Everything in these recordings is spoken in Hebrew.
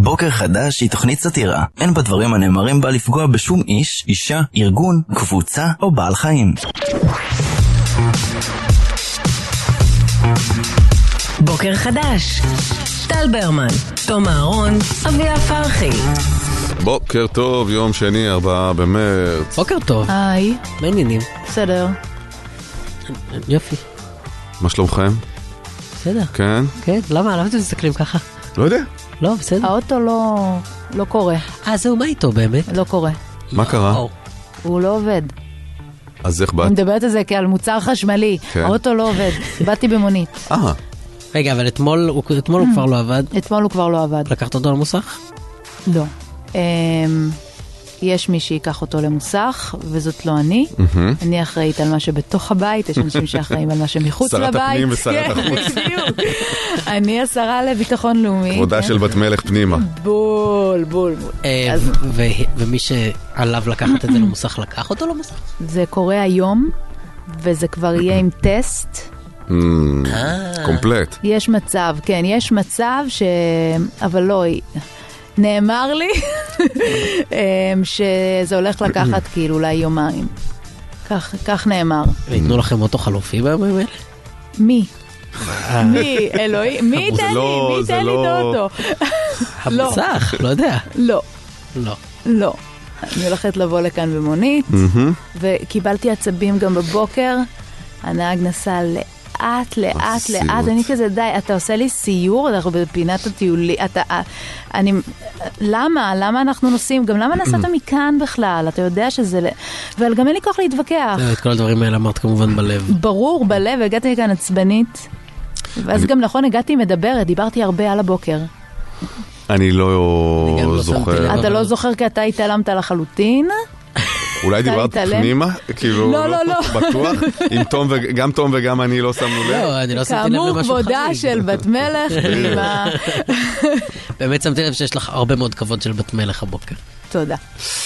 בוקר חדש היא תוכנית סאטירה. אין בדברים הנאמרים בה לפגוע בשום איש, אישה, ארגון, קבוצה או בעל חיים. בוקר חדש. טל ברמן, תום אהרון, אביה פרחי. בוקר טוב, יום שני, 4 במרץ. בוקר טוב. היי. מה העניינים? בסדר. יופי. מה שלומכם? בסדר. כן? כן, למה אתם מסתכלים ככה? לא יודע. לא, בסדר. האוטו לא קורה. זהו, מה איתו באמת? לא קורה. מה קרה? הוא לא עובד. אז איך באת? אני מדברת על זה כעל מוצר חשמלי. כן. האוטו לא עובד. באתי במונית. רגע, אבל אתמול הוא כבר לא עבד? אתמול הוא כבר לא עבד. לקחת אותו למוסך? לא. יש מי שיקח אותו למוסך, וזאת לא אני. אני אחראית על מה שבתוך הבית, יש אנשים שאחראים על מה שמחוץ לבית. שרת הפנים ושרת החוץ. אני השרה לביטחון לאומי. כבודה של בת מלך פנימה. בול. ומי שעליו לקחת את זה למוסך, לקח אותו למוסך? זה קורה היום, וזה כבר יהיה עם טסט. קומפלט. יש מצב, כן, יש מצב אבל לא, נאמר לי שזה הולך לקחת כאילו אולי יומיים. כך נאמר. ויתנו לכם אוטו חלופי בימים האלה? מי? מי? אלוהים? מי ייתן לי? מי ייתן לי את האוטו? המוסך, לא יודע. לא. אני הולכת לבוא לכאן במונית, וקיבלתי עצבים גם בבוקר. הנהג נסע לאט, אני כזה די, אתה עושה לי סיור, אנחנו בפינת הטיולי, למה אנחנו נוסעים, גם למה נסעת מכאן בכלל, אתה יודע שזה, אבל גם אין לי כוח להתווכח. את כל הדברים האלה אמרת כמובן בלב. ברור, בלב, הגעתי לכאן עצבנית, ואז גם נכון, הגעתי מדברת, דיברתי הרבה על הבוקר. אני לא זוכר. אתה לא זוכר כי אתה התעלמת לחלוטין? אולי דיברת פנימה? כאילו, לא. בטוח? גם תום וגם אני לא שמנו לב? לא, אני לא שמתי לב למשהו חזיק. כאמור כבודה של בת מלך פנימה. באמת שמתי לב שיש לך הרבה מאוד כבוד של בת מלך הבוקר. תודה.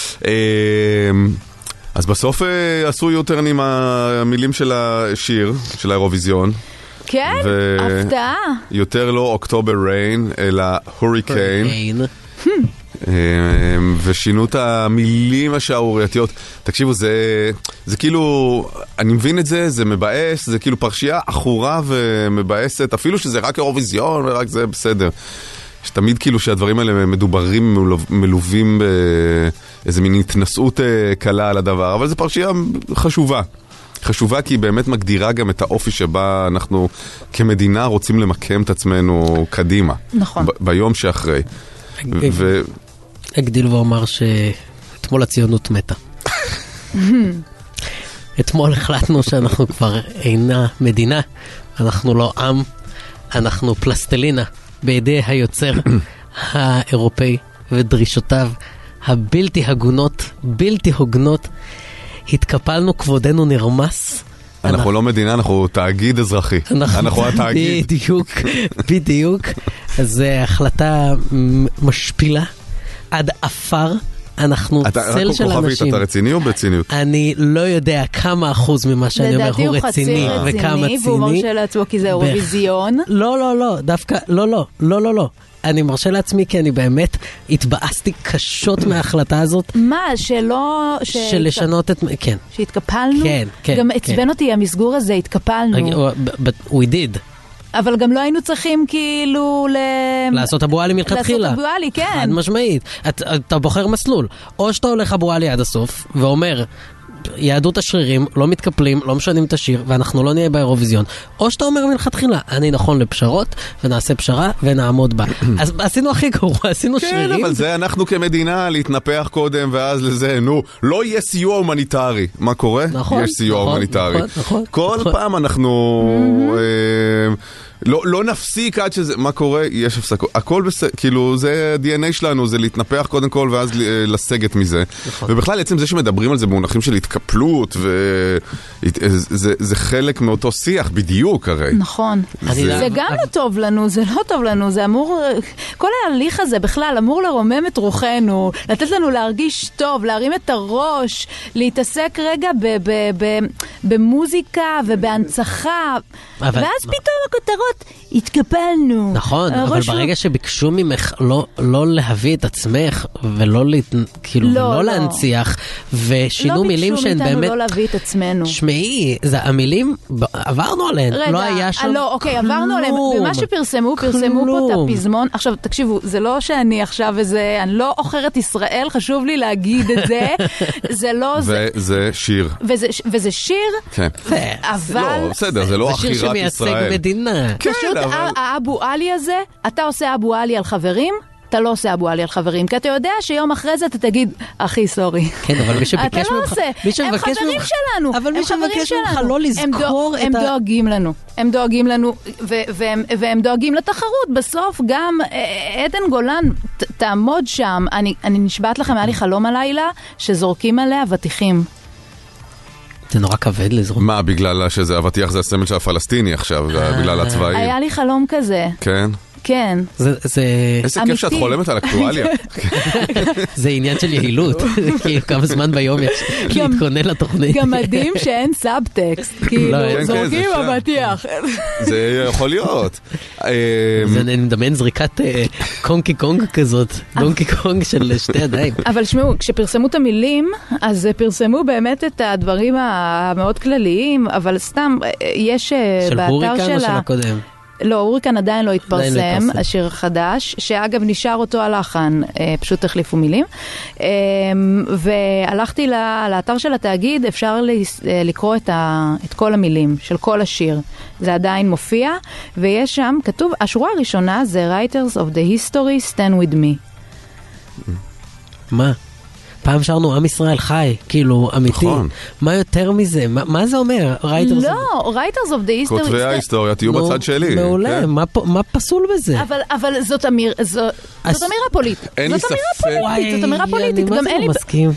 אז בסוף עשו יותר עם המילים של השיר, של האירוויזיון. כן, הפתעה. יותר לא אוקטובר ריין, אלא הוריקן. ושינו את המילים השערורייתיות. תקשיבו, זה כאילו, אני מבין את זה, זה מבאס, זה כאילו פרשייה אחורה ומבאסת, אפילו שזה רק אירוויזיון ורק זה בסדר. שתמיד כאילו שהדברים האלה מדוברים, מלווים באיזה מין התנסות קלה על הדבר, אבל זו פרשייה חשובה כי היא באמת מגדירה גם את האופי שבה אנחנו כמדינה רוצים למקם את עצמנו קדימה. נכון. ביום שאחרי. אגדיל ואומר שאתמול הציונות מתה. אתמול החלטנו שאנחנו כבר אינה מדינה, אנחנו לא עם, אנחנו פלסטלינה בידי היוצר האירופאי ודרישותיו הבלתי הגונות, בלתי הוגנות. התקפלנו, כבודנו נרמס. אנחנו לא מדינה, אנחנו תאגיד אזרחי. אנחנו התאגיד. בדיוק. אז זו החלטה משפילה עד אפר. אנחנו צל של אנשים. אתה רציני או בציניות? אני לא יודע כמה אחוז ממה שאני אומר הוא רציני וכמה ציני. והוא מרשה לעצמו כי זה אירוויזיון. לא, דווקא, לא. אני מרשה לעצמי כי אני באמת התבאסתי קשות מההחלטה הזאת. מה, שלשנות את... כן. שהתקפלנו? כן. גם עצבן אותי המסגור הזה, התקפלנו. We did. אבל גם לא היינו צריכים כאילו לעשות אבו עלי מלכתחילה. לעשות אבו עלי, כן. חד משמעית. אתה בוחר מסלול. או שאתה הולך אבו עלי עד הסוף, ואומר, יהדות השרירים, לא מתקפלים, לא משנים את השיר, ואנחנו לא נהיה באירוויזיון. או שאתה אומר מלכתחילה, אני נכון לפשרות, ונעשה פשרה, ונעמוד בה. אז עשינו הכי גרוע, עשינו שרירים. כן, אבל זה אנחנו כמדינה להתנפח קודם, ואז לזה, לא יהיה סיוע הומניטרי. מה קורה? נכון. יש סיוע הומניטרי. נכון. כל פעם אנחנו... לא נפסיק עד שזה, מה קורה? יש הפסקות. הכל בסדר, כאילו זה ה-DNA שלנו, זה להתנפח קודם כל ואז לסגת מזה. ובכלל עצם זה שמדברים על זה במונחים של התקפלות, זה חלק מאותו שיח, בדיוק הרי. נכון. זה גם לא טוב לנו, זה לא טוב לנו, זה אמור, כל ההליך הזה בכלל אמור לרומם את רוחנו, לתת לנו להרגיש טוב, להרים את הראש, להתעסק רגע במוזיקה ובהנצחה, ואז פתאום הכותרות התקפלנו. נכון, אבל ברגע שביקשו ממך לא להביא את עצמך, ולא כאילו, לא להנציח, ושינו מילים שהן באמת... לא ביקשו מאיתנו לא להביא את עצמנו. שמעי, המילים, עברנו עליהן, לא היה שם... לא, אוקיי, עברנו עליהן, ומה שפרסמו פה את הפזמון, עכשיו, תקשיבו, זה לא שאני עכשיו איזה, אני לא אוכרת ישראל, חשוב לי להגיד את זה, זה לא... וזה שיר. וזה שיר, אבל... לא, בסדר, זה לא אחירת ישראל. זה שיר שמייצג מדינה. פשוט האבו עלי הזה, אתה עושה אבו עלי על חברים, אתה לא עושה אבו עלי על חברים, כי אתה יודע שיום אחרי זה אתה תגיד, אחי, סורי. כן, אבל מי שביקש ממך... הם חברים שלנו. אבל מי שביקש ממך לא לזכור את ה... הם דואגים לנו. הם דואגים לנו, והם דואגים לתחרות. בסוף גם עדן גולן תעמוד שם. אני נשבעת לכם, היה לי חלום הלילה, שזורקים עליה ותיכים. זה נורא כבד לזרוק. מה, בגלל שזה אבטיח זה הסמל של הפלסטיני עכשיו, בגלל הצבאים? היה לי חלום כזה. כן? כן. איזה כיף שאת חולמת על אקטואליה. זה עניין של יעילות. כאילו כמה זמן ביום יש להתכונן לתוכנית. גם מדהים שאין סאבטקסט. כאילו, זורקים אבטיח. זה יכול להיות. זה נדמיין זריקת קונקי קונג כזאת. קונקי קונג של שתי ידיים. אבל שמעו, כשפרסמו את המילים, אז פרסמו באמת את הדברים המאוד כלליים, אבל סתם, יש באתר שלה... של הוריקן או של הקודם? לא, הוריקן עדיין לא התפרסם, השיר החדש, שאגב נשאר אותו הלחן, פשוט החליפו מילים. והלכתי לאתר של התאגיד, אפשר לקרוא את כל המילים של כל השיר. זה עדיין מופיע, ויש שם, כתוב, השורה הראשונה זה Writers of the History Stand With Me. מה? פעם שרנו עם ישראל חי, כאילו אמיתי. נכון. מה יותר מזה? מה זה אומר? לא, Writers of the History... כותבי ההיסטוריה, תהיו בצד שלי. מעולה, מה פסול בזה? אבל זאת אמירה פוליטית. אין לי ספק. זאת אמירה פוליטית. אני לא מסכים.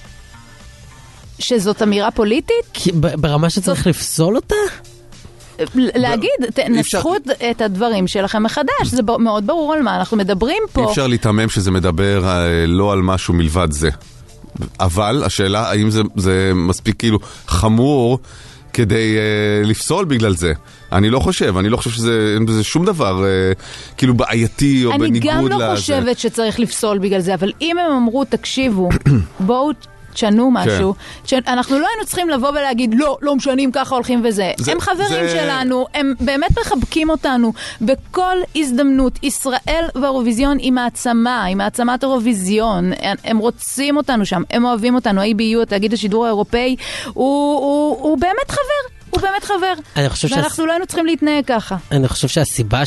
שזאת אמירה פוליטית? ברמה שצריך לפסול אותה? להגיד, תנסחו את הדברים שלכם מחדש, זה מאוד ברור על מה אנחנו מדברים פה. אי אפשר להתאמם שזה מדבר לא על משהו מלבד זה. אבל השאלה, האם זה מספיק כאילו חמור כדי לפסול בגלל זה? אני לא חושב שאין בזה שום דבר כאילו בעייתי או בניגוד לזה. אני גם לא חושבת שצריך לפסול בגלל זה, אבל אם הם אמרו, תקשיבו, בואו תשנו משהו, אנחנו לא היינו צריכים לבוא ולהגיד, לא משנים, ככה הולכים וזה. הם חברים שלנו, הם באמת מחבקים אותנו בכל הזדמנות. ישראל ואירוויזיון היא מעצמה, היא מעצמת אירוויזיון. הם רוצים אותנו שם, הם אוהבים אותנו. ABU, תאגיד השידור האירופאי, הוא באמת חבר. הוא באמת חבר. ואנחנו לא היינו צריכים להתנהג ככה. אני חושב שהסיבה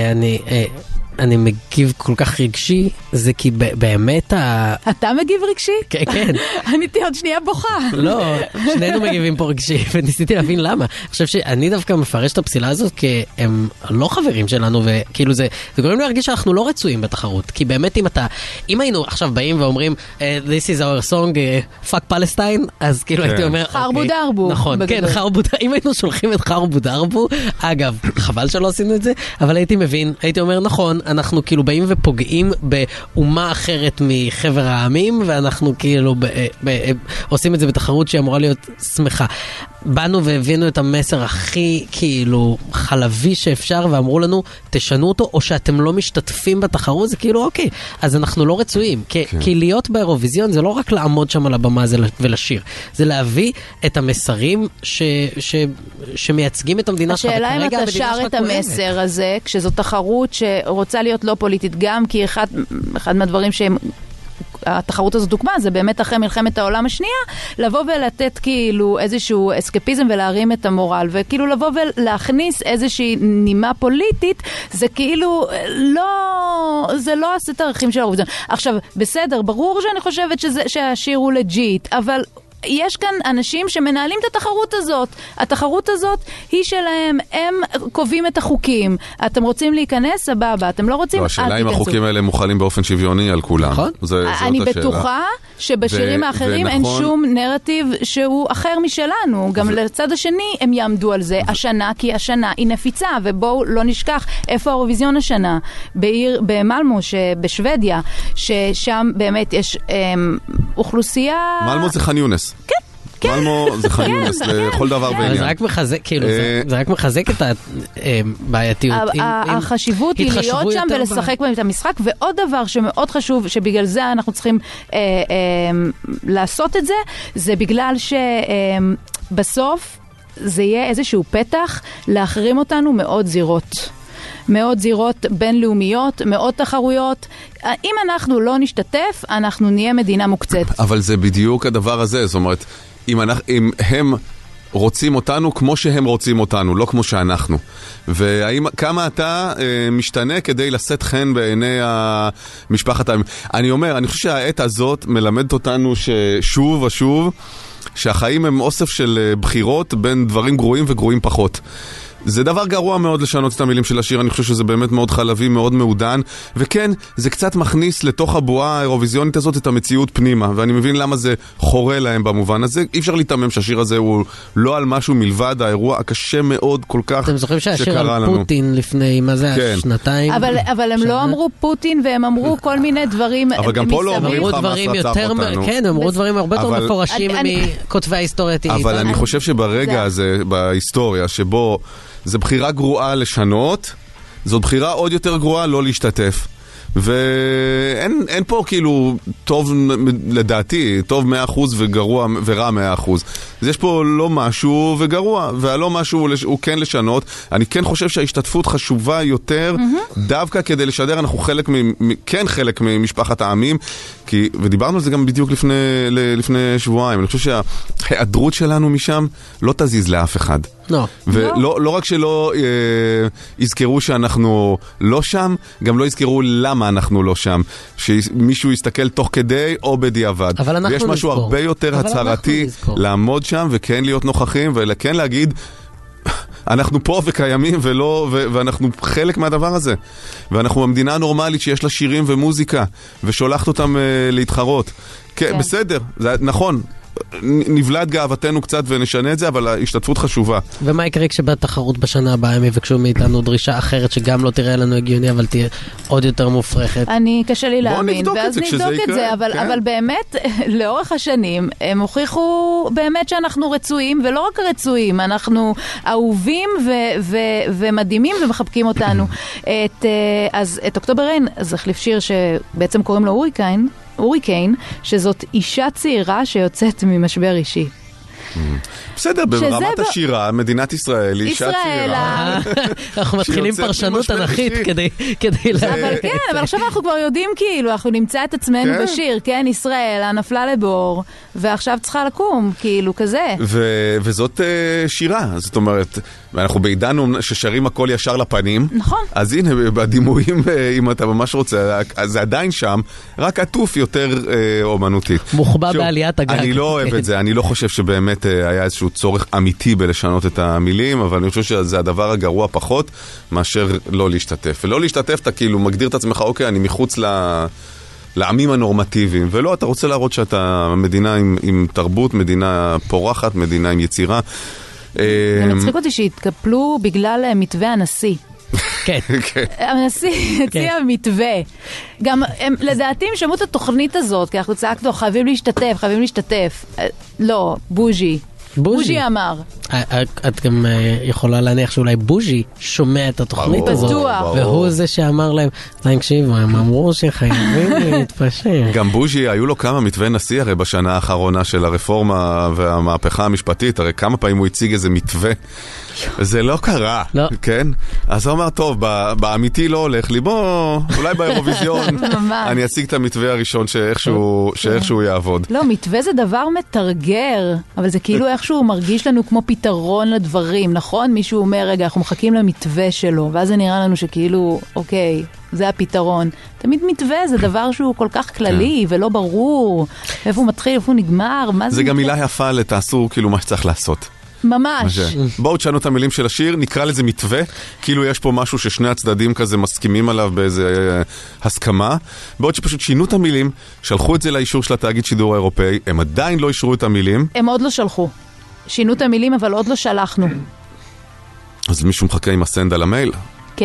שאני מגיב כל כך רגשי, זה כי באמת אתה מגיב רגשי? כן, כן. אני תהיה עוד שנייה בוכה. לא, שנינו מגיבים פה רגשי, וניסיתי להבין למה. אני חושב שאני דווקא מפרש את הפסילה הזאת, כי הם לא חברים שלנו, וכאילו זה גורם להרגיש שאנחנו לא רצויים בתחרות. כי באמת אם היינו עכשיו באים ואומרים, this is our song, fuck Palestine, אז כאילו הייתי אומר, חרבו דרבו. נכון, כן, חרבו דרבו. אם היינו שולחים את חרבו דרבו, אגב, חבל שלא עשינו את זה, אבל הייתי מבין, הייתי אומר, נכון, אנחנו כאילו באים ופוגעים באומה אחרת מחבר העמים, ואנחנו כאילו עושים את זה בתחרות שהיא אמורה להיות שמחה. באנו והבינו את המסר הכי כאילו חלבי שאפשר, ואמרו לנו, תשנו אותו, או שאתם לא משתתפים בתחרות, זה כאילו אוקיי, אז אנחנו לא רצויים. כי להיות באירוויזיון זה לא רק לעמוד שם על הבמה ולשיר, זה להביא את המסרים שמייצגים את המדינה שלך. השאלה אם אתה שר את המסר הזה, כשזו תחרות שרוצה להיות לא פוליטית, גם כי אחד מהדברים שהם התחרות הזאת הוקמה, זה באמת אחרי מלחמת העולם השנייה, לבוא ולתת כאילו איזשהו אסקפיזם ולהרים את המורל, וכאילו לבוא ולהכניס איזושהי נימה פוליטית, זה כאילו זה לא הסט הערכים של האירוויזיון. עכשיו, בסדר, ברור שאני חושבת שהשיר הוא לג'יט, אבל יש כאן אנשים שמנהלים את התחרות הזאת. התחרות הזאת היא שלהם, הם קובעים את החוקים. אתם רוצים להיכנס, סבבה. אתם לא רוצים, השאלה אם החוקים האלה מוכלים באופן שוויוני על כולם. נכון. אני בטוחה שבשירים האחרים אין שום נרטיב שהוא אחר משלנו. גם לצד השני הם יעמדו על זה השנה, כי השנה היא נפיצה, ובואו לא נשכח איפה האירוויזיון השנה. במלמו, בשוודיה, ששם באמת יש אוכלוסייה... מלמו זה ח'אן יונס. כן. מלמו זה חיונס לכל דבר בעניין. זה רק מחזק, כאילו, זה רק מחזק את הבעייתיות. החשיבות היא להיות שם ולשחק בהם את המשחק, ועוד דבר שמאוד חשוב, שבגלל זה אנחנו צריכים לעשות את זה, זה בגלל שבסוף זה יהיה איזשהו פתח להחרים אותנו מאוד זירות. מאוד זירות בינלאומיות, מאוד תחרויות. אם אנחנו לא נשתתף, אנחנו נהיה מדינה מוקצת. אבל זה בדיוק הדבר הזה, זאת אומרת, אם הם רוצים אותנו כמו שהם רוצים אותנו, לא כמו שאנחנו. וכמה אתה משתנה כדי לשאת חן בעיני המשפחת העמים. אני חושב שהעת הזאת מלמדת אותנו ששוב ושוב, שהחיים הם אוסף של בחירות בין דברים גרועים וגרועים פחות. זה דבר גרוע מאוד לשנות את המילים של השיר, אני חושב שזה באמת מאוד חלבי, מאוד מעודן, וכן, זה קצת מכניס לתוך הבועה האירוויזיונית הזאת את המציאות פנימה, ואני מבין למה זה חורה להם במובן הזה. אי אפשר להתאמם שהשיר הזה הוא לא על משהו מלבד האירוע הקשה מאוד כל כך שקרה לנו. אתם זוכרים שהשיר על פוטין לפני, מה זה, שנתיים? אבל הם לא אמרו פוטין, והם אמרו כל מיני דברים. אבל גם פה לא אומרים חמאס רצח אותנו. כן, הם אמרו דברים הרבה יותר מפורשים מכותבי ההיסטוריה. אבל אני חושב שברגע הזה, בהיסטוריה, שבו זה בחירה גרועה לשנות, זאת בחירה עוד יותר גרועה לא להשתתף. ואין פה כאילו טוב, לדעתי, טוב 100% וגרוע ורע 100%. אז יש פה לא משהו וגרוע, והלא משהו הוא כן לשנות. אני כן חושב שההשתתפות חשובה יותר, דווקא כדי לשדר, אנחנו כן חלק ממשפחת העמים, ודיברנו על זה גם בדיוק לפני שבועיים. אני חושב שההיעדרות שלנו משם לא תזיז לאף אחד. ולא רק שלא יזכרו שאנחנו לא שם, גם לא יזכרו למה אנחנו לא שם. שמישהו יסתכל תוך כדי או בדיעבד. ויש משהו הרבה יותר הצהרתי לעמוד שם וכן להיות נוכחים וכן להגיד אנחנו פה וקיימים ואנחנו חלק מהדבר הזה. ואנחנו המדינה הנורמלית שיש לה שירים ומוזיקה ושולחת אותם להתחרות. כן, בסדר, זה נכון. נבלד גאוותנו קצת ונשנה את זה, אבל ההשתתפות חשובה. ומה יקרה כשבתחרות בשנה הבאה הם יבקשו מאיתנו דרישה אחרת שגם לא תראה לנו הגיוני, אבל תהיה עוד יותר מופרכת? אני קשה לי להאמין, ואז נבדוק את זה, אבל באמת, לאורך השנים, הם הוכיחו באמת שאנחנו רצויים, ולא רק רצויים, אנחנו אהובים ומדהימים ומחבקים אותנו. אז את אוקטובר ריין, אז החליף שיר שבעצם קוראים לו הוריקן, שזאת אישה צעירה שיוצאת ממשבר אישי. בסדר, ברמת השירה, מדינת ישראל, אישה צעירה. אנחנו מתחילים פרשנות תנכית כדי אבל כן, אבל עכשיו אנחנו כבר יודעים כאילו, אנחנו נמצא את עצמנו בשיר, כן, ישראל, נפלה לבור, ועכשיו צריכה לקום, כאילו, כזה. וזאת שירה, זאת אומרת, ואנחנו בעידן ששרים הכל ישר לפנים. נכון. אז הנה, בדימויים, אם אתה ממש רוצה, זה עדיין שם, רק עטוף יותר אומנותית. מוחבא בעליית הגג. אני לא אוהב את זה, אני לא חושב שבאמת היה איזשהו צורך אמיתי בלשנות את המילים, אבל אני חושב שזה הדבר הגרוע פחות, מאשר לא להשתתף. ולא להשתתף, אתה כאילו מגדיר את עצמך, אוקיי, אני מחוץ לעמים הנורמטיביים, ולא, אתה רוצה להראות שאתה מדינה עם תרבות, מדינה פורחת, מדינה עם יצירה. זה מצחיק אותי שהתקפלו בגלל מתווה הנשיא. כן. הנשיא הציע מתווה. גם לדעתי הם שמעו את התוכנית הזאת, כי אנחנו צעקנו, חייבים להשתתף. לא, בוז'י אמר. את גם יכולה להניח שאולי בוז'י שומע את התוכנית הזאת. והוא זה שאמר להם, תקשיבו, הם אמרו שחייבים להתפשר. גם בוז'י, היו לו כמה מתווה נשיא הרי בשנה האחרונה של הרפורמה והמהפכה המשפטית, הרי כמה פעמים הוא הציג איזה מתווה. זה לא קרה, כן? אז הוא אמר, טוב, באמיתי לא הולך לי, בוא, אולי באירוויזיון אני אציג את המתווה הראשון שאיכשהו יעבוד. לא, מתווה זה דבר מתרגר, אבל זה כאילו איכשהו מרגיש לנו כמו פתרון לדברים, נכון? מישהו אומר, רגע, אנחנו מחכים למתווה שלו, ואז זה נראה לנו שכאילו, אוקיי, זה הפתרון. תמיד מתווה זה דבר שהוא כל כך כללי ולא ברור, איפה הוא מתחיל, איפה הוא נגמר, מה זה? זה גם מילה יפה לתעשו כאילו מה שצריך לעשות. ממש. בואו תשנו את המילים של השיר, נקרא לזה מתווה, כאילו יש פה משהו ששני הצדדים כזה מסכימים עליו באיזה הסכמה, בעוד שפשוט שינו את המילים, שלחו את זה לאישור של התאגיד שידור האירופאי, הם עדיין לא אישרו את המילים. הם עוד לא שלחו. שינו את המילים אבל עוד לא שלחנו. אז מישהו מחכה עם הסנד על המייל? כן.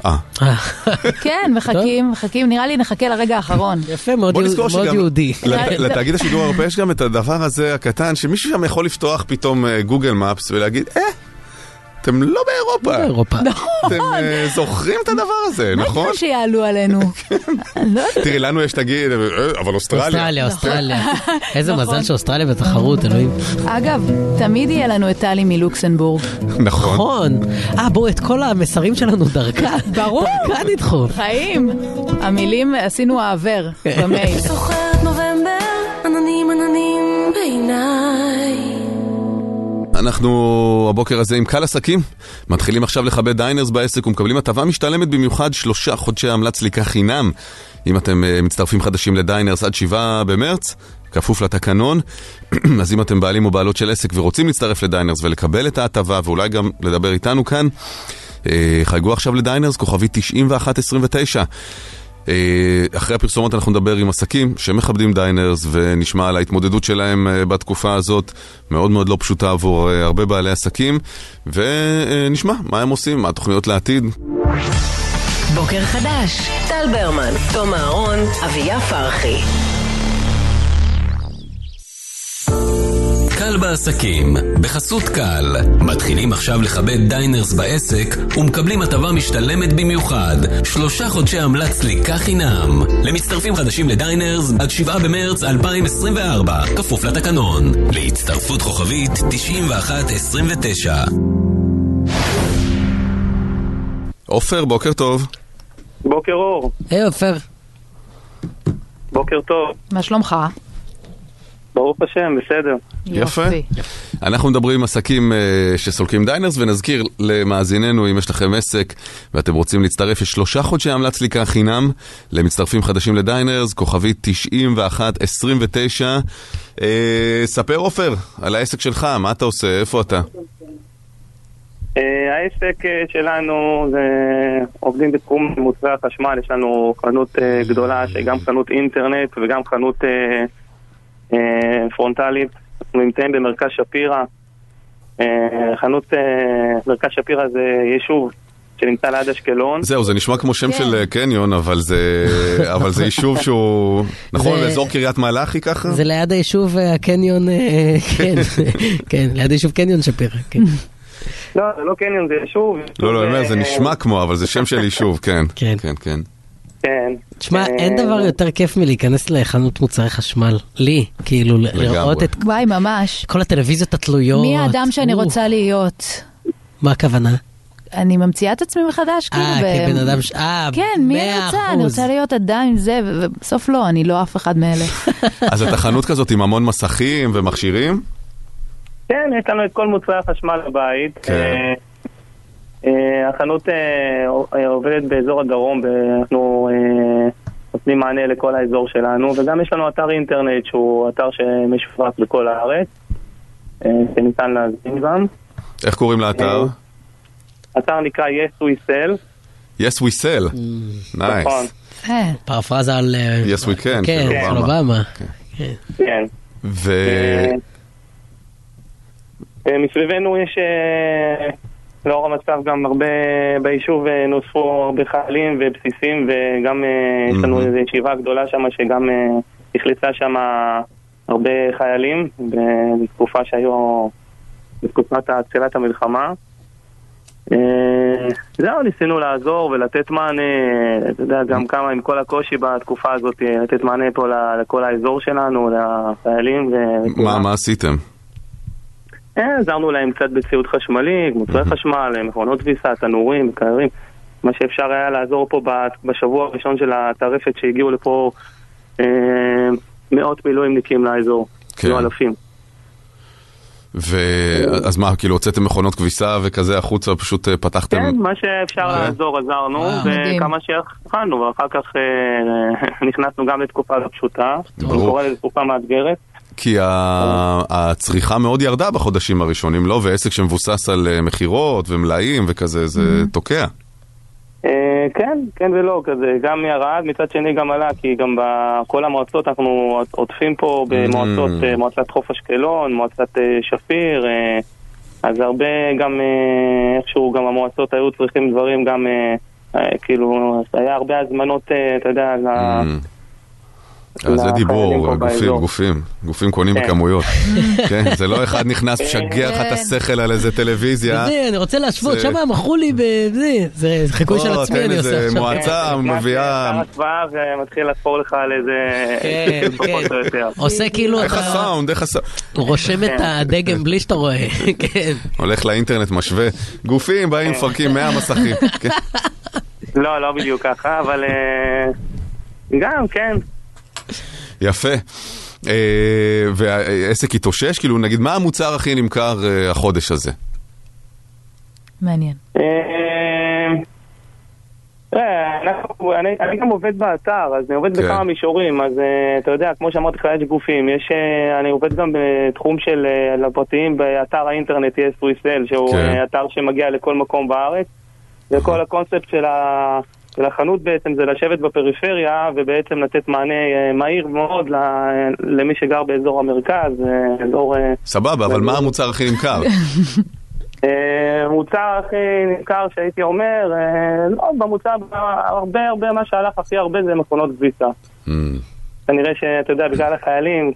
כן, מחכים, נראה לי נחכה לרגע האחרון. יפה, מאוד יהודי. לתאגיד השידור האירופאי יש גם את הדבר הזה הקטן, שמישהו שם יכול לפתוח פתאום גוגל מפס ולהגיד, אתם לא באירופה. אתם זוכרים את הדבר הזה, נכון? מה יקרה שיעלו עלינו? תראי, לנו יש תגיד, אבל אוסטרליה. איזה מזל שאוסטרליה בתחרות, אלוהים. אגב, תמיד יהיה לנו את טלי מלוקסנבורג. נכון. בואו, את כל המסרים שלנו דרכה. ברור. דרכה נדחו. חיים. המילים עשינו העבר במייל. זוכרת נובמבר, עננים בעיניי. אנחנו הבוקר הזה עם קל עסקים, מתחילים עכשיו לכבד דיינרס בעסק ומקבלים הטבה משתלמת במיוחד 3 חודשי עמלת סליקה חינם. אם אתם מצטרפים חדשים לדיינרס עד 7 במרץ, כפוף לתקנון, אז אם אתם בעלים או בעלות של עסק ורוצים להצטרף לדיינרס ולקבל את ההטבה ואולי גם לדבר איתנו כאן, חייגו עכשיו לדיינרס, כוכבי 9129. אחרי הפרסומות אנחנו נדבר עם עסקים שמכבדים דיינרס ונשמע על ההתמודדות שלהם בתקופה הזאת, מאוד מאוד לא פשוטה עבור הרבה בעלי עסקים, ונשמע מה הם עושים, מה התוכניות לעתיד. בוקר חדש, טל ברמן, תום אהרון, אביה פרחי. קל בעסקים, בחסות קל. מתחילים עכשיו לכבד דיינרס בעסק ומקבלים הטבה משתלמת במיוחד 3 חודשי עמלת סליקה חינם למצטרפים חדשים לדיינרס עד 7 במרץ 2024, כפוף לתקנון. להצטרפות כוכבית 9129. עופר, בוקר טוב. בוקר אור. היי עופר. בוקר טוב. מה שלומך? ברוך השם, בסדר. יפה. אנחנו מדברים עם עסקים שסולקים דיינרס, ונזכיר למאזיננו, אם יש לכם עסק ואתם רוצים להצטרף, יש 3 חודשי עמלת סליקה חינם למצטרפים חדשים לדיינרס, כוכבית 9129. ספר עופר על העסק שלך, מה אתה עושה, איפה אתה? העסק שלנו זה עובדים בתחום מוצרי החשמל, יש לנו חנות גדולה שגם חנות אינטרנט וגם חנות פרונטלית. אנחנו נמצאים במרכז שפירא. חנות מרכז שפירא זה יישוב שנמצא ליד אשקלון. זהו, זה נשמע כמו שם של קניון, אבל זה יישוב שהוא, נכון, לאזור קריית מלאכי ככה? זה ליד היישוב הקניון, כן, ליד היישוב קניון שפירא, כן. לא, זה לא קניון, זה יישוב. לא, זה נשמע כמו, אבל זה שם של יישוב, כן. כן. כן. תשמע, אין דבר יותר כיף מלהיכנס לחנות מוצרי חשמל. לי, כאילו, לראות את... וואי, ממש. כל הטלוויזיות התלויות. מי האדם שאני רוצה להיות? מה הכוונה? אני ממציאה את עצמי מחדש, כאילו. כבן אדם כן, מי אני רוצה? אני רוצה להיות אדם עם זה, ובסוף לא, אני לא אף אחד מאלה. אז את החנות כזאת עם המון מסכים ומכשירים? כן, יש לנו את כל מוצרי החשמל בבית. כן. החנות עובדת באזור הדרום, ואנחנו נותנים מענה לכל האזור שלנו, וגם יש לנו אתר אינטרנט שהוא אתר שמשופץ בכל הארץ, שניתן להזמין גם. איך קוראים לאתר? אתר נקרא Yes We Sell. Yes We Sell. נכון. פרפרזה על... Yes We Can. כן, של אובמה. כן. מסביבנו יש... לאור המצב גם הרבה ביישוב נוספו הרבה חיילים ובסיסים, וגם יש לנו איזו ישיבה גדולה שם שגם החליצה שם הרבה חיילים בתקופה שהיו בתקופת התחילת המלחמה. זהו, ניסינו לעזור ולתת מענה, אתה יודע, גם כמה עם כל הקושי בתקופה הזאת, לתת מענה פה לכל האזור שלנו, לחיילים. מה עשיתם? עזרנו להם קצת בציוד חשמלי, מוצרי חשמל, מכונות כביסה, תנורים, מקררים, מה שאפשר היה לעזור פה בשבוע הראשון של הטרפת שהגיעו לפה מאות מילואימניקים לאזור, לא אלפים. אז מה, כאילו הוצאתם מכונות כביסה וכזה החוצה, פשוט פתחתם? כן, מה שאפשר לעזור עזרנו, וכמה שיכולנו, ואחר כך נכנסנו גם לתקופה לא פשוטה, אני קורא לזה תקופה מאתגרת. כי הצריכה מאוד ירדה בחודשים הראשונים, לא? ועסק שמבוסס על מחירות ומלאים וכזה, זה תוקע. כן ולא, כזה, גם ירד, מצד שני גם עלה, כי גם בכל המועצות אנחנו עוטפים פה במועצות, מועצת חוף אשקלון, מועצת שפיר, אז הרבה גם, איכשהו גם המועצות היו צריכים דברים גם כאילו, היה הרבה הזמנות, אתה יודע, זה דיבור, גופים קונים בכמויות. כן, זה לא אחד נכנס משגע לך את השכל על איזה טלוויזיה. אני רוצה להשוות, שם מכרו לי זה חיקוי של עצמי אני עושה עכשיו. מועצה מביאה... נכנס הצבעה ומתחיל לחפור לך על איזה... עושה כאילו... איך הסאונד, רושם את הדגם בלי שאתה רואה. הולך לאינטרנט, משווה. גופים באים, מפרקים 100 מסכים. לא בדיוק ככה, אבל... גם, כן. יפה. והעסק התאושש? כאילו, נגיד, מה המוצר הכי נמכר החודש הזה? מעניין. אני גם עובד באתר, אז אני עובד בכמה מישורים, אז אתה יודע, כמו שאמרתי לך, יש גופים, אני עובד גם בתחום של לפרטיים באתר האינטרנט YesWeSell, שהוא אתר שמגיע לכל מקום בארץ, וכל הקונספט של החנות בעצם זה לשבת בפריפריה ובעצם לתת מענה מהיר מאוד למי שגר באזור המרכז, אזור... סבבה, אבל מה המוצר הכי נמכר? מוצר הכי נמכר שהייתי אומר, לא, במוצר הרבה מה שהלך הכי הרבה זה מכונות כביסה. כנראה שאתה יודע, בגלל החיילים...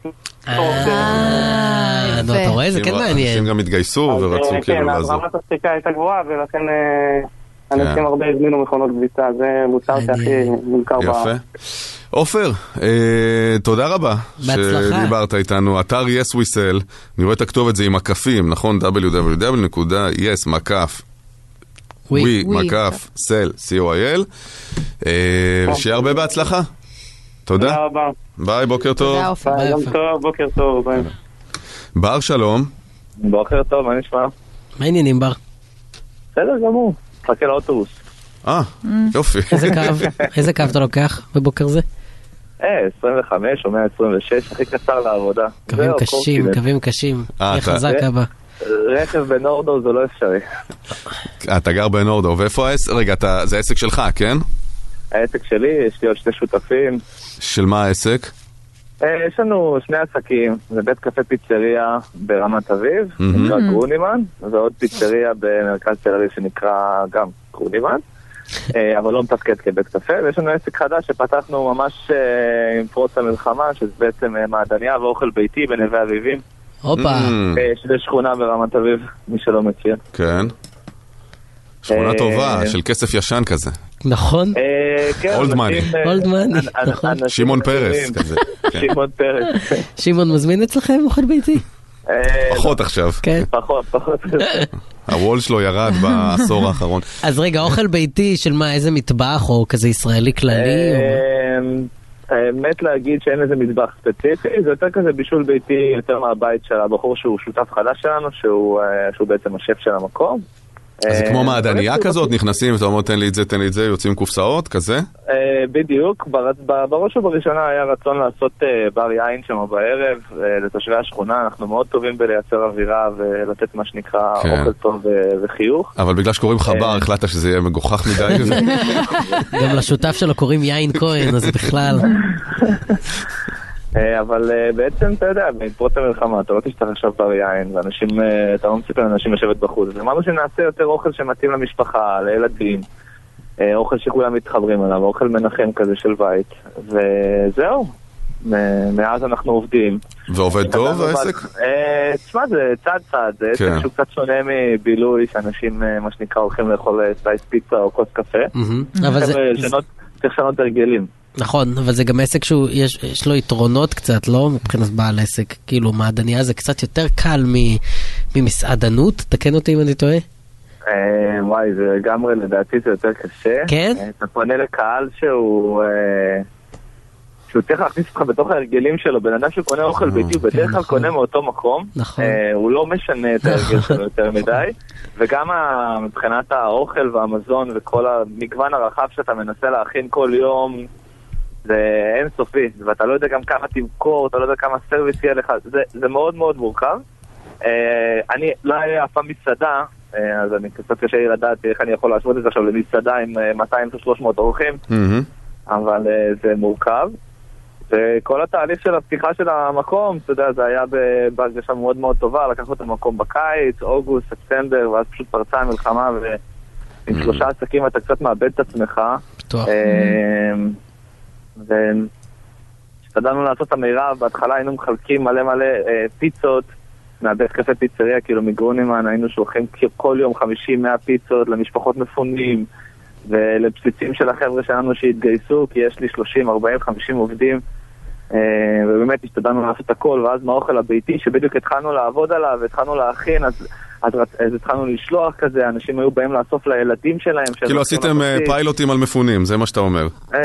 אתה רואה, זה כן מעניין. אנשים גם התגייסו ורצו כאילו לעזור. כן, רמת הספיקה הייתה גבוהה ולכן... אנשים הרבה הזמינו מכונות כביסה, זה מוצר שהכי נמכר בארץ. יפה. עופר, תודה רבה שדיברת איתנו. אתר YesWeSell, אני רואה את הכתובת זה עם מקפים, נכון? www.yes-we-sell.co.il ושיהיה הרבה בהצלחה. תודה. תודה רבה. ביי, בוקר טוב. תודה עופר. יום טוב, בוקר טוב. ביי. בר, שלום. בוקר טוב, מה נשמע? מה העניינים, בר? בסדר גמור. חכה לאוטובוס. יופי. איזה קו אתה לוקח בבוקר זה? 25 או 126, הכי קצר לעבודה. קווים קשים. איך חזק אבא. רכב בנורדו זה לא אפשרי. אתה גר בנורדו, ואיפה העסק? רגע, זה העסק שלך, כן? העסק שלי, יש לי עוד 2 שותפים. של מה העסק? יש לנו 2 עסקים, זה בית קפה פיצריה ברמת אביב, נקרא גרונימן, ועוד פיצריה במרכז תל אביב שנקרא גם גרונימן, אבל לא מתפקד כבית קפה, ויש לנו עסק חדש שפתחנו ממש עם פרוץ המלחמה, שזה בעצם מעדניה ואוכל ביתי בנווה אביבים. הופה. שזה שכונה ברמת אביב, מי שלא מכיר. כן. שכונה טובה, של כסף ישן כזה. נכון. אולד מאני. נכון. שמעון פרס כזה. שמעון פרס. שמעון מזמין אצלכם אוכל ביתי? פחות עכשיו. כן. פחות. הוול שלו ירד בעשור האחרון. אז רגע, אוכל ביתי של מה, איזה מטבח או כזה ישראלי כללי? האמת להגיד שאין איזה מטבח ספציפי, זה יותר כזה בישול ביתי יותר מהבית של הבחור שהוא שותף חדש שלנו, שהוא בעצם השף של המקום. אז זה כמו מעדניה כזאת, נכנסים, אתה אומר תן לי את זה, יוצאים קופסאות, כזה? בדיוק, בראש ובראשונה היה רצון לעשות בר יין שם בערב, לתושבי השכונה, אנחנו מאוד טובים בלייצר אווירה ולתת מה שנקרא אוכל טוב וחיוך. אבל בגלל שקוראים לך בר, החלטת שזה יהיה מגוחך מדי? גם לשותף שלו קוראים יין כהן, אז בכלל... אבל בעצם אתה יודע, מפרוץ המלחמה אתה לא תשתח עכשיו בר יין ואנשים, אתה לא מצליח לאנשים לשבת בחוץ, אז אמרנו שנעשה יותר אוכל שמתאים למשפחה, לילדים, אוכל שכולם מתחברים עליו, אוכל מנחם כזה של בית, וזהו, מאז אנחנו עובדים. ועובד טוב העסק? תשמע, זה צד, זה עסק שהוא קצת שונה מבילוי שאנשים מה שנקרא הולכים לאכול סלייס פיצה או כוס קפה, צריך לשנות הרגלים. נכון, אבל זה גם עסק שיש לו יתרונות קצת, לא מבחינת בעל עסק, כאילו מעדניה זה קצת יותר קל ממסעדנות, תקן אותי אם אני טועה? וואי, זה לגמרי, לדעתי זה יותר קשה. כן? אתה פונה לקהל שהוא צריך להכניס אותך בתוך ההרגלים שלו, בן אדם שקונה אוכל ביתי, הוא בדרך כלל קונה מאותו מקום, הוא לא משנה את ההרגל שלו יותר מדי, וגם מבחינת האוכל והמזון וכל המגוון הרחב שאתה מנסה להכין כל יום, זה אינסופי, ואתה לא יודע גם כמה תמכור, אתה לא יודע כמה סרוויס יהיה לך, זה מאוד מאוד מורכב. אני לא היה אף פעם מסעדה, אז אני קצת קשה לי לדעת איך אני יכול להשוות את זה עכשיו למסעדה עם 200-300 אורחים, אבל זה מורכב. וכל התהליך של הפתיחה של המקום, אתה יודע, זה היה בהרגשה מאוד מאוד טובה, לקחנו את המקום בקיץ, אוגוסט, ספטמבר, ואז פשוט פרצה המלחמה עם 3 עסקים אתה קצת מאבד את עצמך. בטוח. השתדלנו לעשות את המירב, בהתחלה היינו מחלקים מלא פיצות, מהבית קפה פיצריה, כאילו מגרונימן, היינו שולחים כל יום 50-100 פיצות למשפחות מפונים, ולבסיסים של החבר'ה שלנו שהתגייסו, כי יש לי 30, 40, 50 עובדים, ובאמת השתדלנו לעשות הכל, ואז מהאוכל הביתי שבדיוק התחלנו לעבוד עליו, התחלנו להכין, אז התחלנו לשלוח כזה, אנשים היו באים לאסוף לילדים שלהם. כאילו עשיתם פיילוטים על מפונים, זה מה שאתה אומר.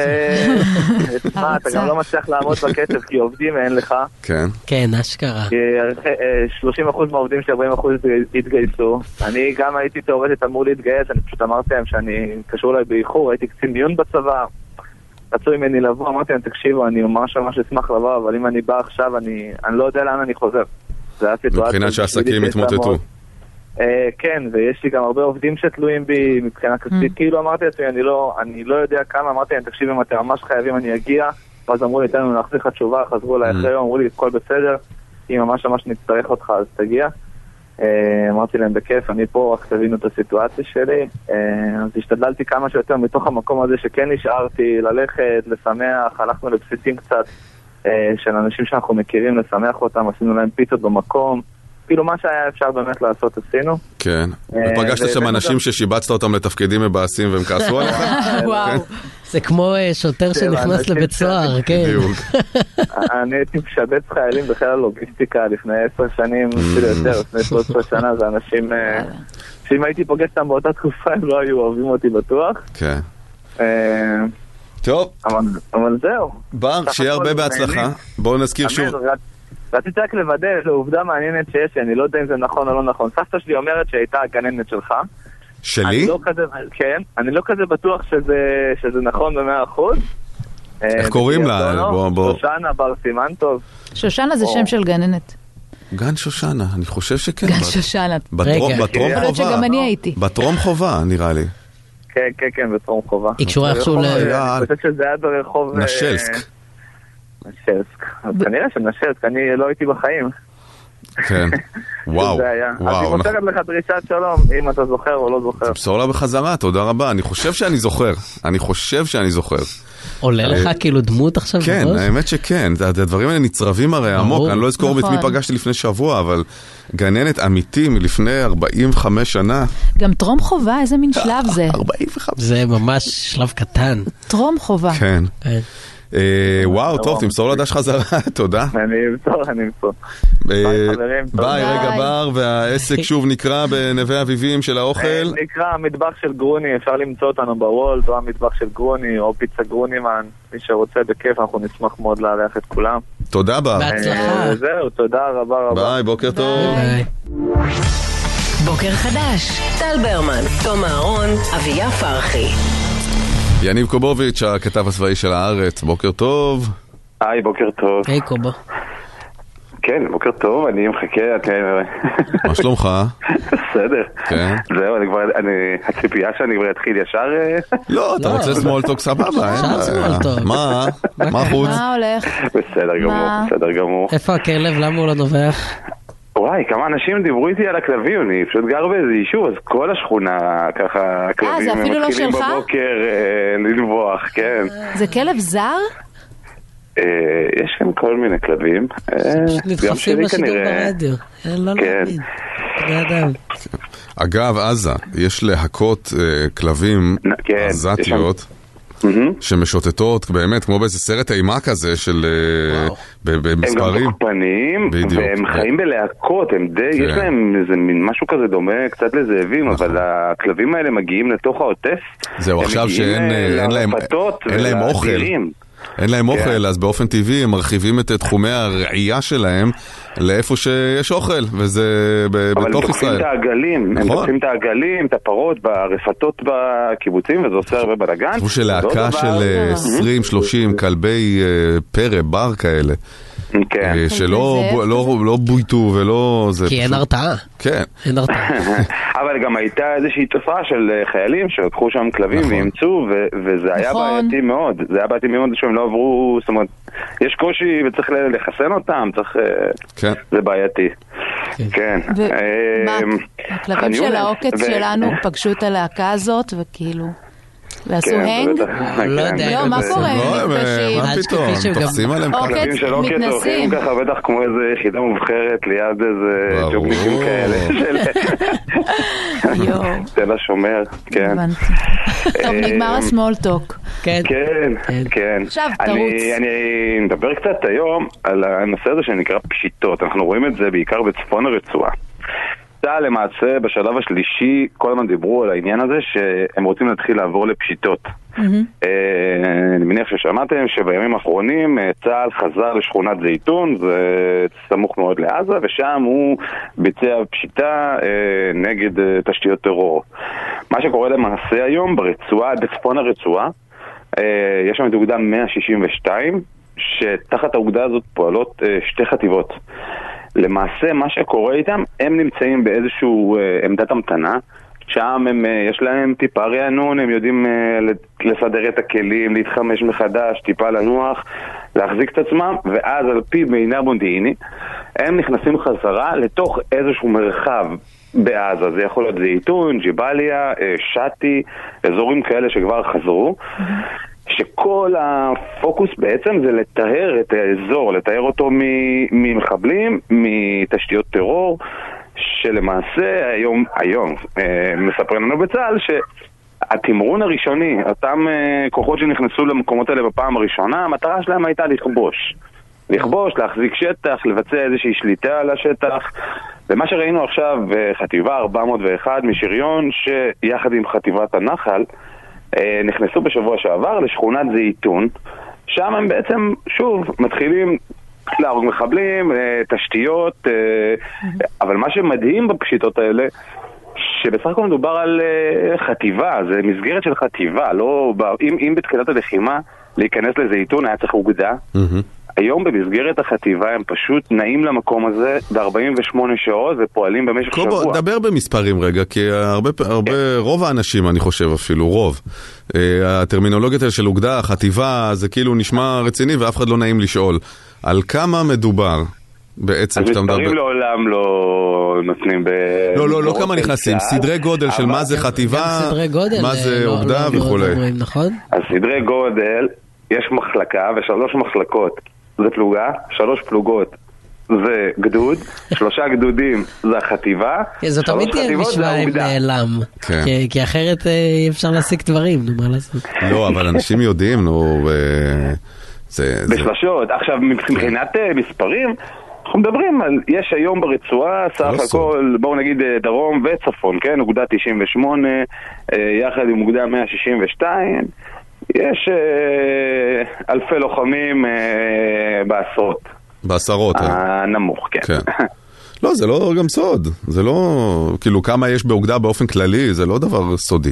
אתה גם לא מצליח לעמוד בקצב, כי עובדים אין לך. כן. כן, אשכרה. 30% מהעובדים של 40% התגייסו. אני גם הייתי תיאורטית אמור להתגייס, אני פשוט אמרתי להם שאני קשור אליי באיחור, הייתי קצין מיון בצבא. רצו ממני לבוא, אמרתי להם, תקשיבו, אני ממש אשמח לבוא, אבל אם אני בא עכשיו, אני לא יודע לאן אני חוזר. מבחינת שהעסקים התמוטטו. כן, ויש לי גם הרבה עובדים שתלויים בי מבחינה כספית, כאילו אמרתי לעצמי, אני לא יודע כמה, אמרתי להם, תקשיב, אם אתם ממש חייבים, אני אגיע, ואז אמרו לי, תן לנו להחזיר לך תשובה, חזרו אליי אחרי יום, אמרו לי, הכל בסדר, אם ממש נצטרך אותך, אז תגיע. אמרתי להם, בכיף, אני פה, רק תבינו את הסיטואציה שלי, אז השתדלתי כמה שיותר מתוך המקום הזה שכן נשארתי, ללכת, לשמח, הלכנו לבסיסים קצת של אנשים שאנחנו מכירים, לשמח אותם, עשינו להם פיצות במקום, כאילו מה שהיה אפשר באמת לעשות עשינו. כן. ופגשת שם אנשים ששיבצת אותם לתפקידים מבאסים והם כעסו עליך? וואו. זה כמו שוטר שנכנס לבית סוהר, כן. אני הייתי משבץ חיילים בחיל הלוגיסטיקה לפני 10 שנים, אפילו יותר, לפני 13 שנה, זה אנשים שאם הייתי פוגש אותם באותה תקופה הם לא היו אוהבים אותי בטוח. כן. טוב. אבל זהו. בר, שיהיה הרבה בהצלחה. בואו נזכיר שוב. רציתי רק לוודא, זו עובדה מעניינת שיש, אני לא יודע אם זה נכון או לא נכון. סבתא שלי אומרת שהייתה הגננת שלך. שלי? כן, אני לא כזה בטוח שזה נכון ב100%. איך קוראים לה? שושנה בר סימנטוב. שושנה זה שם של גננת. גן שושנה, אני חושב שכן. גן שושנה. בטרום חובה. שגם אני הייתי. בטרום חובה, נראה לי. כן, בטרום חובה. היא קשורה איכשהו אני חושב שזה היה ברחוב... נשלסק. נשלסק. אז כנראה שנשלסק, אני לא הייתי בחיים. כן. וואו. אז היא מוסרת לך דרישת שלום, אם אתה זוכר או לא זוכר. תמסור לה בחזרה, תודה רבה. אני חושב שאני זוכר. עולה לך כאילו דמות עכשיו? כן, האמת שכן. הדברים האלה נצרבים הרי עמוק. אני לא אזכור את מי פגשתי לפני שבוע, אבל גננת אמיתי מלפני 45 שנה. גם טרום חובה, איזה מין שלב זה? 45. זה ממש שלב קטן. טרום חובה. כן. וואו, טוב, תמסור לדש חזרה, תודה. אני אמסור. ביי חברים. ביי, רגע בר, והעסק שוב נקרא בנווה אביבים של האוכל. נקרא המטבח של גרוני, אפשר למצוא אותנו בוולט, או המטבח של גרוני, או פיצה גרונימן, מי שרוצה בכיף, אנחנו נשמח מאוד לארח את כולם. תודה בר. בהצלחה. זהו, תודה רבה. ביי, בוקר טוב. בוקר חדש, טל ברמן, תום אהרון, אביה פרחי. יניב קובוביץ', הכתב הצבאי של הארץ, בוקר טוב. היי, בוקר טוב. היי קובו. כן, בוקר טוב, אני מחכה. מה שלומך? בסדר. כן. זהו, הציפייה שאני כבר אתחיל ישר... לא, אתה רוצה סמולטוק סבבה. מה חוץ? מה הולך? בסדר גמור. איפה הכלב? למה הוא לא נובח? וואי, כמה אנשים דיברו איתי על הכלבים, אני פשוט גר באיזה יישוב, אז כל השכונה ככה, הכלבים מתחילים בבוקר לנבוח, כן. זה כלב זר? יש כאן כל מיני כלבים. נדחפים לשידור ברדיו. לא להבין. אגב, עזה, יש להקות כלבים עזתיות שמשוטטות באמת כמו באיזה סרט אימה כזה של במספרים. הם גם תוקפנים והם חיים בלהקות, יש להם איזה מין משהו כזה דומה קצת לזאבים, אבל הכלבים האלה מגיעים לתוך העוטף. זהו, עכשיו שאין להם אוכל. אין להם אוכל, אז באופן טבעי הם מרחיבים את תחומי הרעייה שלהם לאיפה שיש אוכל, וזה בתוך ישראל. אבל הם תוקפים את העגלים, את הפרות, ברפתות בקיבוצים, וזה עושה הרבה בלגן. תחשבו שלהקה של 20-30 כלבי פרא, בר כאלה, שלא בויתו ולא... כי אין הרתעה. כן. אין הרתעה. אבל גם הייתה איזושהי תופעה של חיילים שלקחו שם כלבים ואימצו, וזה היה בעייתי מאוד. זה היה בעייתי מאוד שהם לא עברו, זאת אומרת, יש קושי וצריך לחסן אותם, זה בעייתי. כן. ומה, הכלבים של העוקץ שלנו פגשו את הלהקה הזאת, וכאילו... ועשו הנג? לא יודע. לא, מה קורה? מה פתאום? תופסים עליהם ככה. הכלבים של עוקץ הולכים ככה בטח כמו איזה יחידה מובחרת ליד איזה ג'ובניקים כאלה. תל השומר, כן. טוב, נגמר הסמולטוק. כן. כן. עכשיו, תרוץ. אני מדבר קצת היום על הנושא הזה שנקרא פשיטות. אנחנו רואים את זה בעיקר בצפון הרצועה. למעשה בשלב השלישי כל הזמן דיברו על העניין הזה שהם רוצים להתחיל לעבור לפשיטות. אני מניח ששמעתם שבימים האחרונים צה"ל חזר לשכונת זיתון, זה סמוך מאוד לעזה, ושם הוא ביצע פשיטה נגד תשתיות טרור. מה שקורה למעשה היום ברצועה, בצפון הרצועה, יש שם את אוגדה 162 שתחת האוגדה הזאת פועלות שתי חטיבות. למעשה מה שקורה איתם, הם נמצאים באיזשהו עמדת המתנה, שם יש להם טיפה רענון, הם יודעים לסדר את הכלים, להתחמש מחדש, טיפה לנוח, להחזיק את עצמם, ואז על פי מידע מודיעיני, הם נכנסים חזרה לתוך איזשהו מרחב בעזה. זה יכול להיות זיתון, ג'יבליה, שתי, אזורים כאלה שכבר חזרו. שכל הפוקוס בעצם זה לטהר את האזור, לטהר אותו ממחבלים, מתשתיות טרור, שלמעשה היום מספרים לנו בצה"ל שהתמרון הראשוני, אותם כוחות שנכנסו למקומות האלה בפעם הראשונה, המטרה שלהם הייתה לכבוש, להחזיק שטח, לבצע איזושהי שליטה על השטח. ומה שראינו עכשיו בחטיבה 401 משריון, שיחד עם חטיבת הנחל נכנסו בשבוע שעבר לשכונת זיתון, שם הם בעצם שוב מתחילים להרוג מחבלים, תשתיות, אבל מה שמדהים בפשיטות האלה שבסך הכל מדובר על חטיבה, זה מסגרת של חטיבה, לא, אם בתחילת הלחימה להיכנס לזיתון היה צריך אוגדה, היום במסגרת החטיבה הם פשוט נעים למקום הזה ב-48 שעות ופועלים במשך שבוע. קובו, דבר במספרים רגע, כי רוב האנשים, אני חושב אפילו, רוב, הטרמינולוגיה של אוגדה, החטיבה, זה כאילו נשמע רציני ואף אחד לא נעים לשאול. על כמה מדובר בעצם? אז מספרים לעולם לא נותנים לא כמה נכנסים, סדרי גודל של מה זה חטיבה, מה זה אוגדה וכו'. אז סדרי גודל, יש מחלקה ו3 מחלקות. זה פלוגה, 3 פלוגות זה גדוד, 3 גדודים זה החטיבה, זו תמיד תהיה משוואה עם נעלם, כי אחרת אפשר להסיק דברים, נו מה לעשות. לא, אבל אנשים יודעים, נו, בשלשות. עכשיו מבחינת מספרים אנחנו מדברים על, יש היום ברצועה סך הכל, בואו נגיד דרום וצפון, כן, אוגדה 98 יחד עם אוגדה 162, יש אלפי לוחמים בעשרות הנמוך, כן. לא, זה לא גם סוד, זה לא, כאילו כמה יש באוגדה באופן כללי, זה לא דבר סודי.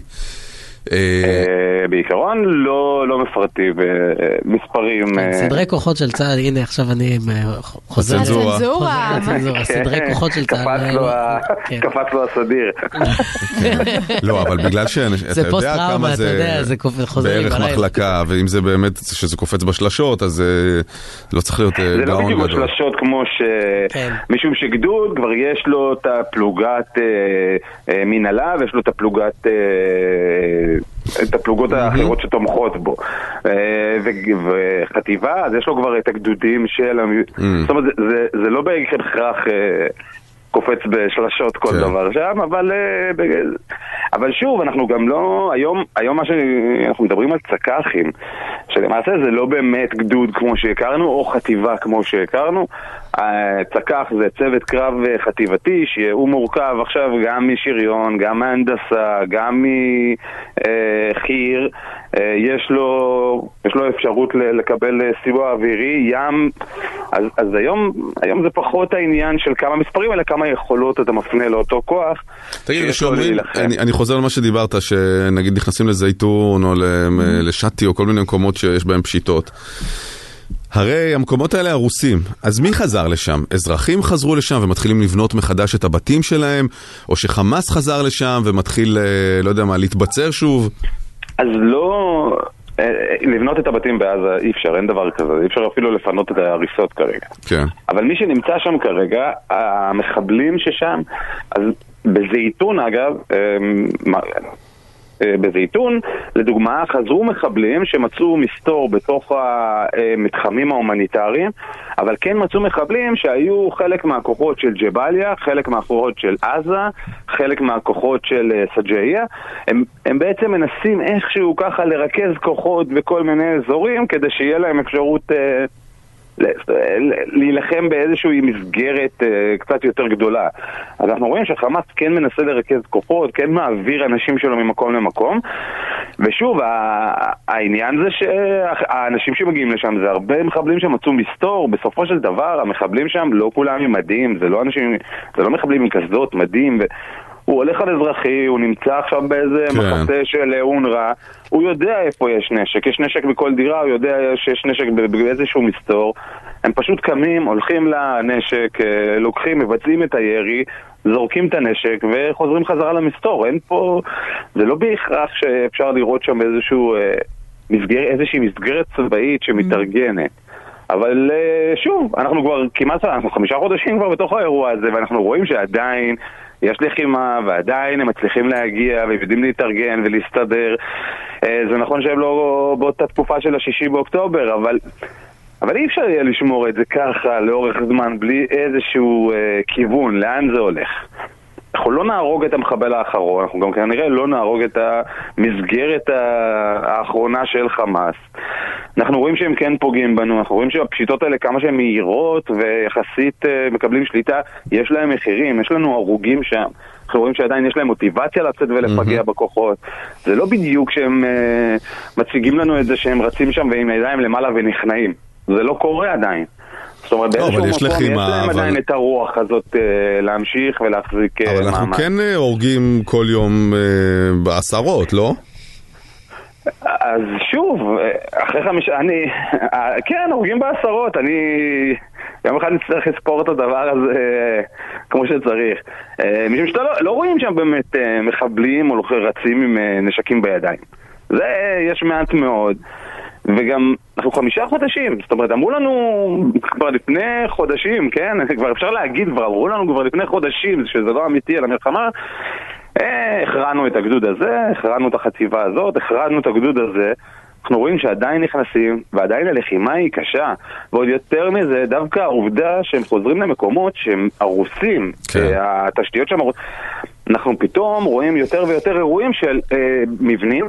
בעיקרון לא מפרטים מספרים. סדרי כוחות של צה"ל, הנה עכשיו אני חוזר צנזורה, סדרי כוחות של צה"ל, קפץ לו הסדיר. לא, אבל בגלל שאתה יודע כמה זה בערך מחלקה, ואם זה באמת שזה קופץ בשלשות, אז לא צריך להיות גאון גדול. זה לא בדיוק בשלשות כמו משום שגדוד כבר יש לו את הפלוגת מנהלה ויש לו את הפלוגות האחרות שתומכות בו, וחטיבה, אז יש לו כבר את הגדודים של זאת אומרת, זה לא בהכרח קופץ בשלשות כל דבר שם, אבל שוב, אנחנו גם לא, היום מה שאנחנו מדברים על צקחים, שלמעשה זה לא באמת גדוד כמו שהכרנו, או חטיבה כמו שהכרנו. צקח זה צוות קרב חטיבתי, שהוא מורכב עכשיו גם משריון, גם מהנדסה, גם מחיר, יש לו אפשרות לקבל סיוע אווירי, ים, אז היום זה פחות העניין של כמה מספרים, אלא כמה יכולות אתה מפנה לאותו כוח. תגיד, שאומרים, אני חוזר למה שדיברת, שנגיד נכנסים לזיתון או לשתי או כל מיני מקומות שיש בהם פשיטות. הרי המקומות האלה הרוסים, אז מי חזר לשם? אזרחים חזרו לשם ומתחילים לבנות מחדש את הבתים שלהם, או שחמאס חזר לשם ומתחיל, לא יודע מה, להתבצר שוב? אז לא, לבנות את הבתים בעזה אי אפשר, אין דבר כזה, אי אפשר אפילו לפנות את ההריסות כרגע. כן. אבל מי שנמצא שם כרגע, המחבלים ששם, אז בזיתון אגב, בזיתון, לדוגמה, חזרו מחבלים שמצאו מסתור בתוך המתחמים ההומניטריים, אבל כן מצאו מחבלים שהיו חלק מהכוחות של ג'באליה, חלק מהכוחות של עזה, חלק מהכוחות של סג'איה. הם בעצם מנסים איכשהו ככה לרכז כוחות בכל מיני אזורים כדי שיהיה להם אפשרות להילחם באיזושהי מסגרת קצת יותר גדולה. אז אנחנו רואים שחמאס כן מנסה לרכז כוחות, כן מעביר אנשים שלו ממקום למקום, ושוב, העניין זה שהאנשים שמגיעים לשם זה הרבה מחבלים שמצאו מסתור. בסופו של דבר המחבלים שם לא כולם עם מדים, זה לא מחבלים עם קסדות, מדים, הוא הולך על אזרחי, הוא נמצא עכשיו באיזה מחסה של אונר"א, הוא יודע איפה יש נשק, יש נשק בכל דירה, הוא יודע שיש נשק באיזשהו מסתור. הם פשוט קמים, הולכים לנשק, לוקחים, מבצעים את הירי, זורקים את הנשק וחוזרים חזרה למסתור. אין פה, זה לא בהכרח שאפשר לראות שם איזושהי מסגרת צבאית שמתארגנת. אבל שוב, אנחנו כבר כמעט 5 חודשים כבר בתוך האירוע הזה, ואנחנו רואים שעדיין יש לחימה, ועדיין הם מצליחים להגיע ויודעים להתארגן ולהסתדר. זה נכון שהם לא באותה תקופה של ה6 באוקטובר, אבל אי אפשר יהיה לשמור את זה ככה לאורך זמן בלי איזשהו כיוון, לאן זה הולך. אנחנו לא נהרוג את המחבל האחרון, אנחנו גם כנראה לא נהרוג את המסגרת האחרונה של חמאס. אנחנו רואים שהם כן פוגעים בנו, אנחנו רואים שהפשיטות האלה כמה שהן מהירות ויחסית מקבלים שליטה, יש להם מחירים, יש לנו הרוגים שם. אנחנו רואים שעדיין יש להם מוטיבציה לצאת ולפגע בכוחות. זה לא בדיוק שהם מציגים לנו את זה שהם רצים שם ועם ידיים למעלה ונכנעים. זה לא קורה עדיין. זאת אומרת, באיזשהו מקום יש להם עדיין את הרוח הזאת להמשיך ולהחזיק מעמד. אבל אנחנו כן הורגים כל יום בעשרות, לא? אז שוב, אחרי 5... כן, הורגים בעשרות. יום אחד נצטרך לספור את הדבר הזה כמו שצריך. משום שאתה לא רואים שם באמת מחבלים או רצים עם נשקים בידיים. זה יש מעט מאוד. וגם אנחנו 5 חודשים, זאת אומרת, אמרו לנו כבר לפני חודשים, כן? כבר אפשר להגיד, כבר אמרו לנו כבר לפני חודשים שזה לא אמיתי על המלחמה. הכרענו את הגדוד הזה, הכרענו את החטיבה הזאת, הכרענו את הגדוד הזה. אנחנו רואים שעדיין נכנסים, ועדיין הלחימה היא קשה. ועוד יותר מזה, דווקא העובדה שהם חוזרים למקומות שהם הרוסים, התשתיות שם הרוסים. אנחנו פתאום רואים יותר ויותר אירועים של מבנים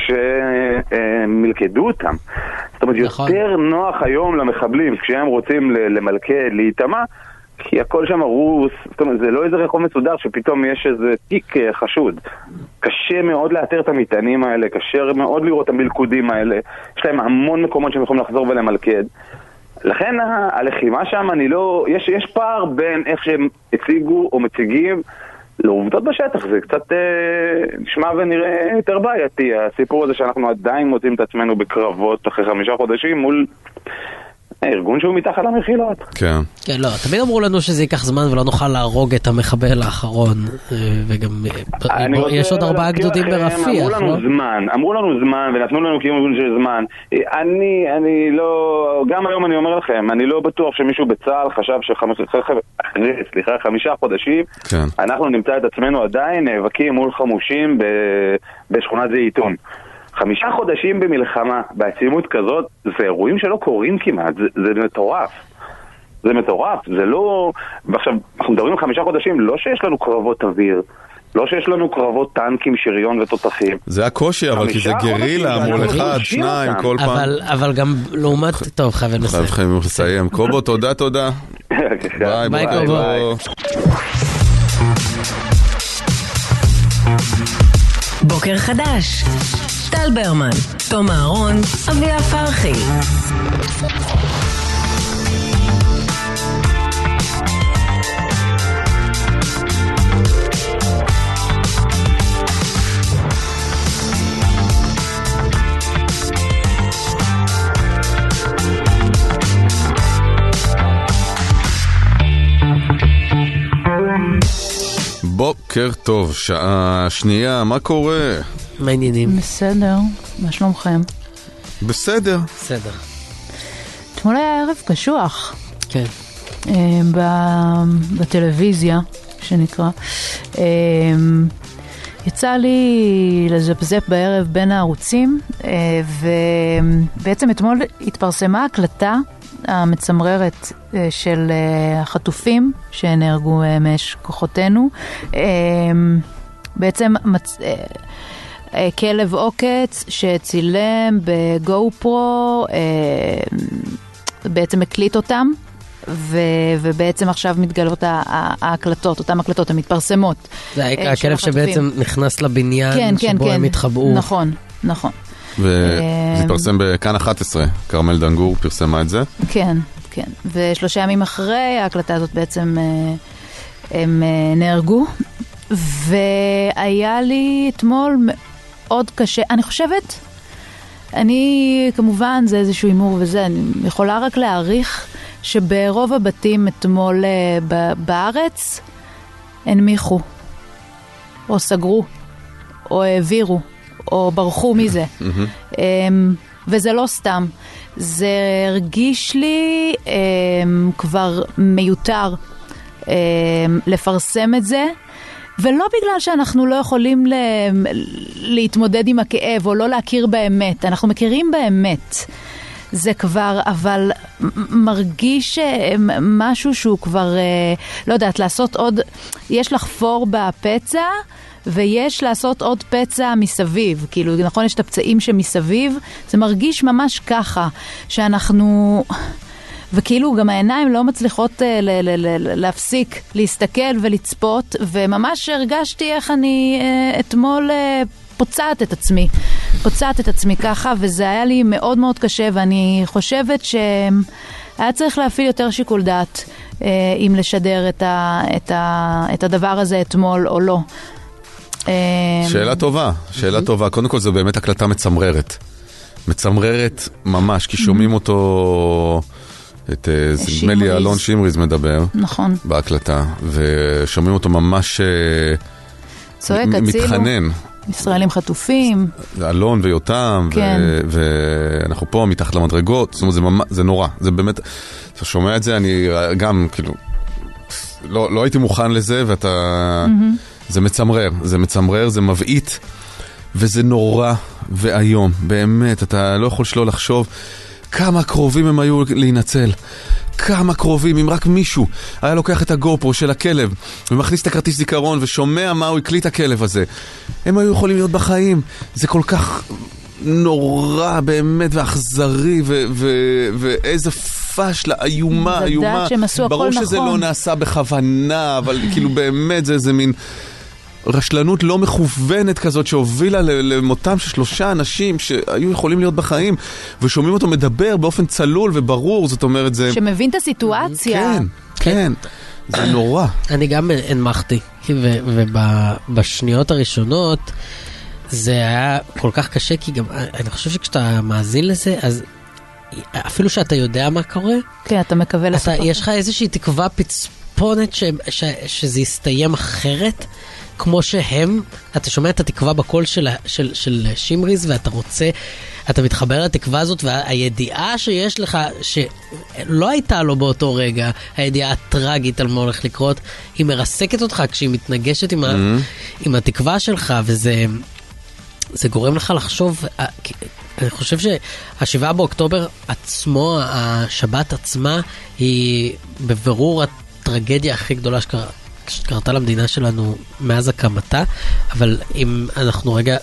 שמלכדו אותם. זאת אומרת, יותר נוח היום למחבלים כשהם רוצים למלכד, להתאמה, כי הכל שם הרוס. זאת אומרת, זה לא איזה רחוב מסודר שפתאום יש איזה תיק חשוד. קשה מאוד לאתר את המטענים האלה, קשה מאוד לראות את המלכודים האלה. יש להם המון מקומות שהם יכולים לחזור ולמלכד. לכן הלחימה שם, יש פער בין איך שהם הציגו או מציגים לעובדות בשטח. זה קצת נשמע ונראה יותר בעייתי, הסיפור הזה שאנחנו עדיין מוצאים את עצמנו בקרבות אחרי 5 חודשים מול ארגון שהוא מתחת למחילות. כן. כן, לא, תמיד אמרו לנו שזה ייקח זמן ולא נוכל להרוג את המחבל האחרון, וגם יש עוד 4 גדודים ברפיח, לא? אמרו לנו זמן ונתנו לנו קיום של זמן. אני לא, גם היום אני אומר לכם, אני לא בטוח שמישהו בצה"ל חשב אחרי 5 חודשים, אנחנו נמצא את עצמנו עדיין נאבקים מול חמושים בשכונת זיתון. 5 חודשים במלחמה, בעצימות כזאת, זה אירועים שלא קורים כמעט, זה מטורף. זה מטורף, זה לא... ועכשיו, אנחנו מדברים על 5 חודשים, לא שיש לנו קרבות אוויר, לא שיש לנו קרבות טנקים, שריון ותותחים. זה הקושי, אבל כי זה גרילה, מול 1, 2, כל פעם. אבל גם לעומת... טוב, חייבים לסיים. חייבים לסיים. קובו, תודה. ביי, קובו. בוקר חדש. טל ברמן, תום אהרון, אביה פרחי. בוקר טוב, שעה שנייה, מה קורה? מה העניינים? בסדר, מה שלומכם? בסדר. בסדר. אתמול היה ערב קשוח. כן. בטלוויזיה, שנקרא. יצא לי לזפזפ בערב בין הערוצים, ובעצם אתמול התפרסמה הקלטה המצמררת של החטופים שנהרגו מאש כוחותינו. בעצם כלב עוקץ שצילם בגו פרו, בעצם הקליט אותם, ובעצם עכשיו מתגלות ההקלטות, אותם הקלטות המתפרסמות. זה הכלב שבעצם נכנס לבניין שבו הם התחבאו. נכון, נכון. וזה התפרסם בכאן 11, קרמל דנגור פרסמה את זה. כן, כן. ו3 ימים אחרי ההקלטה הזאת בעצם הם נהרגו, והיה לי אתמול מאוד קשה, אני חושבת, כמובן זה איזשהו אימור וזה, אני יכולה רק להעריך שברוב הבתים אתמול בארץ הנמיכו, או סגרו, או העבירו, או ברחו מזה. וזה לא סתם. זה הרגיש לי כבר מיותר לפרסם את זה, ולא בגלל שאנחנו לא יכולים להתמודד עם הכאב, או לא להכיר באמת. אנחנו מכירים באמת. זה כבר, אבל מרגיש משהו שהוא כבר, לא יודעת, לעשות עוד, יש לחפור בפצע, ויש לעשות עוד פצע מסביב. כאילו, נכון, יש את הפצעים שמסביב, זה מרגיש ממש ככה, שאנחנו, וכאילו גם העיניים לא מצליחות להפסיק, להסתכל ולצפות, וממש הרגשתי איך אני אתמול פוצעת את עצמי ככה, וזה היה לי מאוד מאוד קשה, ואני חושבת שהיה צריך להפעיל יותר שיקול דעת, אם לשדר את הדבר הזה אתמול או לא. שאלה טובה. קודם כל זו באמת הקלטה מצמררת ממש, כי שומעים אותו, נדמה לי אלון שמריז מדבר, נכון, בהקלטה, ושומעים אותו ממש צועק, מתחנן. ישראלים חטופים. אלון ויותם, כן. ואנחנו פה מתחת למדרגות, זאת אומרת, זה נורא, זה באמת, אתה שומע את זה, אני גם, כאילו, לא הייתי מוכן לזה, ואתה, זה מצמרר, זה מבעית, וזה נורא והיום, באמת, אתה לא יכול שלא לחשוב, כמה קרובים הם היו להינצל, כמה קרובים, אם רק מישהו היה לוקח את הגופרו של הכלב ומכניס את הכרטיס זיכרון ושומע מה הוא הקליט הכלב הזה, הם היו יכולים להיות בחיים. זה כל כך נורא באמת ואכזרי, ואיזה פשלה, איומה. ברור שזה לא נעשה בכוונה, אבל כאילו באמת זה איזה מין רשלנות לא מכוונת כזאת שהובילה למותם של 3 אנשים שהיו יכולים להיות בחיים, ושומעים אותו מדבר באופן צלול וברור, זאת אומרת זה... שמבין את הסיטואציה. כן, זה נורא. אני גם הנמכתי, ובשניות הראשונות זה היה כל כך קשה, כי גם אני חושב שכשאתה מאזין לזה, אז אפילו שאתה יודע מה קורה, כן, אתה מקווה לספר. יש לך איזושהי תקווה פצפונת שזה יסתיים אחרת, כמו שהם, אתה שומע את התקווה בקול של שמריז, ואתה רוצה, אתה מתחבר לתקווה הזאת, והידיעה שיש לך, שלא הייתה לו באותו רגע, הידיעה הטרגית על מה הולך לקרות, היא מרסקת אותך כשהיא מתנגשת עם התקווה שלך, וזה גורם לך לחשוב, אני חושב שה7 באוקטובר עצמו, השבת עצמה, היא בבירור הטרגדיה הכי גדולה שקרתה למדינה שלנו מאז הקמתה, אבל אם אנחנו רגע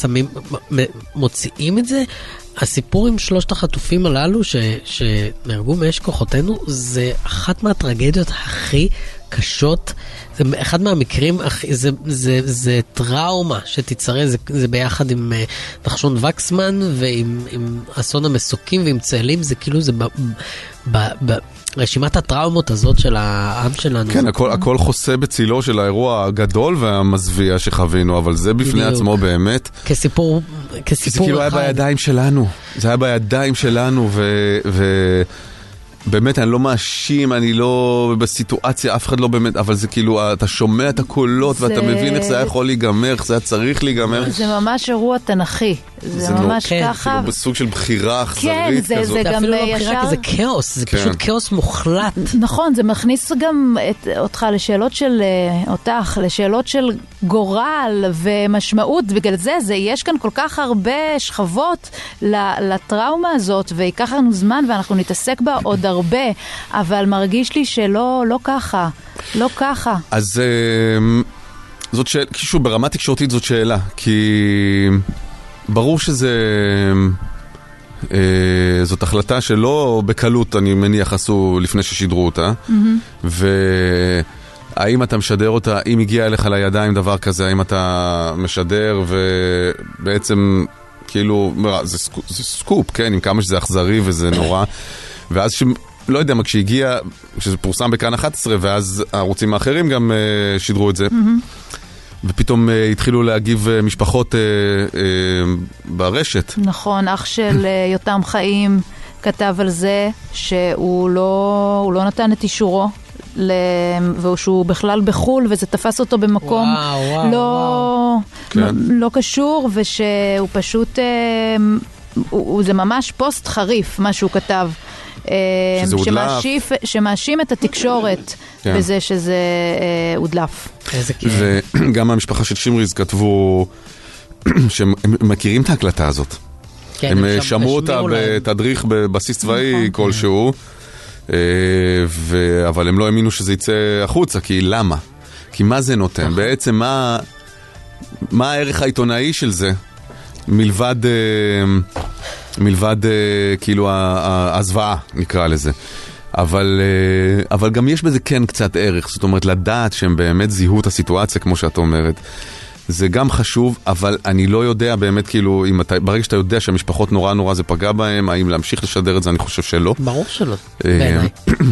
מוציאים את זה, הסיפור עם 3 החטופים הללו שנהרגו מאש כוחותינו, זה אחת מהטרגדיות הכי קשות, זה אחד מהמקרים, זה טראומה שתיצרה, זה ביחד עם נחשון וקסמן ועם אסון המסוקים ועם צאלים, זה כאילו זה רשימת הטראומות הזאת של העם שלנו. כן, הכל חוסה בצילו של האירוע הגדול והמזוויע שחווינו, אבל זה בפני עצמו באמת. כסיפור זה כאילו היה בידיים שלנו. זה היה בידיים שלנו, באמת אני לא מאשים, אני לא בסיטואציה, אף אחד לא באמת, אבל זה כאילו, אתה שומע את הקולות ואתה מבין איך זה היה יכול להיגמר, איך זה היה צריך להיגמר. זה ממש אירוע תנכי. זה ממש ככה. כאילו בסוג של בחירה אכזרית כזאת. כן, זה גם אפילו לא בחירה, כי זה כאוס, זה פשוט כאוס מוחלט. נכון, זה מכניס גם אותך לשאלות של אותך, לשאלות של גורל ומשמעות. בגלל זה יש כאן כל כך הרבה שכבות לטראומה הזאת, ויקח לנו זמן ואנחנו נתעסק בה עוד הרבה, אבל מרגיש לי שלא ככה. לא ככה. אז זאת שאלה, שוב, ברמה תקשורתית זאת שאלה, כי ברור זאת החלטה שלא בקלות, אני מניח, עשו לפני ששידרו אותה, והאם אתה משדר אותה, אם הגיע אליך לידיים דבר כזה, האם אתה משדר ובעצם כאילו, זה סקופ, כן, עם כמה שזה אכזרי וזה נורא, ואז לא יודע מה, כשהגיע, כשזה פורסם בכאן 11, ואז הערוצים האחרים גם שידרו את זה, ופתאום התחילו להגיב משפחות ברשת. נכון, אח של יותם חיים כתב על זה שהוא לא נתן את אישורו, ושהוא בכלל בחול, וזה תפס אותו במקום לא קשור, ושהוא פשוט, זה ממש פוסט חריף מה שהוא כתב. שמאשים את התקשורת בזה שזה הודלף. וגם המשפחה של שמריז כתבו שהם מכירים את ההקלטה הזאת. הם שמעו אותה בתדריך בבסיס צבאי כלשהו, אבל הם לא האמינו שזה יצא החוצה. כי למה? כי מה זה נותן? בעצם מה הערך העיתונאי של זה? מלבד כאילו הזוועה, נקרא לזה. אבל גם יש בזה כן קצת ערך, זאת אומרת, לדעת שהם באמת זיהו את הסיטואציה, כמו שאת אומרת. זה גם חשוב, אבל אני לא יודע באמת, כאילו, ברגע שאתה יודע שהמשפחות נורא זה פגע בהם, האם להמשיך לשדר את זה, אני חושב שלא. ברור שלא, בעיניי.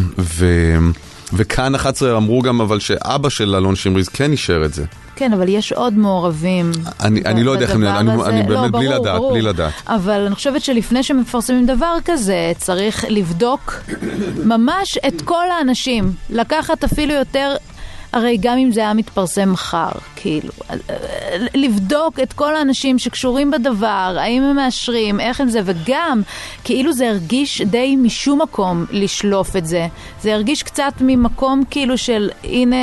וכאן 11 אמרו גם, אבל שאבא של אלון שמריז כן אישר את זה. כן, אבל יש עוד מעורבים. אני לא יודע איך הם נראה, אני באמת בלי לדעת. אבל אני חושבת שלפני שמפרסמים דבר כזה, צריך לבדוק ממש את כל האנשים. לקחת אפילו יותר, הרי גם אם זה היה מתפרסם מחר, כאילו, לבדוק את כל האנשים שקשורים בדבר, האם הם מאשרים, איך הם זה, וגם, כאילו זה הרגיש די משום מקום לשלוף את זה. זה הרגיש קצת ממקום כאילו של, הנה,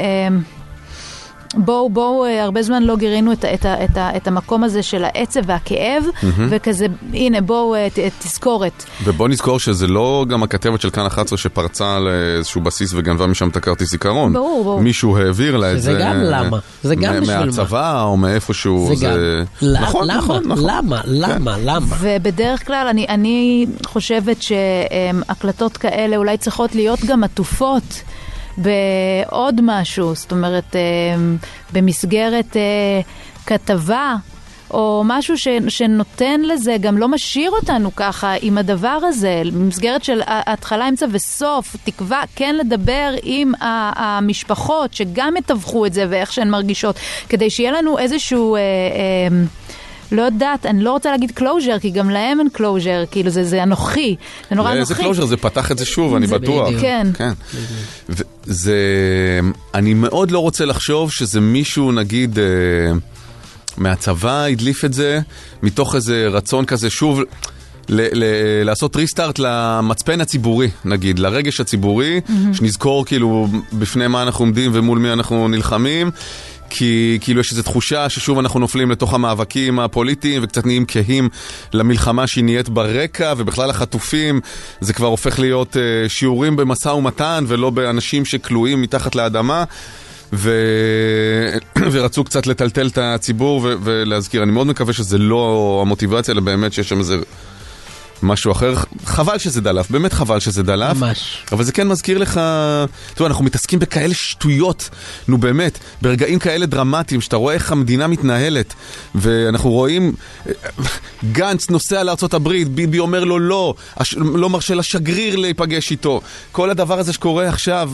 בואו, הרבה זמן לא גירינו את המקום הזה של העצב והכאב, וכזה, הנה, בואו תזכורת. ובואו נזכור שזה לא גם הכתבת של כאן 11 שפרצה לאיזשהו בסיס וגנבה משם את הכרטיס זיכרון. ברור. מישהו העביר לה את זה. זה גם למה? זה גם בשביל מה? מהצבא או מאיפשהו. זה גם. למה? ובדרך כלל אני חושבת שהקלטות כאלה אולי צריכות להיות גם עטופות בעוד משהו, זאת אומרת, במסגרת כתבה, או משהו שנותן לזה, גם לא משאיר אותנו ככה עם הדבר הזה, במסגרת של התחלה, אמצע וסוף, תקווה כן לדבר עם המשפחות שגם מתווכו את זה ואיך שהן מרגישות, כדי שיהיה לנו איזשהו לא יודעת, אני לא רוצה להגיד קלוז'ר, כי גם להם אין קלוז'ר, כאילו זה אנוכי, זה נורא אנוכי. זה קלוז'ר, זה פתח את זה שוב, אני בטוח. כן. אני מאוד לא רוצה לחשוב שזה מישהו, נגיד, מהצבא הדליף את זה, מתוך איזה רצון כזה שוב, לעשות ריסטארט למצפן הציבורי, נגיד, לרגש הציבורי, שנזכור כאילו בפני מה אנחנו עומדים ומול מי אנחנו נלחמים, כי כאילו יש איזו תחושה ששוב אנחנו נופלים לתוך המאבקים הפוליטיים וקצת נהיים כהים למלחמה שהיא נהיית ברקע, ובכלל החטופים זה כבר הופך להיות שיעורים במשא ומתן ולא באנשים שכלואים מתחת לאדמה, ורצו קצת לטלטל את הציבור ולהזכיר. אני מאוד מקווה שזה לא המוטיבציה, אלא באמת שיש שם איזה משהו אחר. חבל שזה דלף, באמת חבל שזה דלף. ממש. אבל זה כן מזכיר לך, תראו, אנחנו מתעסקים בכאלה שטויות, נו באמת, ברגעים כאלה דרמטיים, שאתה רואה איך המדינה מתנהלת, ואנחנו רואים, גנץ נוסע לארצות הברית, ביבי אומר לו לא מרשה לשגריר להיפגש איתו. כל הדבר הזה שקורה עכשיו,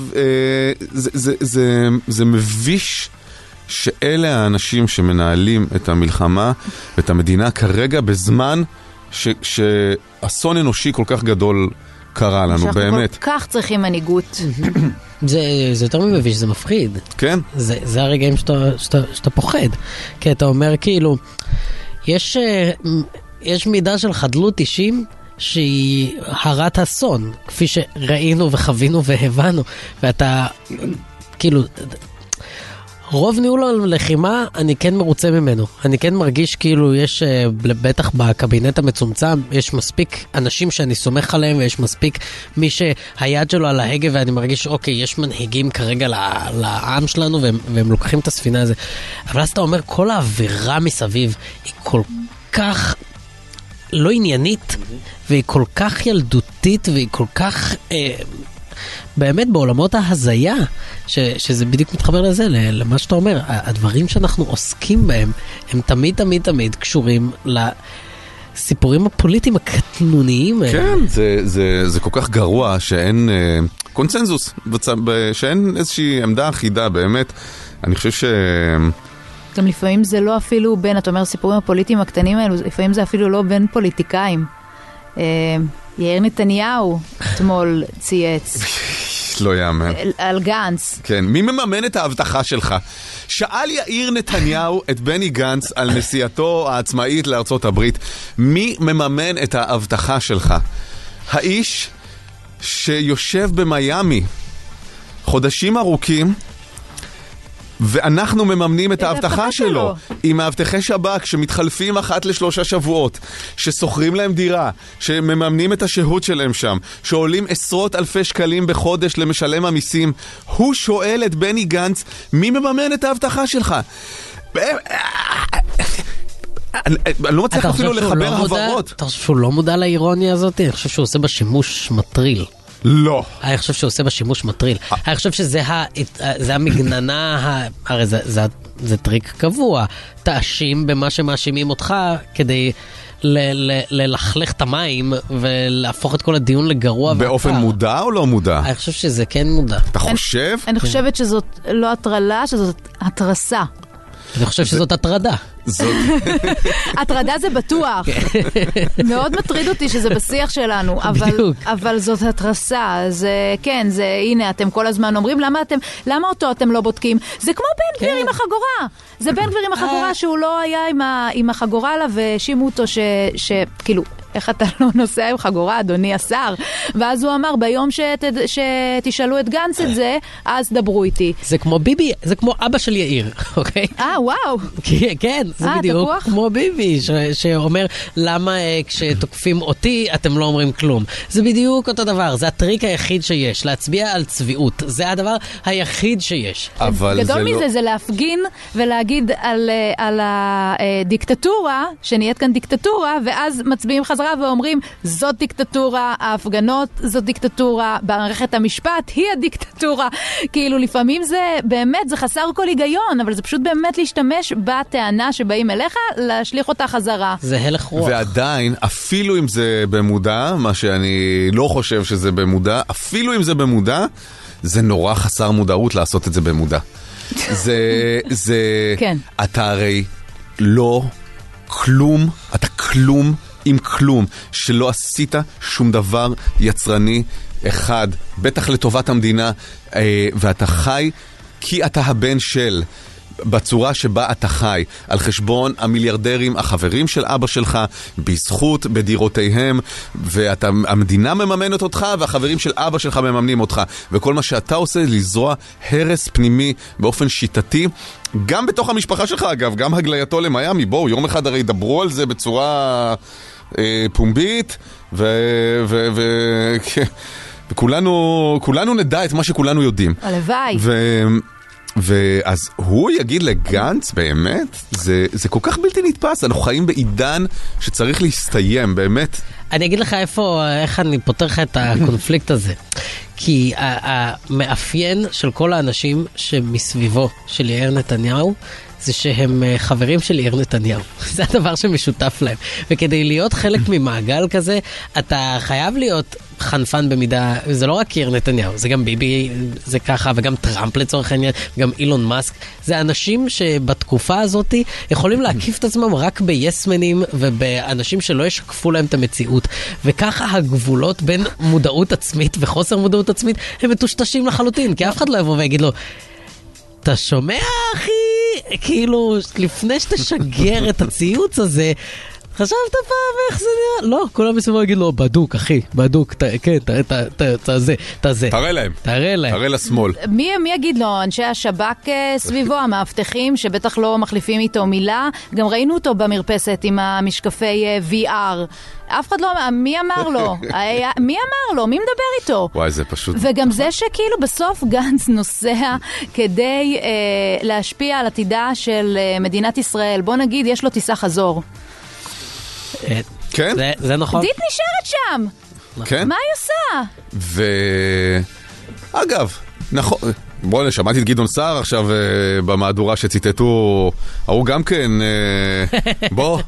זה מביש שאלה האנשים שמנהלים את המלחמה ואת המדינה כרגע בזמן שאסון אנושי כל כך גדול קרה לנו, באמת. שאנחנו כל כך צריכים מנהיגות. זה יותר מביש, זה מפחיד. כן. זה הרגעים שאתה פוחד. כי אתה אומר כאילו, יש מידה של חדלות אישים שהיא הרת אסון, כפי שראינו וחווינו והבנו, ואתה, כאילו, רוב ניהול הלחימה, אני כן מרוצה ממנו. אני כן מרגיש כאילו יש, בטח בקבינט המצומצם, יש מספיק אנשים שאני סומך עליהם, ויש מספיק מי שהיד שלו על ההגה, ואני מרגיש, אוקיי, יש מנהיגים כרגע לעם שלנו, והם לוקחים את הספינה הזה. אבל אז אתה אומר, כל האווירה מסביב היא כל כך לא עניינית, והיא כל כך ילדותית, והיא כל כך באמת בעולמות ההזיה, שזה בדיוק מתחבר לזה, למה שאתה אומר. הדברים שאנחנו עוסקים בהם, הם תמיד תמיד תמיד קשורים לסיפורים הפוליטיים הקטנוניים. כן, זה כל כך גרוע שאין קונצנזוס, שאין איזושהי עמדה אחידה, באמת. אני חושב ש... גם לפעמים זה לא אפילו בין, אתה אומר, סיפורים הפוליטיים הקטנים האלו, לפעמים זה אפילו לא בין פוליטיקאים. יאיר נתניהו אתמול צייץ. לא יאמן. על גנץ. כן, מי מממן את ההבטחה שלך? שאל יאיר נתניהו את בני גנץ על נסיעתו העצמאית לארצות הברית. מי מממן את ההבטחה שלך? האיש שיושב במיימי חודשים ארוכים, ואנחנו מממנים את ההבטחה שלו עם מאבטחי שב"כ שמתחלפים אחת ל3 שבועות, שסוחרים להם דירה, שמממנים את השהות שלהם שם, שעולים עשרות אלפי שקלים בחודש למשלם המיסים. הוא שואל את בני גנץ, מי מממן את ההבטחה שלך? אני לא מצליח אפילו לחבר הברות. אתה חושב שהוא לא מודע לאירוניה הזאת? אני חושב שהוא עושה בה שימוש מטריל. לא. אני חושב שהוא עושה בשימוש מטריל. אני חושב שזה המגננה, הרי זה טריק קבוע. תאשים במה שמאשימים אותך כדי ללכלך את המים ולהפוך את כל הדיון לגרוע. באופן מודע או לא מודע? אני חושב שזה כן מודע. אתה חושב? אני חושבת שזאת לא הטרלה, שזאת התרסה. אני חושב שזאת הטרדה. הטרדה זה בטוח. מאוד מטריד אותי שזה בשיח שלנו, אבל זאת התרסה. אז כן, הנה, אתם כל הזמן אומרים, למה אותו אתם לא בודקים? זה כמו בן גביר עם החגורה. זה בן גביר עם החגורה שהוא לא היה עם החגורה עליו, ושימו אותו שכאילו, איך אתה לא נוסע עם חגורה, אדוני השר? ואז הוא אמר, ביום שתשאלו את גנץ את זה, אז דברו איתי. זה כמו ביבי, זה כמו אבא של יאיר, אוקיי? וואו. כן, זה בדיוק כמו ביבי, שאומר, למה כשתוקפים אותי, אתם לא אומרים כלום. זה בדיוק אותו דבר, זה הטריק היחיד שיש, להצביע על צביעות. זה הדבר היחיד שיש. גדול מזה, זה להפגין ולהגיד על הדיקטטורה, שנהיית כאן דיקטטורה, ואז מצביעים חזרה ואומרים, זאת דיקטטורה, ההפגנות זאת דיקטטורה, במערכת המשפט היא הדיקטטורה. כאילו לפעמים זה באמת, זה חסר כל היגיון, אבל זה פשוט באמת להשתמש בטענה שבאים אליך, להשליך אותה חזרה. זה הלך רוח. ועדיין, אפילו אם זה במודע, מה שאני לא חושב שזה במודע, אפילו אם זה במודע, זה נורא חסר מודעות לעשות את זה במודע. כן. אתה הרי לא כלום, אתה כלום עם כלום, שלא עשית שום דבר יצרני אחד, בטח לטובת המדינה, ואתה חי כי אתה הבן של, בצורה שבה אתה חי, על חשבון המיליארדרים, החברים של אבא שלך, בזכות, בדירותיהם, והמדינה מממנת אותך, והחברים של אבא שלך מממנים אותך, וכל מה שאתה עושה לזרוע הרס פנימי באופן שיטתי, גם בתוך המשפחה שלך אגב, גם הגלייתו למיימי, בואו, יום אחד הרי דברו על זה בצורה פומבית, וכולנו נדע את מה שכולנו יודעים. הלוואי. ואז הוא יגיד לגנץ, באמת, זה כל כך בלתי נתפס, אנחנו חיים בעידן שצריך להסתיים, באמת. אני אגיד לך איך אני פותר לך את הקונפליקט הזה. כי המאפיין של כל האנשים שמסביבו של יאיר נתניהו, זה שהם חברים של יאיר נתניהו. זה הדבר שמשותף להם. וכדי להיות חלק ממעגל כזה, אתה חייב להיות חנפן במידה, זה לא רק יאיר נתניהו, זה גם ביבי, זה ככה, וגם טראמפ לצורך העניין, וגם אילון מאסק. זה אנשים שבתקופה הזאת יכולים להקיף את עצמם רק ביסמנים ובאנשים שלא ישקפו להם את המציאות. וככה הגבולות בין מודעות עצמית וחוסר מודעות עצמית הם מטושטשים לחלוטין, כי אף אחד לא יבוא ויגיד לו, אתה שומע אחי? כאילו, לפני שתשגר את הציוץ הזה, חשבת פעם איך זה נראה? לא, כולם מסביבו יגיד לו, בדוק, אחי, בדוק, כן, תזה. תראה להם. תראה לשמאל. מי יגיד לו? אנשי השב"כ סביבו, המאבטחים, שבטח לא מחליפים איתו מילה. גם ראינו אותו במרפסת עם המשקפי VR. אף אחד לא, מי אמר לו? מי אמר לו? מי מדבר איתו? וואי, זה פשוט... וגם זה שכאילו בסוף גנץ נוסע כדי להשפיע על עתידה של מדינת ישראל. בוא נגיד, יש לו טיסה חזור. כן? זה נכון. עידית נשארת שם. כן? מה היא עושה? אגב, נכון, בואו, שמעתי את גדעון סער עכשיו במהדורה שציטטו, הוא גם כן, בוא,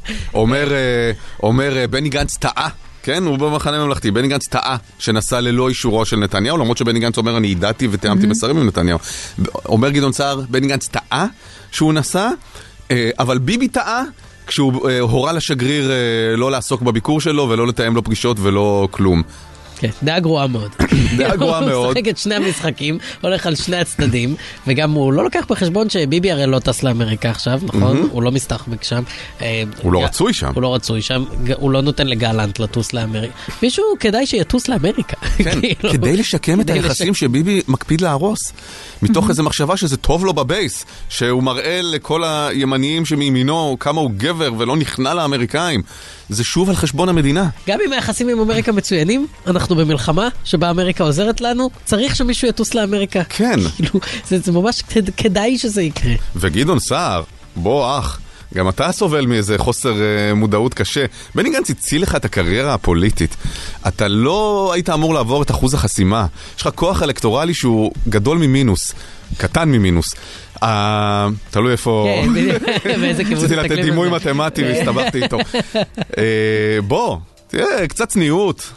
אומר בני גנץ טעה, כן? הוא במחנה ממלכתי, בני גנץ טעה שנסע ללא אישורו של נתניהו, למרות שבני גנץ אומר אני ידעתי ותאמתי מסרים עם נתניהו. אומר גדעון סער, בני גנץ טעה שהוא נסע, אבל ביבי טעה כשהוא הורה לשגריר לא לעסוק בביקור שלו ולא לתאם לו פגישות ולא כלום. כן, דעה גרועה מאוד. דעה גרועה מאוד. הוא משחק את שני המשחקים, הולך על שני הצדדים, וגם הוא לא לוקח בחשבון שביבי הרי לא טס לאמריקה עכשיו, נכון? הוא לא מסתחבק שם. הוא לא רצוי שם. הוא לא רצוי שם, הוא לא נותן לגלנט לטוס לאמריקה. מישהו כדאי שיטוס לאמריקה. כן, כדי לשקם את היחסים שביבי מקפיד להרוס. מתוך איזו מחשבה שזה טוב לו בבייס, שהוא מראה לכל הימניים שמימינו כמה הוא גבר ולא נכנע לאמריקאים. זה שוב על חשבון המדינה. גם אם היחסים עם אמריקה מצוינים, אנחנו במלחמה שבה אמריקה עוזרת לנו, צריך שמישהו יטוס לאמריקה. כן. זה ממש כדאי שזה יקרה. וגדעון סער, בוא אח, גם אתה סובל מאיזה חוסר מודעות קשה. בני גנץ הציל לך את הקריירה הפוליטית. אתה לא היית אמור לעבור את אחוז החסימה. יש לך כוח אלקטורלי שהוא גדול ממינוס, קטן ממינוס. תלוי איפה... כן, באיזה כיוון. רציתי לתת דימוי מתמטי והסתבכתי איתו. בוא, תראה, קצת צניעות.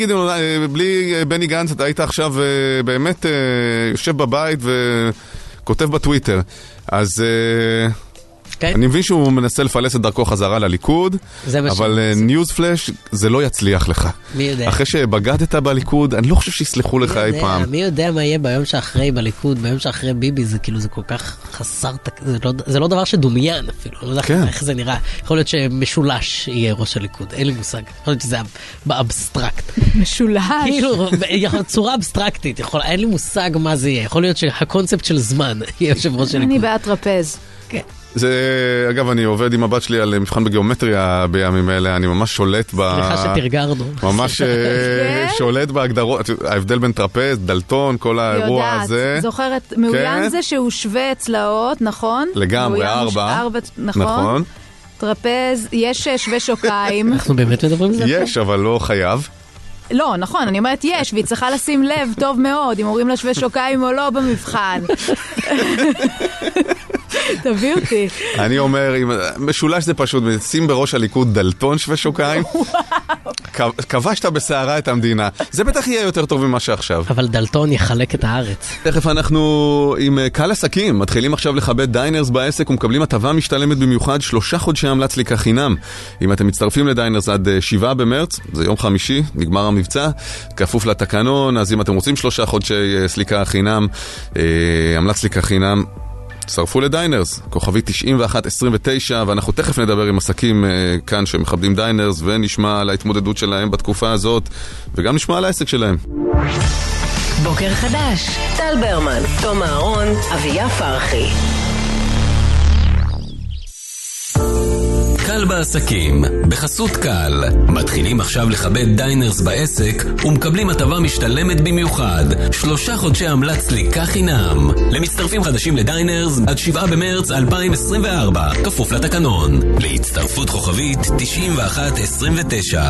בלי בני גנץ אתה היית עכשיו באמת יושב בבית וכותב בטוויטר. אז... אני מבין שהוא מנסה לפלס את דרכו חזרה לליכוד, אבל ניוז פלאש זה לא יצליח לך. מי יודע? אחרי שבגדת בליכוד, אני לא חושב שיסלחו לך אי פעם. מי יודע מה יהיה ביום שאחרי בליכוד, ביום שאחרי ביבי, זה כאילו זה כל כך חסר, זה לא דבר שדומיין אפילו, לא יודע איך זה נראה. יכול להיות שמשולש יהיה ראש הליכוד, אין לי מושג. יכול להיות שזה באבסטרקט. משולש? כאילו, צורה אבסטרקטית, אין לי מושג מה זה יהיה. יכול להיות שהקונספט של זמן יהיה יושב ראש הליכוד. אני בעד טרפז. כן. זה, אגב, אני עובד עם הבת שלי על מבחן בגיאומטריה בימים אלה, אני ממש שולט סליחה שתרגרנו. ממש שולט בהגדרות, ההבדל בין טרפז, דלטון, כל האירוע הזה. יודעת, זוכרת, מאוין זה שהוא שווה צלעות, נכון? לגמרי, 4. נכון. טרפז, יש שווה שוקיים. אנחנו באמת מדברים על זה? יש, אבל לא חייב. לא, נכון, אני אומרת יש, והיא צריכה לשים לב טוב מאוד, אם הורים לה שווה שוקיים או לא במבחן. תביא אותי. אני אומר, משולש זה פשוט, שים בראש הליכוד דלטון שווה שוקיים, כבשת בסערה את המדינה. זה בטח יהיה יותר טוב ממה שעכשיו. אבל דלטון יחלק את הארץ. תכף אנחנו עם קל עסקים, מתחילים עכשיו לכבד דיינרס בעסק ומקבלים הטבה משתלמת במיוחד 3 חודשי המלץ סליקה חינם. אם אתם מצטרפים לדיינרס עד 7 במרץ, זה יום חמישי, נגמר המבצע, כפוף לתקנון, אז אם אתם רוצים 3 חודשי סליקה חינם, המלץ סליקה חינם, צרפו לדיינרס, כוכבי 9129, ואנחנו תכף נדבר עם עסקים כאן שמכבדים דיינרס, ונשמע על ההתמודדות שלהם בתקופה הזאת, וגם נשמע על העסק שלהם. בוקר חדש, טל ברמן, תום אהרון, אביה פרחי. קל בעסקים, בחסות קל. מתחילים עכשיו לכבד דיינרס בעסק ומקבלים הטבה משתלמת במיוחד. 3 חודשי המלץ סליקה חינם. למצטרפים חדשים לדיינרס עד 7 במרץ 2024. כפוף לתקנון. להצטרפות כוכבית 9129.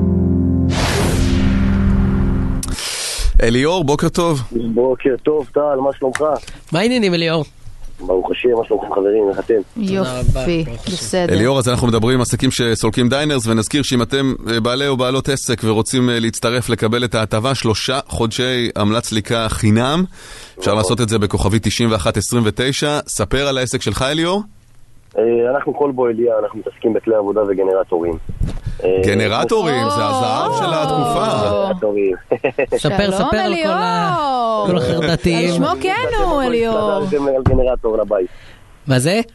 אליאור, בוקר טוב. בוקר טוב, טל, מה שלומך? מה העניינים, אליאור? ברוך השם, מה שלומכם חברים, איך אתם? יופי, בסדר. אליאור, אז אנחנו מדברים עם עסקים שסולקים דיינרס, ונזכיר שאם אתם בעלי או בעלות עסק ורוצים להצטרף לקבל את ההטבה, 3 חודשי המלץ סליקה חינם, אפשר לעשות את זה בכוכבי 9129. ספר על העסק שלך, אליאור. אנחנו כל בועליה, אנחנו מתעסקים בכלי עבודה וגנרטורים. גנרטורים, זה הזהב של התקופה. גנרטורים. ספר על כל החרדתיים. על שמו כן הוא, אליאור. על גנרטור לבית. מה זה?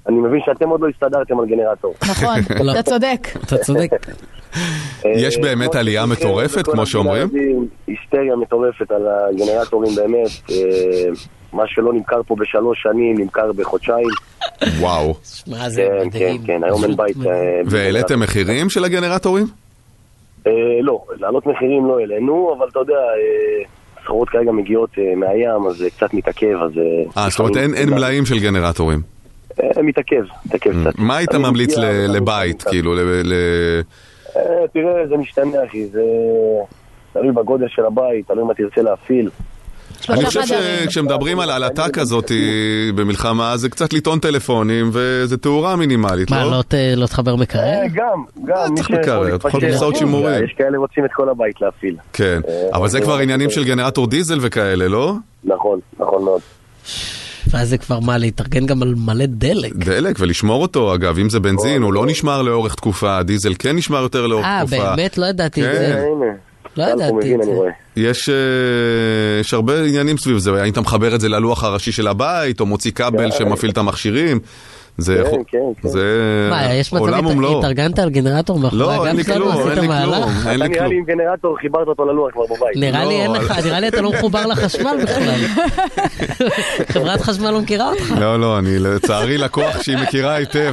אני מבין שאתם עוד לא הסתדרתם על גנרטור. נכון, אתה צודק. אתה צודק. יש באמת עלייה מטורפת, כמו שאומרים? היסטריה מטורפת על הגנרטורים באמת. מה שלא נמכר פה ב3 שנים, נמכר בחודשיים. וואו. כן, היום אין בית. והעליתם מחירים של הגנרטורים? לא, לעלות מחירים לא העלינו, אבל אתה יודע, סחורות כרגע מגיעות מהים, אז זה קצת מתעכב, אז... זאת אומרת, אין מלאים של גנרטורים? מתעכב קצת. מה היית ממליץ לבית, כאילו, תראה, זה משתנה, אחי, זה... תלוי בגודל של הבית, תלוי מה תרצה להפעיל. אני חושב שכשמדברים על עלתה כזאת במלחמה, זה קצת לטעון טלפונים, וזה תאורה מינימלית, לא? מה, לא תחבר מקרר? גם. צריך מקרר, אתה יכול לעשות שימורים. יש כאלה רוצים את כל הבית להפעיל. כן, אבל זה כבר עניינים של גנרטור דיזל וכאלה, לא? נכון מאוד. ואז זה כבר מה, להתארגן גם על מלא דלק. דלק, ולשמור אותו, אגב, אם זה בנזין, הוא לא נשמר לאורך תקופה, דיזל כן נשמר יותר לאורך תקופה. באמת? לא ידעתי את זה. לא ידעתי את זה. יש הרבה עניינים סביב זה, האם אתה מחבר את זה ללוח הראשי של הבית, או מוציא כבל שמפעיל את המכשירים, זה עולם ומלואו. התארגנת על גנרטור מאחורי לא, אין לי כלום. אתה נראה לי עם גנרטור, חיברת אותו ללוח כבר בבית. נראה לי אין לך, נראה לי אתה לא מחובר לחשמל בכלל. חברת חשמל לא מכירה אותך. לא, אני לצערי לקוח שהיא מכירה היטב.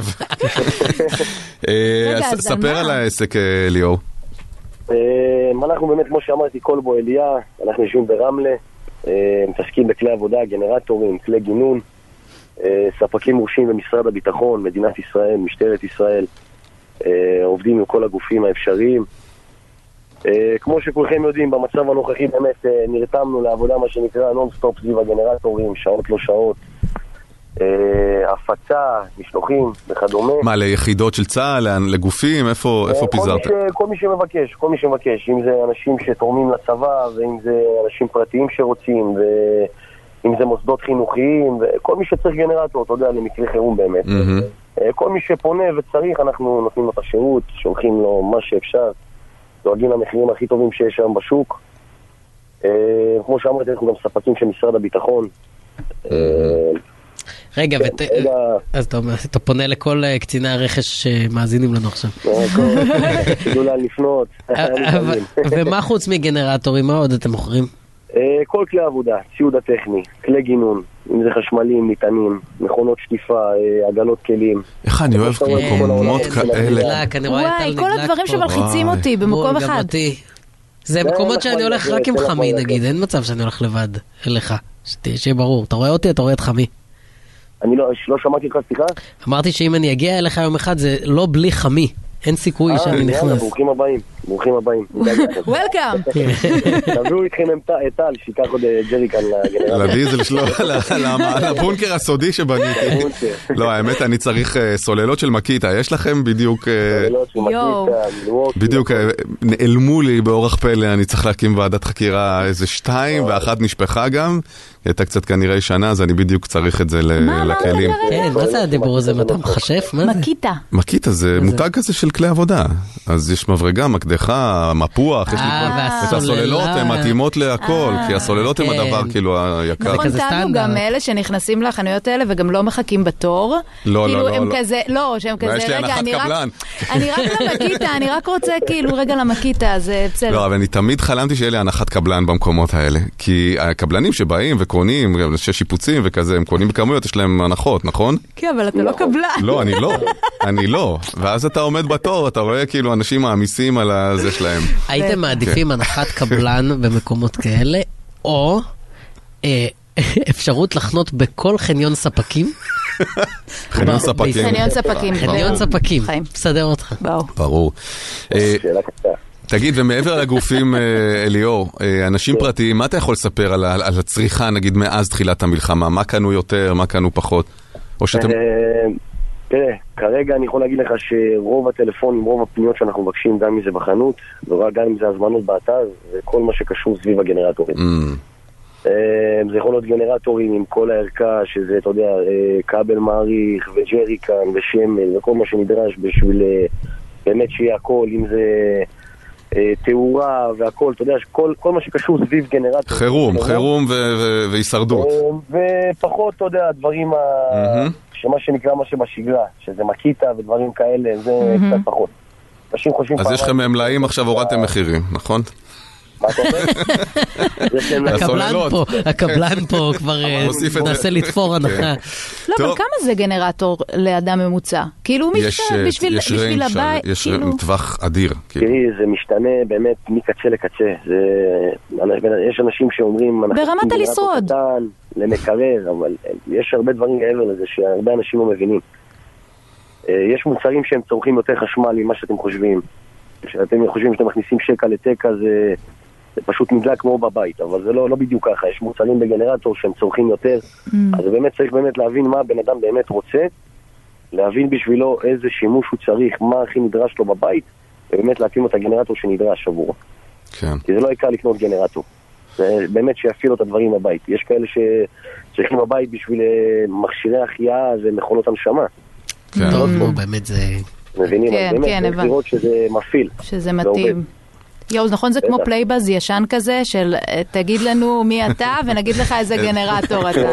ספר על העסק, ליאור. אנחנו באמת, כמו שאמרתי, קולבו אליה, אנחנו יושבים ברמלה, מתעסקים בכלי עבודה, גנרטורים, כלי גינון, ספקים מורשים במשרד הביטחון, מדינת ישראל, משטרת ישראל, עובדים עם כל הגופים האפשריים. כמו שכולכם יודעים, במצב הנוכחי באמת נרתמנו לעבודה מה שנקרא נון-סטופ סביב הגנרטורים, שעות לא שעות, הפצה, משלוחים וכדומה. מה, ליחידות של צה"ל, לגופים? איפה פיזרת? כל מי שמבקש, אם זה אנשים שתורמים לצבא, ואם זה אנשים פרטיים שרוצים, ואם זה מוסדות חינוכיים, וכל מי שצריך גנרטור, אתה יודע, למקרה חירום באמת. כל מי שפונה וצריך, אנחנו נותנים לו את השירות, שולחים לו מה שאפשר, דואגים למחירים הכי טובים שיש היום בשוק. כמו שאמרתי, אנחנו גם ספקים של משרד הביטחון. רגע, אז אתה פונה לכל קציני הרכש שמאזינים לנו עכשיו. תדעו לה לפנות. ומה חוץ מגנרטורים, מה עוד אתם מוכרים? כל כלי עבודה, ציוד הטכני, כלי גינון, אם זה חשמלים, מטענים, מכונות שטיפה, עגלות כלים. איך אני אוהב מקומות כאלה. וואי, כל הדברים שמלחיצים אותי במקום אחד. זה מקומות שאני הולך רק עם חמי, נגיד, אין מצב שאני הולך לבד אליך, שיהיה ברור. אתה רואה אותי, אתה רואה את חמי. אני לא שמעתי לך, סליחה? אמרתי שאם אני אגיע אליך יום אחד זה לא בלי חמי, אין סיכוי שאני נכנס. ברוכים הבאים. וולקאם. תביאו איתכם את טל, שיקח עוד ג'ריקן לדיזל שלו, לבונקר הסודי שבניתי. לא, האמת, אני צריך סוללות של מקיטה, יש לכם בדיוק... סוללות של מקיטה, בדיוק, נעלמו לי באורח פלא, אני צריך להקים ועדת חקירה איזה 2, ואחת נשפחה גם. הייתה קצת כנראה שנה, אז אני בדיוק צריך את זה לכלים. כן, מה זה הדיבור הזה? אתה מחשף? מה זה? מקיטה. מקיטה זה מותג כזה של כלי עבודה. אז יש מברגה, מקדחה, מפוח, יש לי את הסוללות, הן מתאימות להכל, כי הסוללות הן הדבר כאילו היקר. נכון, טענו גם אלה שנכנסים לחנויות האלה וגם לא מחכים בתור. לא, לא, לא. שהם כזה, יש לי הנחת קבלן. אני רק למקיטה, אני רק רוצה כאילו רגע למקיטה, אז בסדר. לא, אבל אני תמיד חלמתי שיהיה לי הנחת קבלן במקומות האלה. כי הקבלנים שבאים וקונים, שיפוצים וכזה, הם קונים בכמויות, יש להם הנחות, נכון? כן, אבל אתה לא קבלן. לא, אני לא. ואז אתה עומד בתור, אתה רואה כאילו אנשים מעמיסים על זה שלהם. הייתם מעדיפים הנחת קבלן במקומות כאלה, או אפשרות לחנות בכל חניון ספקים? חניון ספקים. חניון ספקים. בסדר אותך. ברור. שאלה קצה. תגיד, ומעבר לגופים, אליאור, אנשים פרטיים, מה אתה יכול לספר על הצריכה, נגיד, מאז תחילת המלחמה? מה קנו יותר, מה קנו פחות? או שאתם... תראה, כרגע אני יכול להגיד לך שרוב הטלפונים, רוב הפניות שאנחנו מבקשים, גם אם זה בחנות, וגם אם זה הזמנות באתר, זה כל מה שקשור סביב הגנרטורים. זה יכול להיות גנרטורים עם כל הערכה, שזה, אתה יודע, כבל מעריך וג'ריקן ושמל, וכל מה שנדרש בשביל באמת שיהיה הכל, אם זה... תאורה והכל, אתה יודע, כל מה שקשור סביב גנרטור. חירום והישרדות. ופחות, אתה יודע, הדברים שמה שנקרא מה שבשגרה, שזה מקיטה ודברים כאלה, זה קצת פחות. אנשים חושבים... אז יש לכם מלאים עכשיו הורדתם מחירים, נכון? מה אתה אומר? הקבלן פה כבר ננסה לתפור הנחה. לא, אבל כמה זה גנרטור לאדם ממוצע? כאילו בשביל הבית... יש טווח אדיר. תראי, זה משתנה באמת מקצה לקצה. יש אנשים שאומרים... ברמת הלשרוד. למקרר, אבל יש הרבה דברים כאלה לזה שהרבה אנשים לא מבינים. יש מוצרים שהם צורכים יותר חשמל ממה שאתם חושבים. כשאתם חושבים שאתם מכניסים שקע לתקע זה פשוט נדלק כמו בבית, אבל זה לא בדיוק ככה. יש מוצרים בגנרטור שהם צורכים יותר, אז באמת צריך באמת להבין מה הבן אדם באמת רוצה, להבין בשבילו איזה שימוש הוא צריך, מה הכי נדרש לו בבית, ובאמת להתאים את הגנרטור שנדרש עבורו. כן. כי זה לא יקר לקנות גנרטור. זה באמת שיפעיל לו את הדברים בבית. יש כאלה שצריכים בבית בשביל מכשירי החייאה ומכונות הנשמה. כן. טוב, באמת זה... מבינים? באמת, צריך לראות שזה מפעיל. שזה מתאים. יואו, נכון זה כמו פלייבאז ישן כזה, של תגיד לנו מי אתה ונגיד לך איזה גנרטור אתה.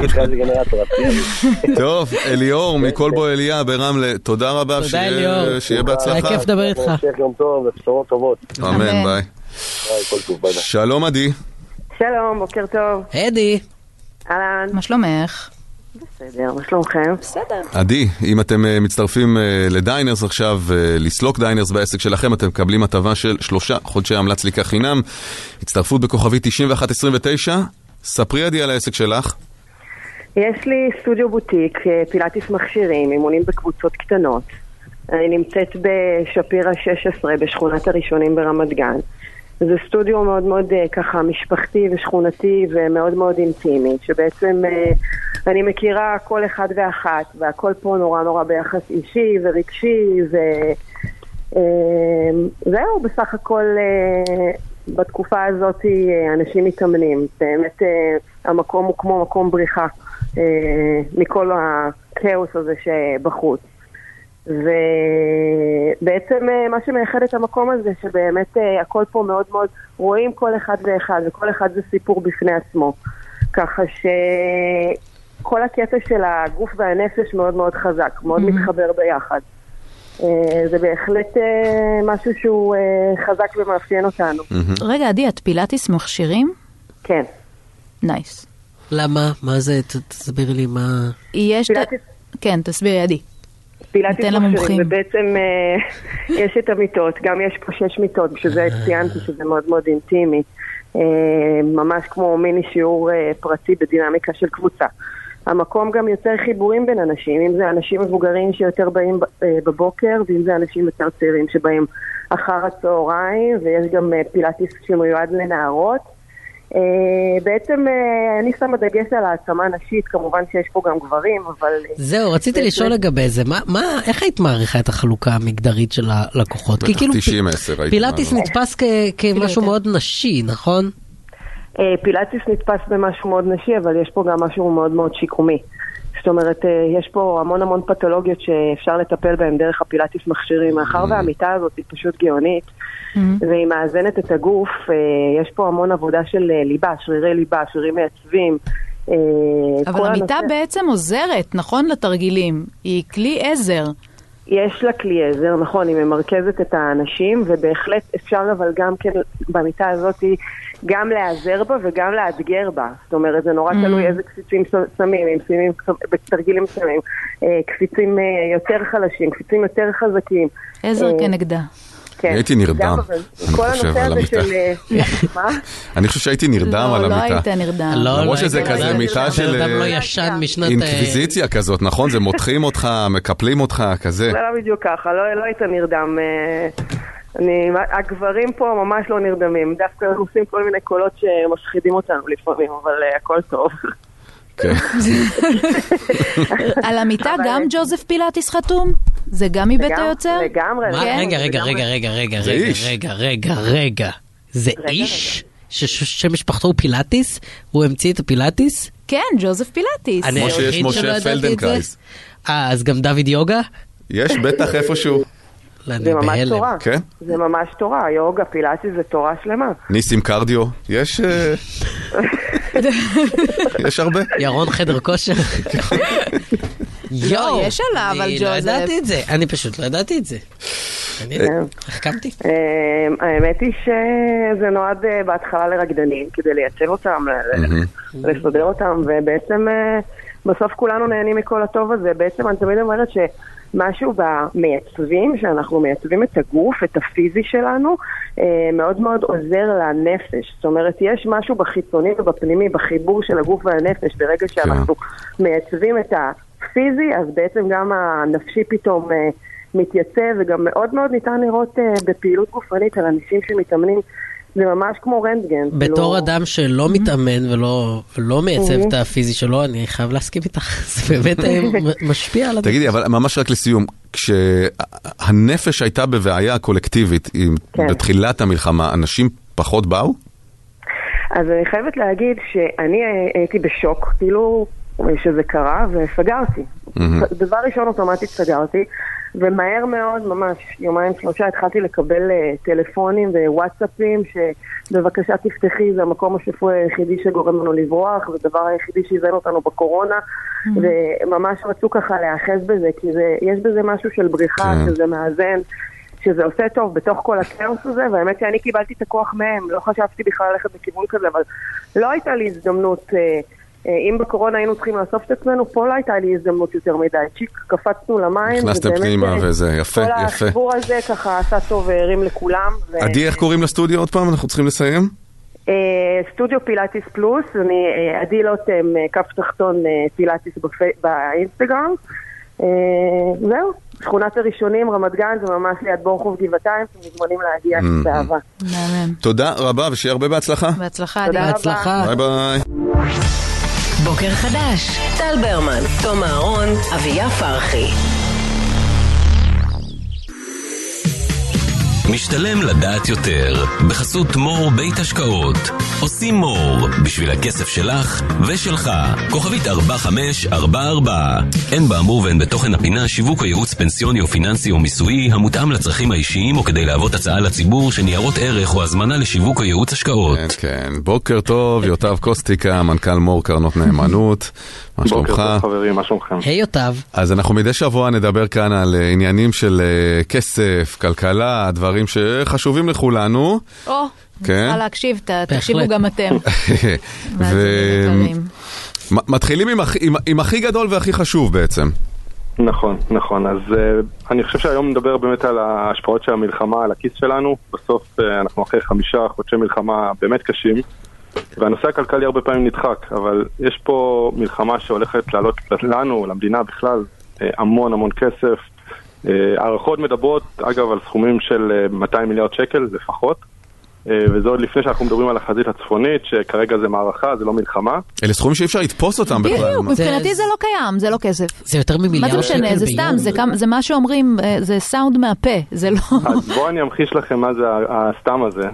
טוב, אליאור, מכל בו אליה ברמלה, תודה רבה, שיהיה בהצלחה. היה כיף לדבר איתך. המשך יום טוב ובשורות טובות. אמן, ביי. שלום עדי. שלום, בוקר טוב. עדי. אהלן. מה שלומך? בסדר, מה שלומכם? בסדר. עדי, אם אתם מצטרפים לדיינרס עכשיו, לסלוק דיינרס בעסק שלכם, אתם מקבלים הטבה של 3 חודשי עמלת סליקה חינם. הצטרפות בכוכבי 9129. ספרי עדי על העסק שלך. יש לי סטודיו בוטיק, פילאטיס מכשירים, אימונים בקבוצות קטנות. אני נמצאת בשפירה 16 בשכונת הראשונים ברמת גן. זה סטודיו מאוד מאוד ככה משפחתי ושכונתי ומאוד מאוד אינטימי, שבעצם אני מכירה כל אחד ואחת, והכל פה נורא נורא ביחס אישי ורגשי, וזהו, בסך הכל בתקופה הזאת אנשים מתאמנים. באמת המקום הוא כמו מקום בריחה מכל הכאוס הזה שבחוץ. ובעצם מה שמייחד את המקום הזה שבאמת הכל פה מאוד מאוד רואים כל אחד ואחד, וכל אחד זה סיפור בפני עצמו, ככה שכל הקטע של הגוף והנפש מאוד מאוד חזק, מאוד מתחבר ביחד. זה בהחלט משהו שהוא חזק ומאפיין אותנו. רגע עדי, את פילאטיס מכשירים? כן. נייס. למה? מה זה? תסביר לי מה... כן, תסבירי עדי. פילאטיס מכשירים, ובעצם יש את המיטות, גם יש פה 6 מיטות, שזה ציינתי שזה מאוד מאוד אינטימי, ממש כמו מיני שיעור פרטי בדינמיקה של קבוצה. המקום גם יוצר חיבורים בין אנשים, אם זה אנשים מבוגרים שיותר באים בבוקר, ואם זה אנשים יותר צעירים שבאים אחר הצהריים, ויש גם פילאטיס שמיועד לנערות. בעצם אני שמה דגש על העצמה נשית, כמובן שיש פה גם גברים, אבל... זהו, רציתי לשאול לגבי זה, איך היית מעריכה את החלוקה המגדרית של הלקוחות? כי כאילו פילאטיס נתפס כמשהו מאוד נשי, נכון? פילאטיס נתפס במשהו מאוד נשי, אבל יש פה גם משהו מאוד מאוד שיקומי. זאת אומרת, יש פה המון המון פתולוגיות שאפשר לטפל בהן דרך הפילאטיס מכשירים, מאחר והמיטה הזאת היא פשוט גאונית, והיא מאזנת את הגוף, יש פה המון עבודה של ליבה, שרירי ליבה, שרירים מעצבים. אבל המיטה בעצם עוזרת, נכון, לתרגילים? היא כלי עזר. יש לה כלי עזר, נכון, היא ממרכזת את האנשים, ובהחלט אפשר אבל גם כן במיטה הזאת גם לעזר בה וגם לאתגר בה. זאת אומרת, זה נורא תלוי איזה קפיצים שמים, אם שמים בתרגילים שמים, קפיצים יותר חלשים, קפיצים יותר חזקים. עזר כנגדה. הייתי נרדם, אני חושב, על המיטה. אני חושב שהייתי נרדם על המיטה. לא היית נרדם. למרות שזה כזה מיטה של אינקוויזיציה כזאת, נכון? זה מותחים אותך, מקפלים אותך, כזה. זה לא בדיוק ככה, לא היית נרדם. הגברים פה ממש לא נרדמים, דווקא עושים כל מיני קולות שמשחידים אותנו לפעמים, אבל הכל טוב. על המיטה גם ג'וזף פילאטיס חתום? זה גם מבית היוצר? לגמרי. רגע. זה איש שמשפחתו הוא פילאטיס? הוא המציא את הפילאטיס? כן, ג'וזף פילאטיס. כמו שיש משה פלדנקרייס. אז גם דוד יוגה? יש בטח איפשהו. זה ממש תורה. זה ממש תורה. יוגה, פילאטיס זה תורה שלמה. ניסים קרדיו. יש הרבה. ירון חדר כושר. יואו, יש עליו, על ג'וזף. אני לא ידעתי את זה, אני פשוט לא ידעתי את זה. החכמתי. האמת היא שזה נועד בהתחלה לרקדנים, כדי לייצב אותם, לסדר אותם, ובעצם בסוף כולנו נהנים מכל הטוב הזה. בעצם אני תמיד אומרת שמשהו במייצבים, שאנחנו מייצבים את הגוף, את הפיזי שלנו, מאוד מאוד עוזר לנפש. זאת אומרת, יש משהו בחיצוני ובפנימי, בחיבור של הגוף והנפש, ברגע שאנחנו מייצבים את הפיזי, אז בעצם גם הנפשי פתאום מתייצב, וגם מאוד מאוד ניתן לראות בפעילות גופנית על אנשים שמתאמנים, זה ממש כמו רנטגן. בתור אדם שלא מתאמן ולא מייצב את הפיזי שלו, אני חייב להסכים איתך, זה באמת משפיע על הדבר. תגידי, אבל ממש רק לסיום, כשהנפש הייתה בבעיה קולקטיבית בתחילת המלחמה, אנשים פחות באו? אז אני חייבת להגיד שאני הייתי בשוק, כאילו שזה קרה, וסגרתי. דבר ראשון אוטומטית סגרתי, ומהר מאוד, ממש יומיים שלושה, התחלתי לקבל טלפונים ווואטסאפים שבבקשה תפתחי, זה המקום השפוי היחידי שגורם לנו לברוח, זה הדבר היחידי שיזן אותנו בקורונה, וממש רצו ככה להאחז בזה, כי יש בזה משהו של בריחה, שזה מאזן, שזה עושה טוב בתוך כל הכאוס הזה, והאמת שאני קיבלתי את הכוח מהם, לא חשבתי בכלל ללכת בכיוון כזה, אבל לא הייתה לי הזדמנות, אם בקורונה היינו צריכים לאסוף את עצמנו, פה לא הייתה לי הזדמנות יותר מדי. צ'יק, קפצנו למים. נכנסתם פנימה וזה, יפה, יפה. כל החיבור הזה ככה עשה טוב והרים לכולם. עדי, איך קוראים לסטודיו עוד פעם? אנחנו צריכים לסיים? סטודיו פילאטיס פלוס, עדי לוטם, כף תחתון פילאטיס באינסטגרם. זהו, שכונת הראשונים, רמת גן, זה ממש ליד ברחוב גבעתיים, אתם מוזמנים להגיע באהבה. תודה רבה, ושיהיה הרבה בהצלחה. בהצלחה, עדי. בהצלחה. ביי ביי. בוקר חדש, טל ברמן, תום אהרון, אביה פרחי. משתלם לדעת יותר, בחסות מור בית השקעות. עושים מור, בשביל הכסף שלך ושלך. כוכבית 4544. אין באמור ואין בתוכן הפינה שיווק או ייעוץ פנסיוני או פיננסי או מיסויי המותאם לצרכים האישיים או כדי להוות הצעה לציבור שניירות ערך או הזמנה לשיווק או ייעוץ השקעות. כן, כן. בוקר טוב, יוטב קוסטיקה, מנכ"ל מור קרנות נאמנות. מה שלומך? בוקר טוב חברים, מה שלומכם? היי יוטב. אז אנחנו מדי שבוע נדבר כאן על עניינים של כסף, כלכלה, דברים שחשובים לכולנו. צריכה להקשיב, תקשיבו גם אתם. מתחילים עם הכי גדול והכי חשוב בעצם. נכון, נכון. אז אני חושב שהיום נדבר באמת על ההשפעות של המלחמה, על הכיס שלנו. בסוף אנחנו אחרי 5 חודשי מלחמה באמת קשים, והנושא הכלכלי הרבה פעמים נדחק, אבל יש פה מלחמה שהולכת לעלות לנו, למדינה בכלל, המון המון כסף. הערכות מדברות, אגב, על סכומים של 200 מיליארד שקל לפחות, וזה עוד לפני שאנחנו מדברים על החזית הצפונית, שכרגע זה מערכה, זה לא מלחמה. אלה סכומים שאי אפשר לתפוס אותם בכלל. בדיוק, מבחינתי זה לא קיים, זה לא כסף. זה יותר ממיליארד שקל ביום. זה סתם, זה מה שאומרים, זה סאונד מהפה, זה לא... אז בואו אני אמחיש לכם מה זה הסתם הזה.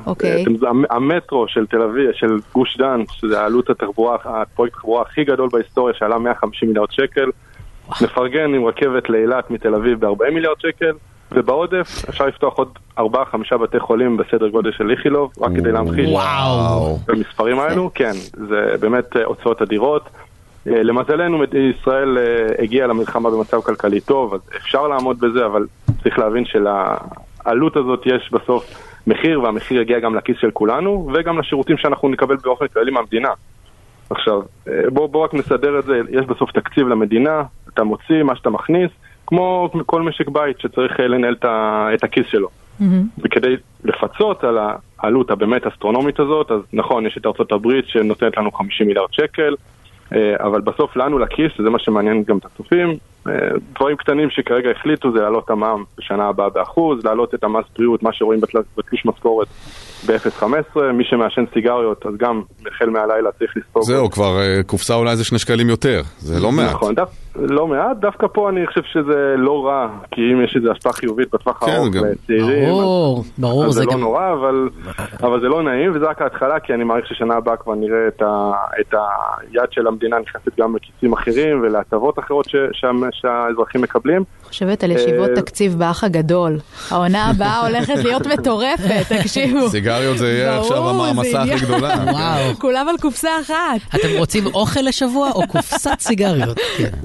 המטרו של תל אביב, של גוש דן, שזה העלות התחבורה, הפרויקט התחבורה הכי גדול בהיסטוריה, שעלה 150 מיליארד שקל, מפרגן עם רכבת לאילת מתל אביב ב-40 מיליארד שקל, ובעודף אפשר לפתוח עוד 4-5 בתי חולים בסדר גודל של איכילוב, רק כדי להמחיש במספרים האלו. כן, זה באמת הוצאות אדירות. למזלנו ישראל הגיעה למלחמה במצב כלכלי טוב, אז אפשר לעמוד בזה, אבל צריך להבין שלעלות הזאת יש בסוף מחיר, והמחיר יגיע גם לכיס של כולנו, וגם לשירותים שאנחנו נקבל באופן כללי מהמדינה. עכשיו, בוא רק נסדר את זה, יש בסוף תקציב למדינה, אתה מוציא מה שאתה מכניס, כמו כל משק בית שצריך לנהל את הכיס שלו. וכדי לפצות על העלות הבאמת אסטרונומית הזאת, אז נכון, יש את ארצות הברית שנותנת לנו 50 מיליארד שקל, אבל בסוף לנו לכיס, זה מה שמעניין גם את הצופים, דברים קטנים שכרגע החליטו זה להעלות המע"מ בשנה הבאה ב1%, להעלות את המס בריאות, מה שרואים בתלוש משכורת ב-0.15, מי שמעשן סיגריות, אז גם החל מהלילה צריך לספוג. זהו, כבר קופסה אולי זה 2 שקלים יותר, זה לא מעט. נכון, לא מעט, דווקא פה אני חושב שזה לא רע, כי אם יש איזו השפעה חיובית בטווח הארוך לצעירים, אז זה לא נורא, אבל זה לא נעים, וזה רק ההתחלה, כי אני מעריך ששנה הבאה כבר נראה את היד של המדינה נכנסת גם לכיסים אחרים ולהטבות אחרות שהאזרחים מקבלים. חושבת על ישיבות תקציב באח הגדול. העונה הבאה הולכת להיות מטורפת, תקשיבו. סיגריות זה יהיה עכשיו המעמסה הכי גדולה. כולם על קופסה אחת. אתם רוצים אוכל לשבוע או קופסת סיגריות?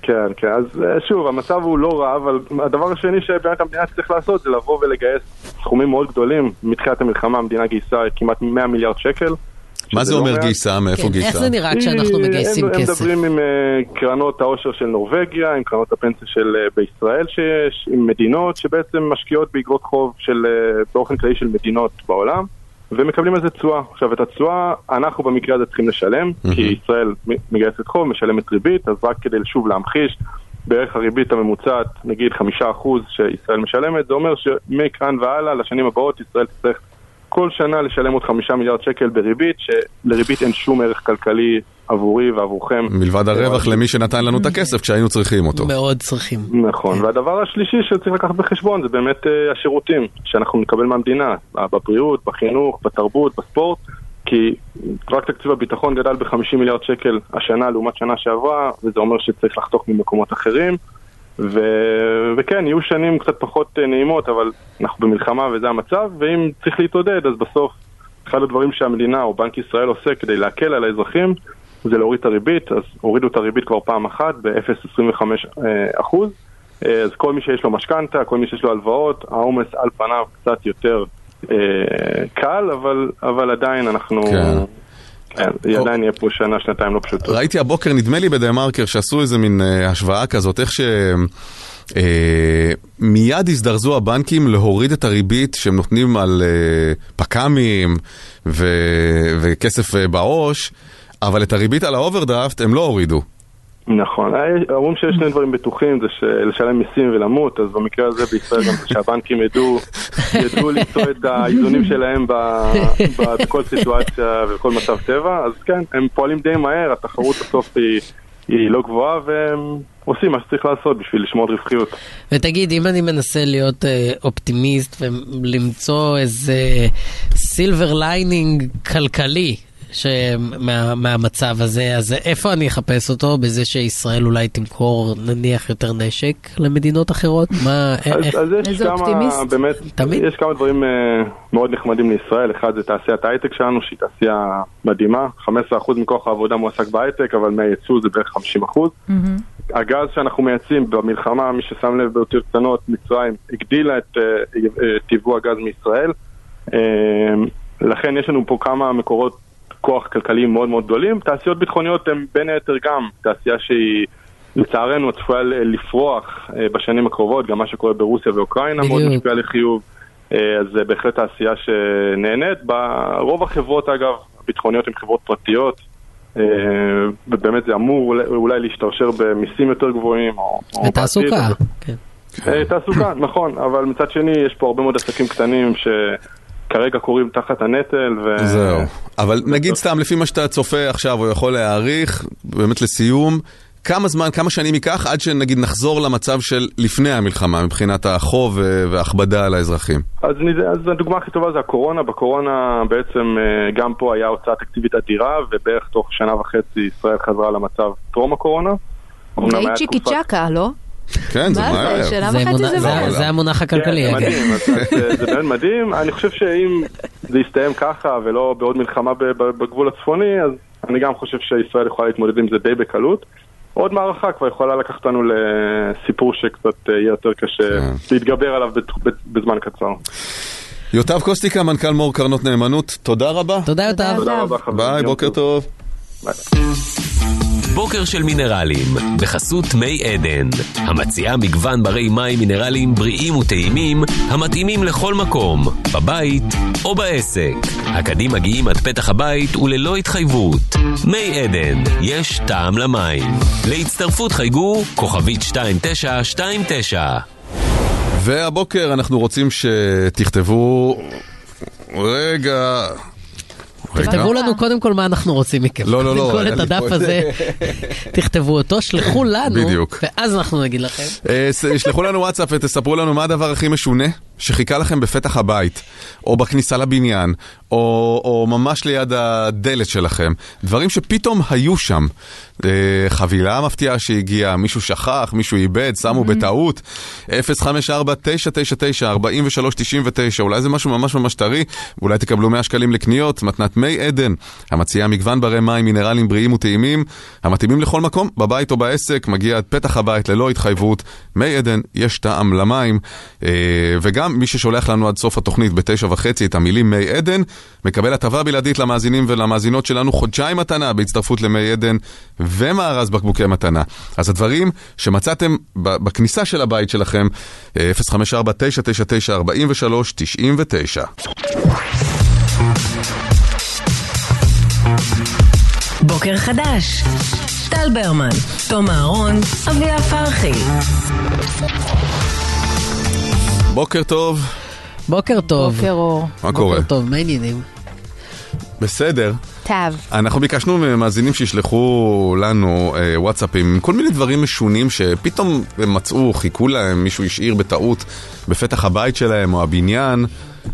כן, כן. אז שוב, המצב הוא לא רע, אבל הדבר השני שבאמת המדינה צריך לעשות זה לבוא ולגייס סכומים מאוד גדולים. מתחילת המלחמה המדינה גייסה כמעט 100 מיליארד שקל. מה זה אומר גייסה? מאיפה גייסה? איך זה נראה כשאנחנו מגייסים כסף? הם מדברים עם קרנות העושר של נורווגיה, עם קרנות הפנסיה של בישראל שיש, עם מדינות שבעצם משקיעות באגרות חוב באופן כללי של מדינות בעולם, ומקבלים על זה תשואה. עכשיו, את התשואה אנחנו במקרה הזה צריכים לשלם, כי ישראל מגייסת חוב, משלמת ריבית, אז רק כדי שוב להמחיש, בערך הריבית הממוצעת, נגיד 5% שישראל משלמת, זה אומר שמכאן והלאה, לשנים הבאות, ישראל תצטרך כל שנה לשלם עוד 5 מיליארד שקל בריבית, שלריבית אין שום ערך כלכלי עבורי ועבורכם. מלבד הרווח למי שנתן לנו את הכסף כשהיינו צריכים אותו. מאוד צריכים. נכון, והדבר השלישי שצריך לקחת בחשבון זה באמת השירותים שאנחנו נקבל מהמדינה, בבריאות, בחינוך, בתרבות, בספורט, כי רק תקציב הביטחון גדל ב-50 מיליארד שקל השנה לעומת שנה שעברה, וזה אומר שצריך לחתוך ממקומות אחרים. וכן, יהיו שנים קצת פחות נעימות, אבל אנחנו במלחמה וזה המצב, ואם צריך להתעודד, אז בסוף אחד הדברים שהמדינה או בנק ישראל עושה כדי להקל על האזרחים, זה להוריד את הריבית. אז הורידו את הריבית כבר פעם אחת ב-0.25%. אז כל מי שיש לו משכנתה, כל מי שיש לו הלוואות, העומס על פניו קצת יותר קל, אבל עדיין אנחנו... כן, עדיין יהיה פה שנה, שנתיים לא פשוטות. ראיתי הבוקר, נדמה לי בדה-מרקר, שעשו איזה מין השוואה כזאת, איך מיד הזדרזו הבנקים להוריד את הריבית שהם נותנים על פקמים וכסף בעו"ש, אבל את הריבית על האוברדרפט הם לא הורידו. נכון, אומרים שיש שני דברים בטוחים, זה לשלם מיסים ולמות, אז במקרה הזה בישראל גם שהבנקים ידעו למצוא את האיזונים שלהם בכל סיטואציה ובכל מצב טבע, אז כן, הם פועלים די מהר, התחרות בסוף היא לא גבוהה, והם עושים מה שצריך לעשות בשביל לשמור רווחיות. ותגיד, אם אני מנסה להיות אופטימיסט ולמצוא איזה סילבר ליינינג כלכלי, מהמצב הזה, אז איפה אני אחפש אותו? בזה שישראל אולי תמכור נניח יותר נשק למדינות אחרות? איזה אופטימיסט? יש כמה דברים מאוד נחמדים לישראל. אחד זה תעשיית ההייטק שלנו, שהיא תעשייה מדהימה. 15% מכוח העבודה מועסק בהייטק, אבל מהייצוא זה בערך 50%. הגז שאנחנו מייצאים במלחמה, מי ששם לב ביותר קטנות, מצרים הגדילה את טיבוע הגז מישראל. לכן יש לנו פה כמה מקורות כוח כלכליים מאוד מאוד גדולים. תעשיות ביטחוניות הן בין היתר גם תעשייה שהיא לצערנו צפויה לפרוח בשנים הקרובות, גם מה שקורה ברוסיה ואוקראינה מאוד משפיע לחיוב, אז זה בהחלט תעשייה שנהנית. ברוב החברות אגב, הביטחוניות הן חברות פרטיות, ובאמת זה אמור אולי להשתרשר במיסים יותר גבוהים. ותעסוקה. תעסוקה, נכון, אבל מצד שני יש פה הרבה מאוד עסקים קטנים כרגע קוראים תחת הנטל זהו. אבל נגיד סתם, לפי מה שאתה צופה עכשיו, הוא יכול להעריך, באמת לסיום, כמה זמן, כמה שנים ייקח, עד שנגיד נחזור למצב של לפני המלחמה, מבחינת החוב והכבדה על האזרחים? אז הדוגמה הכי טובה זה הקורונה. בקורונה בעצם גם פה היה הוצאה תקציבית אדירה, ובערך תוך שנה וחצי ישראל חזרה למצב טרום הקורונה. די צ'יקי צ'קה, לא? כן, זה מהר. זה המונח הכלכלי. זה באמת מדהים. אני חושב שאם זה יסתיים ככה ולא בעוד מלחמה בגבול הצפוני, אז אני גם חושב שישראל יכולה להתמודד עם זה די בקלות. עוד מערכה כבר יכולה לקחת לנו לסיפור שקצת יהיה יותר קשה להתגבר עליו בזמן קצר. יוטב קוסטיקה, מנכ"ל מור קרנות נאמנות, תודה רבה. תודה יוטב. ביי, בוקר טוב. בוקר של מינרלים, בחסות מי עדן, המציעה מגוון ברי מים מינרלים בריאים וטעימים, המתאימים לכל מקום, בבית או בעסק. הקדים מגיעים עד פתח הבית וללא התחייבות. מי עדן, יש טעם למים. להצטרפות חייגו, כוכבית 2929. והבוקר אנחנו רוצים שתכתבו... רגע... תכתבו לנו קודם כל מה אנחנו רוצים מכם. לא. קודם כל את הדף הזה, תכתבו אותו, שלחו לנו, ואז אנחנו נגיד לכם. שלחו לנו וואטסאפ ותספרו לנו מה הדבר הכי משונה שחיכה לכם בפתח הבית, או בכניסה לבניין, או ממש ליד הדלת שלכם. דברים שפתאום היו שם. חבילה מפתיעה שהגיעה, מישהו שכח, מישהו איבד, שמו בטעות. 054-999-4399, אולי זה משהו ממש ממש טרי, אולי תקבלו 100 שקלים לקניות, מתנת מי עדן, המציעה מגוון ברי מים, מינרלים בריאים וטעימים, המתאימים לכל מקום, בבית או בעסק, מגיע עד פתח הבית ללא התחייבות. מי עדן, יש טעם למים, וגם מי ששולח לנו עד סוף התוכנית ב9:30 את המילים מי עדן, מקבל הטבה בלעדית למאזינים ולמאזינות שלנו, חודשיים מתנה בהצטרפות למי עדן ומארז בקבוקי מתנה. אז הדברים שמצאתם בכניסה של הבית שלכם, 054-999-4399. בוקר חדש. טל ברמן, תום אהרון, אביה פרחי. בוקר טוב. בוקר טוב. בוקר אור. מה קורה? בוקר טוב, מה העניינים? בסדר. טוב. אנחנו ביקשנו ממאזינים שישלחו לנו וואטסאפים עם כל מיני דברים משונים שפתאום הם מצאו, חיכו להם, מישהו השאיר בטעות בפתח הבית שלהם או הבניין.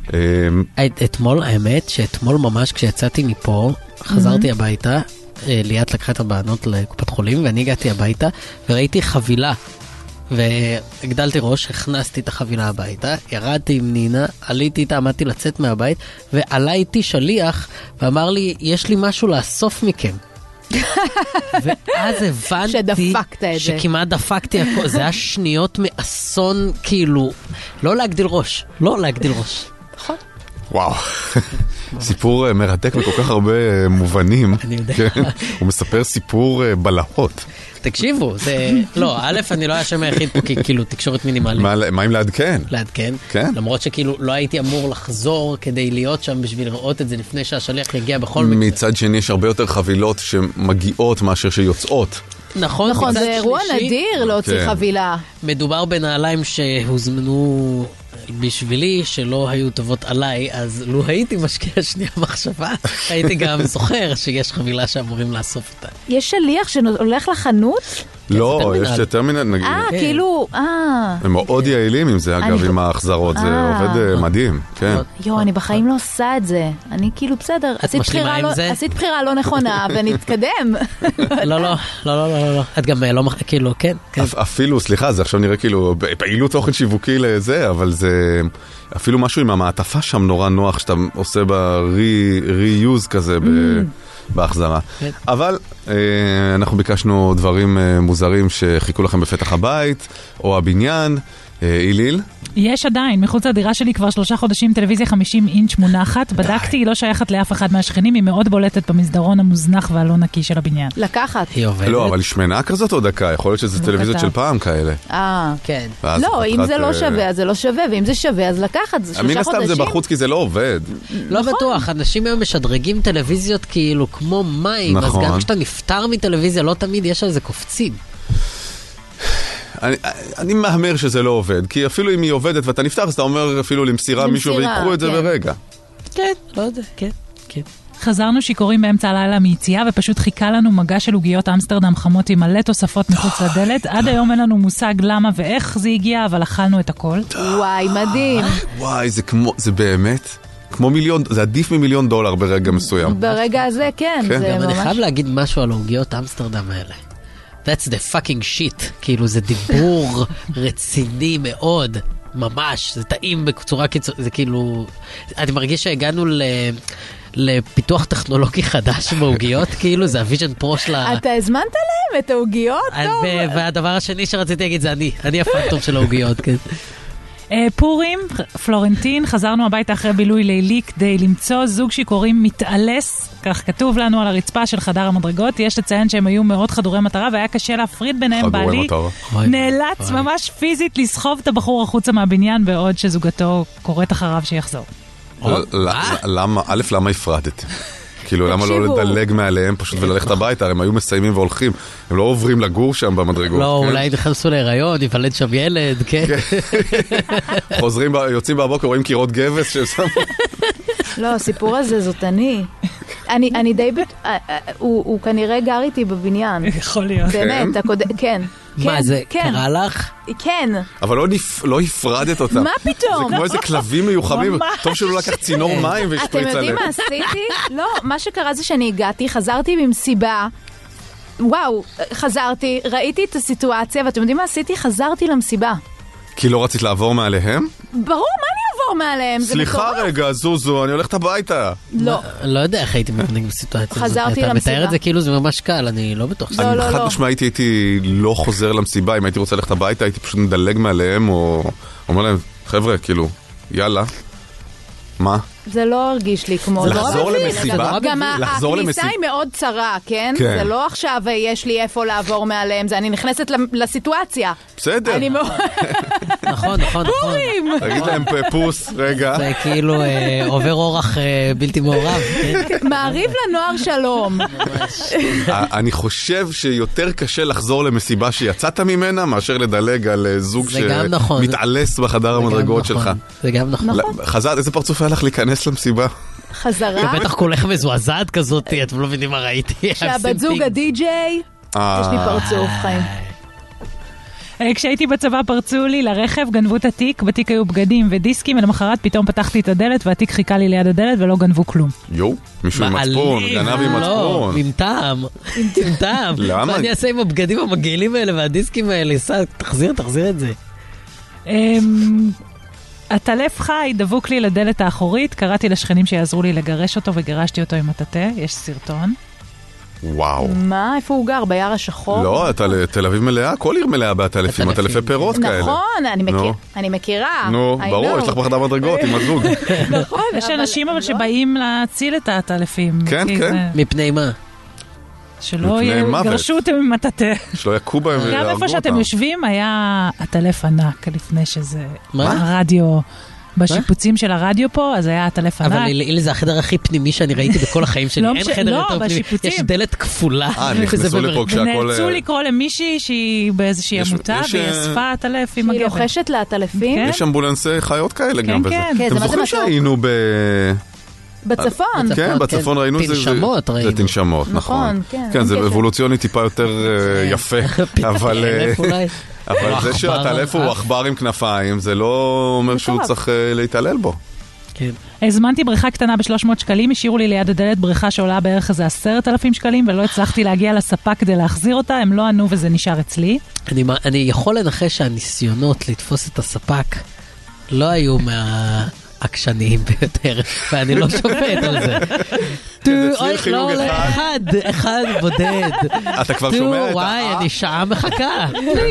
אתמול, האמת שאתמול ממש כשיצאתי מפה, חזרתי הביתה, ליאת לקחה את הבנות לקופת חולים ואני הגעתי הביתה וראיתי חבילה. והגדלתי ראש, הכנסתי את החבילה הביתה, ירדתי עם נינה, עליתי איתה, עמדתי לצאת מהבית, ועלה איתי שליח, ואמר לי, יש לי משהו לאסוף מכם. ואז הבנתי שכמעט דפקתי הכל, זה היה שניות מאסון, כאילו, לא להגדיל ראש, לא להגדיל ראש. נכון. וואו, סיפור מרתק בכל כך הרבה מובנים. אני יודע. הוא מספר סיפור בלהות. תקשיבו, זה... לא, א', אני לא השם היחיד פה, כי כאילו תקשורת מינימלית. מה אם לעדכן? לעדכן. כן. למרות שכאילו לא הייתי אמור לחזור כדי להיות שם בשביל לראות את זה לפני שהשליח יגיע בכל מקרה. מצד שני יש הרבה יותר חבילות שמגיעות מאשר שיוצאות. נכון, נכון, זה אירוע נדיר להוציא חבילה. מדובר בנעליים שהוזמנו בשבילי, שלא היו טובות עליי, אז לו הייתי משקיע שנייה מחשבה, הייתי גם זוכר שיש חבילה שאמורים לאסוף אותה. יש שליח שהולך לחנות? לא, יש טרמינל, נגיד. כאילו, הם מאוד יעילים עם זה, אגב, עם ההחזרות, זה עובד מדהים, כן. יו, אני בחיים לא עושה את זה. אני כאילו, בסדר, עשית בחירה לא נכונה, ונתקדם. לא. את גם לא, כאילו, כן. אפילו, סליחה, זה עכשיו נראה כאילו, פעילות תוכן שיווקי לזה, אבל זה... אפילו משהו עם המעטפה שם נורא נוח, שאתה עושה ב-reuse כזה, בהחזרה. אבל אנחנו ביקשנו דברים מוזרים שחיכו לכם בפתח הבית, או הבניין. איליל? יש עדיין, מחוץ לדירה שלי כבר 3 חודשים טלוויזיה 50 אינץ' מונחת. בדקתי, היא לא שייכת לאף אחד מהשכנים, היא מאוד בולטת במסדרון המוזנח והלא נקי של הבניין. לקחת. היא עובדת. לא, אבל היא שמנה כזאת או דקה? יכול להיות שזה טלוויזיות של פעם כאלה. כן. לא, אם זה לא שווה, אז זה לא שווה, ואם זה שווה, אז לקחת. זה 3 חודשים. מן הסתם זה בחוץ כי זה לא עובד. לא בטוח, אנשים היום משדרגים טלוויזיות כאילו כמו מים, אז גם כשאתה נפטר מטלוויזיה, לא תמיד יש על זה קופצים. אני מאמר שזה לא עובד, כי אפילו אם היא עובדת ואתה נפתח, אז אתה אומר אפילו למסירה מישהו ויקחו את זה ברגע. כן, לא יודע, כן. חזרנו שיכורים באמצע הלילה מיציאה, ופשוט חיכה לנו מגע של עוגיות אמסטרדם חמות עם מלא תוספות מחוץ לדלת. עד היום אין לנו מושג למה ואיך זה הגיע, אבל אכלנו את הכל. וואי, מדהים. וואי, זה באמת... כמו מיליון, זה עדיף $1,000,000 ברגע מסוים. ברגע הזה, כן. גם אני חייב להגיד משהו על העוגיות אמסטרדם האלה. That's the fucking shit. כאילו זה דיבור רציני מאוד, ממש, זה טעים בצורה קיצור, זה כאילו, אני מרגיש שהגענו לפיתוח טכנולוגי חדש בעוגיות, כאילו זה הוויז'ן פרו של אתה הזמנת להם את העוגיות? והדבר השני שרציתי להגיד זה אני הפנטום של העוגיות, כן. פורים, פלורנטין, חזרנו הביתה אחרי בילוי לילי כדי למצוא זוג שיכורים מתעלס, כך כתוב לנו על הרצפה של חדר המדרגות. יש לציין שהם היו מאוד חדורי מטרה והיה קשה להפריד ביניהם. בעלי נאלץ ממש פיזית לסחוב את הבחור החוצה מהבניין בעוד שזוגתו קוראת אחריו שיחזור. למה הפרדת? כאילו, למה לא לדלג מעליהם פשוט וללכת הביתה? הם היו מסיימים והולכים. הם לא עוברים לגור שם במדרגות. לא, אולי נכנסו להיריון, יוולד שם ילד, כן. יוצאים בבוקר, רואים קירות גבס ששם. לא, הסיפור הזה זאת אני די... הוא כנראה גר איתי בבניין. יכול להיות. באמת, כן. מה, זה קרה לך? כן. אבל לא הפרדת אותם. מה פתאום? זה כמו איזה כלבים מיוחמים. טוב שלא לקח צינור מים והשפריץ עליהם. אתם יודעים מה עשיתי? לא, מה שקרה זה שאני הגעתי, חזרתי במסיבה, וואו, חזרתי, ראיתי את הסיטואציה, ואתם יודעים מה עשיתי? חזרתי למסיבה. כי לא רצית לעבור מעליהם? ברור, מה אני אעבור מעליהם? סליחה רגע, זוזו, אני הולכת הביתה. לא. לא יודע איך הייתי מתנהג בסיטואציה הזאת. חזרתי למסיבה. אתה מתאר את זה כאילו זה ממש קל, אני לא בטוח. אני חד משמעית הייתי לא חוזר למסיבה, אם הייתי רוצה ללכת הביתה, הייתי פשוט מדלג מעליהם, או אומר להם, חבר'ה, כאילו, יאללה. מה? זה לא הרגיש לי כמו... לחזור למסיבה? גם הכניסה היא מאוד צרה, כן? זה לא עכשיו יש לי איפה לעבור מעליהם, זה אני נכנסת לסיטואציה. בסדר. נכון. פורים! תגיד להם פוס, רגע. זה כאילו עובר אורח בלתי מעורב. מעריב לנוער שלום. אני חושב שיותר קשה לחזור למסיבה שיצאת ממנה, מאשר לדלג על זוג שמתעלס בחדר המדרגות שלך. זה גם נכון. חזרת, איזה פרצוף היה לך להיכנס למסיבה? חזרה. ובטח כולך מזועזעת כזאת, אתם לא מבינים מה ראיתי. שהבת זוג הדי-ג'יי, יש לי פרצוף, חיים. כשהייתי בצבא פרצו לי לרכב, גנבו את התיק, בתיק היו בגדים ודיסקים, ולמחרת פתאום פתחתי את הדלת, והתיק חיכה לי ליד הדלת ולא גנבו כלום. מישהו עם מצפון, גנב עם מצפון. עם טעם. למה? מה אני אעשה עם הבגדים המגעילים האלה והדיסקים האלה? תחזיר את זה. הטלף חי דבוק לי לדלת האחורית, קראתי לשכנים שיעזרו לי לגרש אותו וגרשתי אותו עם הטאטה, יש סרטון. וואו. מה? איפה הוא גר? ביער השחור? לא, תל אביב מלאה, כל עיר מלאה בעטלפים, עטלפי פירות כאלה. נכון, אני מכירה. נו, ברור, יש לך בחדר מדרגות עם הזוג. נכון. יש אנשים אבל שבאים להציל את העטלפים. כן. מפני מה? שלא יגרשו אותם עם הטאטה. שלא יקו בהם ויהרגו אותם. גם איפה שאתם יושבים היה הטלף ענק לפני שזה הרדיו. בשיפוצים של הרדיו פה, אז היה הטלף ענק. אבל לי זה החדר הכי פנימי שאני ראיתי בכל החיים שלי. אין חדר יותר פנימי. יש דלת כפולה. נכנסו לפה כשהכל... נאלצו לקרוא למישהי שהיא באיזושהי עמותה, והיא אספה הטלף עם הגבר. שהיא לוחשת לעטלפים. יש אמבולנסי חיות כאלה גם בזה. אתם זוכרים שהיינו בצפון. כן, בצפון ראינו את זה. תנשמות ראינו. זה תנשמות, נכון. כן, זה אבולוציוני טיפה יותר יפה. אבל זה שהטלף הוא אכבר עם כנפיים, זה לא אומר שהוא צריך להתעלל בו. הזמנתי בריכה קטנה ב300 שקלים, השאירו לי ליד הדלת בריכה שעולה בערך איזה 10,000 שקלים, ולא הצלחתי להגיע לספק כדי להחזיר אותה, הם לא ענו וזה נשאר אצלי. אני יכול לנחש שהניסיונות לתפוס את הספק לא היו עקשניים ביותר, ואני לא שופט על זה. אוי, לא, אחד בודד. אתה כבר שומע את וואי, אני שעה מחכה.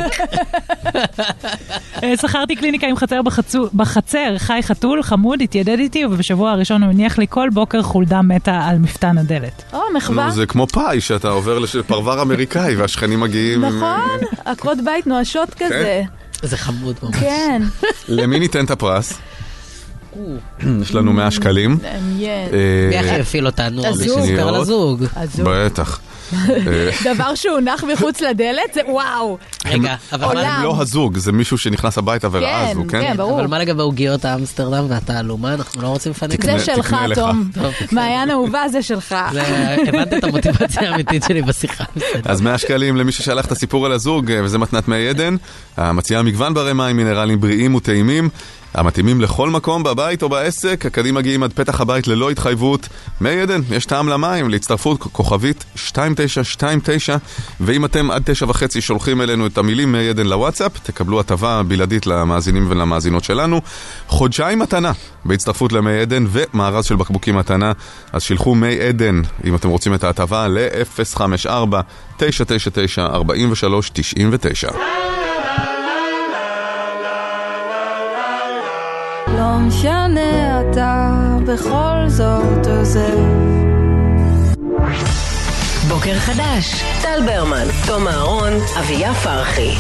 שכרתי קליניקה עם חצר בחצר, חי חתול, חמוד, התיידד איתי, ובשבוע הראשון הוא הניח לי כל בוקר חולדה מתה על מפתן הדלת. מחווה. זה כמו פאי, שאתה עובר לפרבר אמריקאי, והשכנים מגיעים... נכון, עקרות בית נואשות כזה. זה חמוד ממש. כן. למי ניתן את הפרס? יש לנו 100 שקלים. מי הכי הפעיל אותנו? הזוג. בטח. דבר שהונח מחוץ לדלת, זה וואו. רגע, אבל הם לא הזוג, זה מישהו שנכנס הביתה וראה זוג, כן? כן, ברור. אבל מה לגבי עוגיות האמסטרדם והתעלומה? אנחנו לא רוצים לפנק. זה שלך, תום. מעיין אהובה זה שלך. הבנת את המוטיבציה האמיתית שלי בשיחה. אז 100 שקלים למי ששלח את הסיפור על הזוג, וזה מתנת מי עדן. המציעה מגוון ברי מים, מינרלים בריאים וטעימים. המתאימים לכל מקום, בבית או בעסק, הקדים מגיעים עד פתח הבית ללא התחייבות. מי עדן, יש טעם למים, להצטרפות כוכבית 2929, ואם אתם עד 9:30 שולחים אלינו את המילים מי עדן לוואטסאפ, תקבלו הטבה בלעדית למאזינים ולמאזינות שלנו. חודשיים מתנה בהצטרפות למי עדן ומארז של בקבוקים מתנה, אז שילחו מי עדן, אם אתם רוצים את ההטבה, ל-054-999-4399. לא משנה, אתה בכל זאת עוזב. בוקר חדש, טל ברמן, תום אהרון, אביה פרחי.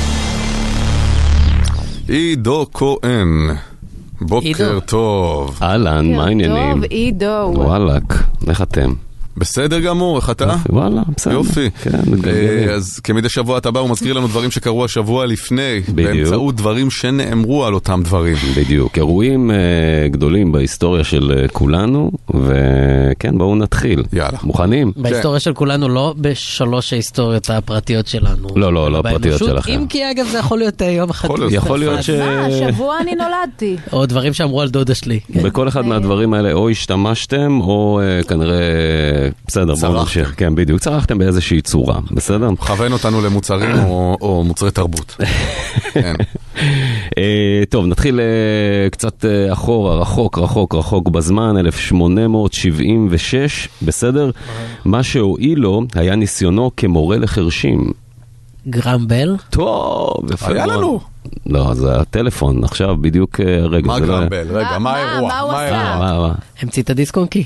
עידו כהן, בוקר טוב. אהלן, מה העניינים? טוב, עידו. וואלק, איך אתם? בסדר גמור, איך אתה? וואלה, בסדר. יופי. אז כמדי שבוע אתה בא ומזכיר לנו דברים שקרו השבוע לפני, באמצעות דברים שנאמרו על אותם דברים. בדיוק, אירועים גדולים בהיסטוריה של כולנו, וכן, בואו נתחיל. יאללה. מוכנים? בהיסטוריה של כולנו, לא בשלוש ההיסטוריות הפרטיות שלנו. לא הפרטיות שלכם. אם כי אגב זה יכול להיות יום אחד. יכול להיות השבוע אני נולדתי. או דברים שאמרו על דודה שלי. בכל אחד מהדברים האלה או השתמשתם, או כנראה, בסדר, בואו נמשיך. כן, בדיוק, צרכתם באיזושהי צורה, בסדר? מכוון אותנו למוצרים או מוצרי תרבות. טוב, נתחיל קצת אחורה, רחוק בזמן, 1876, בסדר? מה שהועיל לו היה ניסיונו כמורה לחרשים. גרם בל? טוב, יפה. היה לנו. לא, זה הטלפון, עכשיו בדיוק רגע. מה גרם בל? רגע, מה האירוע? מה הוא עשה? המציא את הדיסק-און-קי.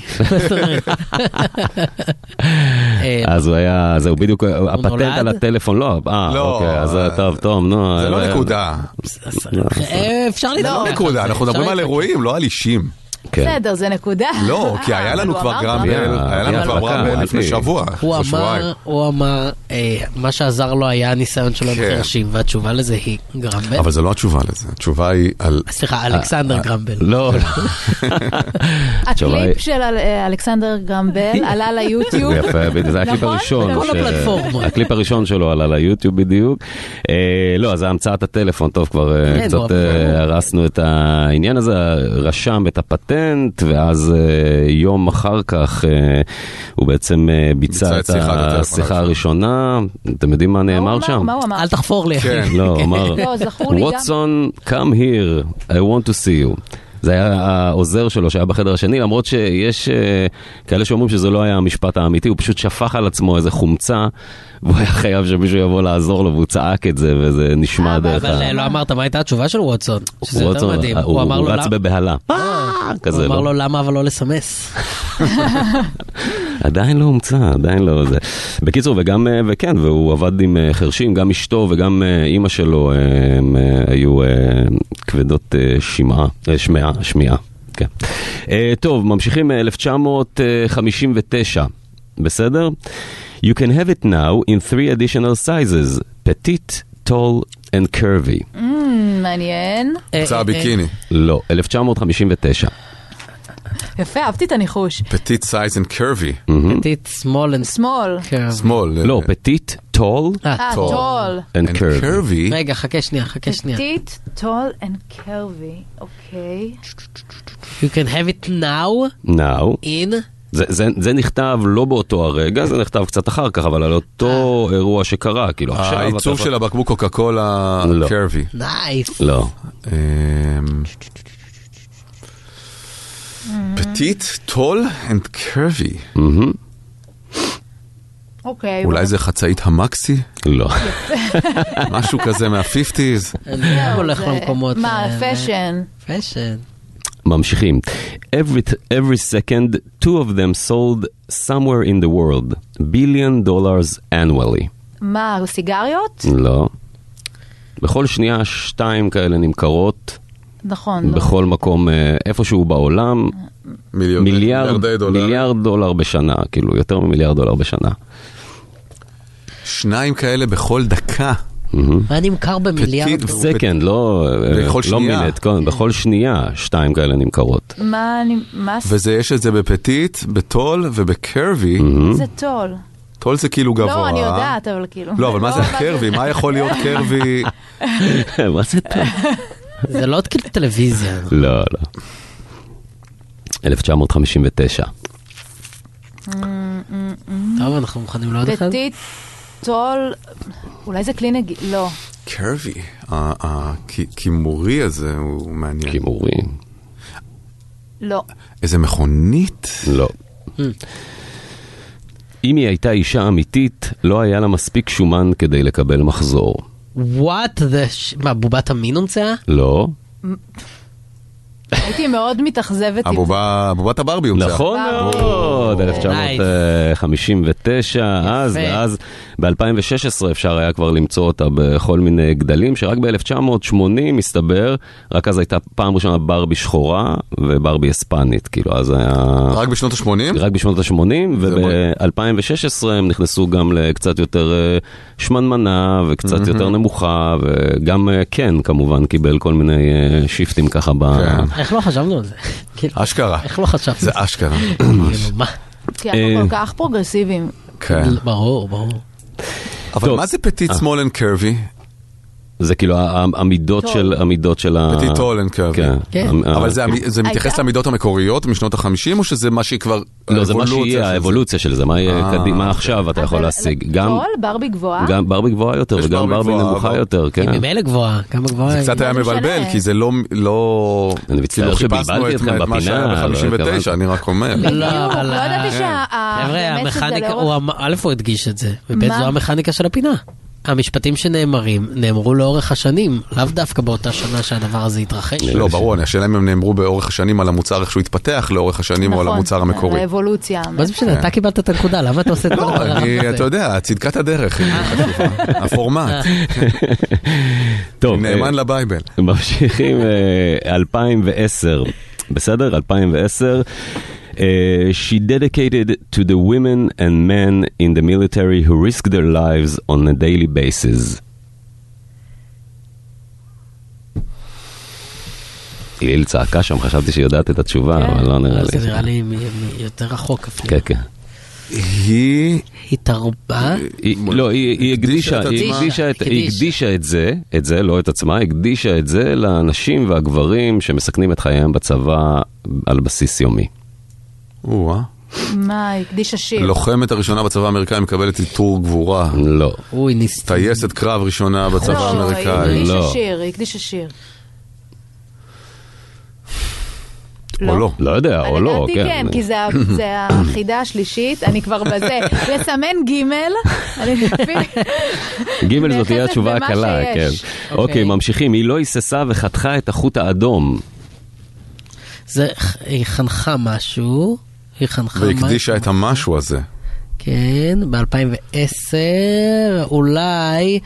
אז הוא היה, זהו בדיוק, הפטנט על הטלפון, לא, אוקיי, אז טוב, נו. זה לא נקודה. אפשר לדבר. זה לא נקודה, אנחנו מדברים על אירועים, לא על אישים. בסדר, זה נקודה. לא, כי היה לנו כבר גרם בל לפני שבוע. הוא אמר, מה שעזר לו היה הניסיון שלו בחרשים, והתשובה לזה היא גרם בל. אבל זה לא התשובה לזה, התשובה היא על... סליחה, אלכסנדר גרם בל. לא. הקליפ של אלכסנדר גרם בל עלה ליוטיוב. יפה, זה הקליפ הראשון. בכל הפלטפורמות. הקליפ הראשון שלו עלה ליוטיוב בדיוק. לא, זה המצאת הטלפון, טוב, כבר קצת הרסנו את העניין הזה, רשם את הפטנט, ואז יום אחר כך הוא בעצם ביצע את השיחה הראשונה. אתם יודעים מה נאמר שם? מה הוא אמר? אל תחפור לי. לא, הוא אמר, ווטסון, come here, I want to see you. זה היה העוזר שלו שהיה בחדר השני, למרות שיש כאלה שאומרים שזה לא היה המשפט האמיתי, הוא פשוט שפך על עצמו איזה חומצה, והוא היה חייב שמישהו יבוא לעזור לו, והוא צעק את זה, וזה נשמע דרך... אבל לא אמרת מה הייתה התשובה של ווטסון, שזה יותר מדהים. הוא רץ בבהלה. הוא אמר לו למה אבל לא לסמס. עדיין לא הומצא, עדיין לא זה. בקיצור, וגם, וכן, והוא עבד עם חרשים, גם אשתו וגם אמא שלו היו כבדות שמיעה. כן. טוב, ממשיכים 1959, בסדר? You can have it now in 3 additional sizes, petite, tall and curvy. מעניין. צע ביקיני. לא, 1959. יפה, אהבתי את הניחוש. Petite size and curvy. Petite, small and small. לא, petite, tall and curvy. רגע, חכה שנייה. Petite, tall and curvy. אוקיי. You can have it now. In... זה נכתב לא באותו הרגע, זה נכתב קצת אחר כך, אבל על אותו אירוע שקרה, כאילו עכשיו... העיצוב של הבקבוק קוקה קולה קרבי. נייס. לא. פטיט, טול and curvy. אוקיי. אולי זה חצאית המקסי? לא. משהו כזה מה-50s. אני הולך למקומות... מה, פשן. ממשיכים. Every second, 2 of them sold somewhere in the world. $1 billion annually. מה, סיגריות? לא. בכל שנייה 2 כאלה נמכרות. נכון. בכל מקום, איפשהו בעולם. מיליארד דולר בשנה. כאילו, יותר ממיליארד דולר בשנה. 2 כאלה בכל דקה. מה נמכר במיליארד? סקנד, לא מינט, בכל שנייה 2 כאלה נמכרות. וזה יש את זה בפטיט, בטול ובקרבי. זה טול. טול זה כאילו גבוה. לא, אני יודעת, אבל כאילו. לא, אבל מה זה קרבי? מה יכול להיות קרבי? מה זה טול? זה לא כאילו טלוויזיה. לא. 1959. טוב, אנחנו מוכנים לעוד אחד? פטיט. טול, אולי זה קלינג, לא. קרבי, הכימורי הזה הוא מעניין. כימורי. לא. איזה מכונית? לא. אם היא הייתה אישה אמיתית, לא היה לה מספיק שומן כדי לקבל מחזור. What the... מה, בובת המין הומצאה? לא. הייתי מאוד מתאכזבת. בובת הברבי הומצאה. נכון מאוד, 1959, ואז ב-2016 אפשר היה כבר למצוא אותה בכל מיני גדלים, שרק ב-1980 מסתבר, רק אז הייתה פעם ראשונה ברבי שחורה וברבי אספנית, כאילו אז היה... רק בשנות ה-80? רק בשנות ה-80, וב-2016 הם נכנסו גם לקצת יותר שמנמנה וקצת יותר נמוכה, וגם כן כמובן קיבל כל מיני שיפטים ככה איך לא חשבנו על זה? אשכרה. איך לא חשבנו? זה אשכרה. מה? כי אנחנו כל כך פרוגרסיביים. כן. ברור. אבל מה זה פטיט סמול אנד קרבי? זה כאילו המידות של ה... פטיט טול אנד קרבי. אבל זה מתייחס למידות המקוריות משנות ה-50, או שזה מה שהיא כבר... לא, זה מה שיהיה, האבולוציה של זה, מה עכשיו אתה יכול להשיג. טול, ברבי גבוהה? גם ברבי גבוהה יותר, וגם ברבי נמוכה יותר, כן. היא ממילא גבוהה, כמה גבוהה. זה קצת היה מבלבל, כי זה לא... אני מצטער שבלבלתי אתכם בפינה. ב-59, אני רק אומר. לא ידעתי המכניקה, א' הוא הדגיש את זה, וב' זו המכניקה של הפינה. המשפטים שנאמרים, נאמרו לאורך השנים, לאו דווקא באותה שנה שהדבר הזה התרחש. לא, ברור, השאלה אם הם נאמרו באורך השנים על המוצר, איך שהוא התפתח לאורך השנים, או על המוצר המקורי. נכון, האבולוציה. מה זה משנה, אתה קיבלת את הנקודה, למה אתה עושה את לא, אתה יודע, צדקת הדרך, הפורמט. טוב, נאמן לבייבל. ממשיכים 2010, בסדר? 2010. She dedicated to the women and men in the military who risk their lives on a daily basis. היא צעקה שם, חשבתי שהיא יודעת את התשובה, אבל לא נראה לי. זה נראה לי יותר רחוק אפילו. כן, כן. היא תרבה? לא, היא הקדישה את זה, לא את עצמה, הקדישה את זה לאנשים והגברים שמסכנים את חייהם בצבא על בסיס יומי. מה, הקדישה שיר? לוחמת הראשונה בצבא האמריקאי מקבלת עיטור גבורה. לא. טייסת קרב ראשונה בצבא האמריקאי. לא, היא הקדישה שיר. או לא. לא יודע, או לא. לדעתי כן, כי זה החידה השלישית, אני כבר בזה. לסמן ג' זאת תהיה התשובה הקלה, כן. אוקיי, ממשיכים. היא לא היססה וחתכה את החוט האדום. היא חנכה משהו, והקדישה את המשהו הזה. כן, ב-2010 אולי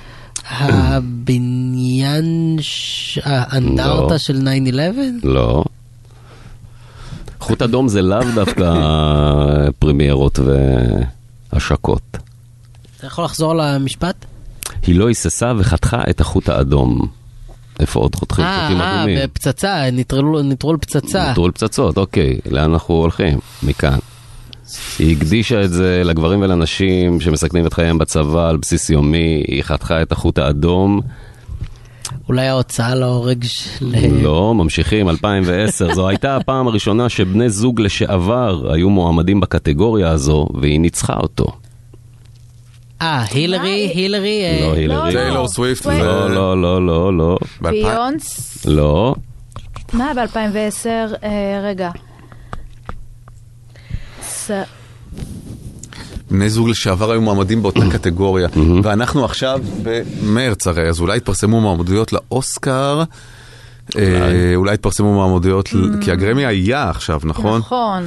הבניין, האנדרטה של 9/11? לא. חוט אדום זה לאו דווקא פרימיירות והשקות. אתה יכול לחזור למשפט? היא לא היססה וחתכה את החוט האדום. איפה עוד חותכים? חוטים אדומים. בפצצה, נטרול פצצה. נטרול פצצות, אוקיי. לאן אנחנו הולכים? מכאן. היא הקדישה את זה לגברים ולנשים שמסכנים את חייהם בצבא על בסיס יומי. היא חתכה את החוט האדום. אולי ההוצאה להורג לא, ממשיכים, 2010. זו הייתה הפעם הראשונה שבני זוג לשעבר היו מועמדים בקטגוריה הזו, והיא ניצחה אותו. הילרי? לא, הילרי. טיילור סוויפט. לא. ביונס? לא. מה ב-2010? רגע. בני זוג לשעבר היו מועמדים באותה קטגוריה, ואנחנו עכשיו במרץ הרי, אז אולי התפרסמו מועמדויות לאוסקר, אולי התפרסמו מועמדויות, כי הגרמי היה עכשיו, נכון? נכון.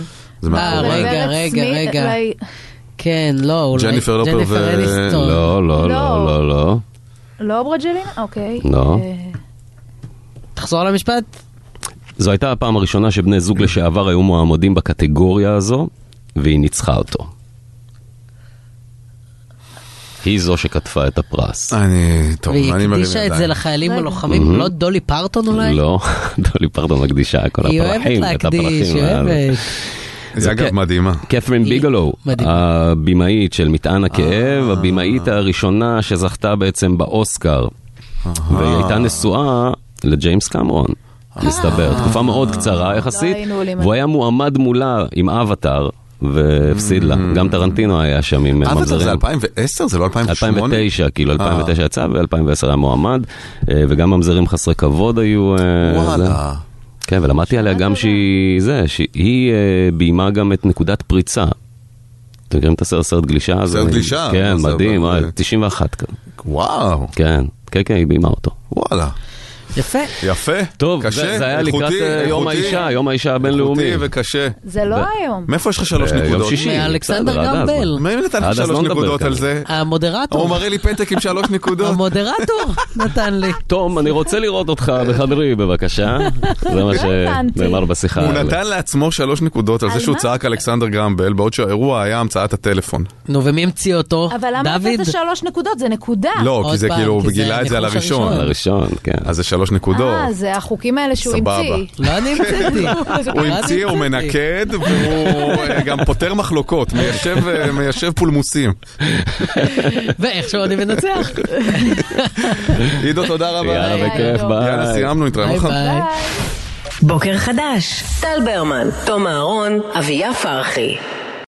רגע. כן, לא, אולי ג'ניפר לופר אניסטון. לא. לא ברג'לינה? אוקיי. לא. תחזור על המשפט. זו הייתה הפעם הראשונה שבני זוג לשעבר היו מועמדים בקטגוריה הזו, והיא ניצחה אותו. היא זו שכתבה את הפרס. והיא הקדישה את זה לחיילים הלוחמים, לא דולי פרטון אולי? לא, דולי פרטון מקדישה כל הפרחים. היא אוהבת להקדיש, היא אוהבת. זה אגב מדהימה. קת'רין ביגלו, הבימאית של מטען הכאב, הבימאית הראשונה שזכתה בעצם באוסקר, והיא הייתה נשואה לג'יימס קמרון, מסתבר, תקופה מאוד קצרה יחסית, והוא היה מועמד מולה עם אבטר, והפסיד לה. גם טרנטינו היה שם עם ממזרים. אבטר זה 2010? זה לא 2008? 2009, כאילו 2009 יצא, ו-2010 היה מועמד, וגם ממזרים חסרי כבוד היו... וואלה. כן, ולמדתי עליה גם שהיא ביימה גם את נקודת פריצה. אתם מכירים את הסרט גלישה? סרט גלישה? כן, מדהים, 91. וואו. כן, היא ביימה אותו. וואלה. יפה. יפה. טוב, זה היה לקראת יום האישה, יום האישה הבינלאומי. איכותי וקשה. זה לא היום. מאיפה יש לך 3 נקודות? יום שישי. מאלכסנדר גרמבל. מי נתן לך 3 נקודות על זה? המודרטור. הוא מראה לי פתק עם 3 נקודות. המודרטור נתן לי. תום, אני רוצה לראות אותך בחדרי, בבקשה. זה מה שנאמר בשיחה. הוא נתן לעצמו 3 נקודות על זה שהוא צעק אלכסנדר גרמבל, בעוד שהאירוע היה המצאת הטלפון. נו, ומי המציא אותו? אבל למה נתת 3 נקודות? זה נקודה. לא, כי זה כאילו, גילה את זה על הראשון. על הראשון, כן. אז זה 3 נקודות. זה החוקים האלה שהוא המציא. לא אני המצאתי. הוא המציא, הוא מנקד, והוא גם פותר מחלוקות, מיישב פולמוסים. ואיכשהו אני מנצח. עידו, תודה רבה. יאללה, בכיף, ביי. יאללה, סיימנו, נתראה מחר. בוקר חדש, טל ברמן, תום אהרון, אביה פרחי.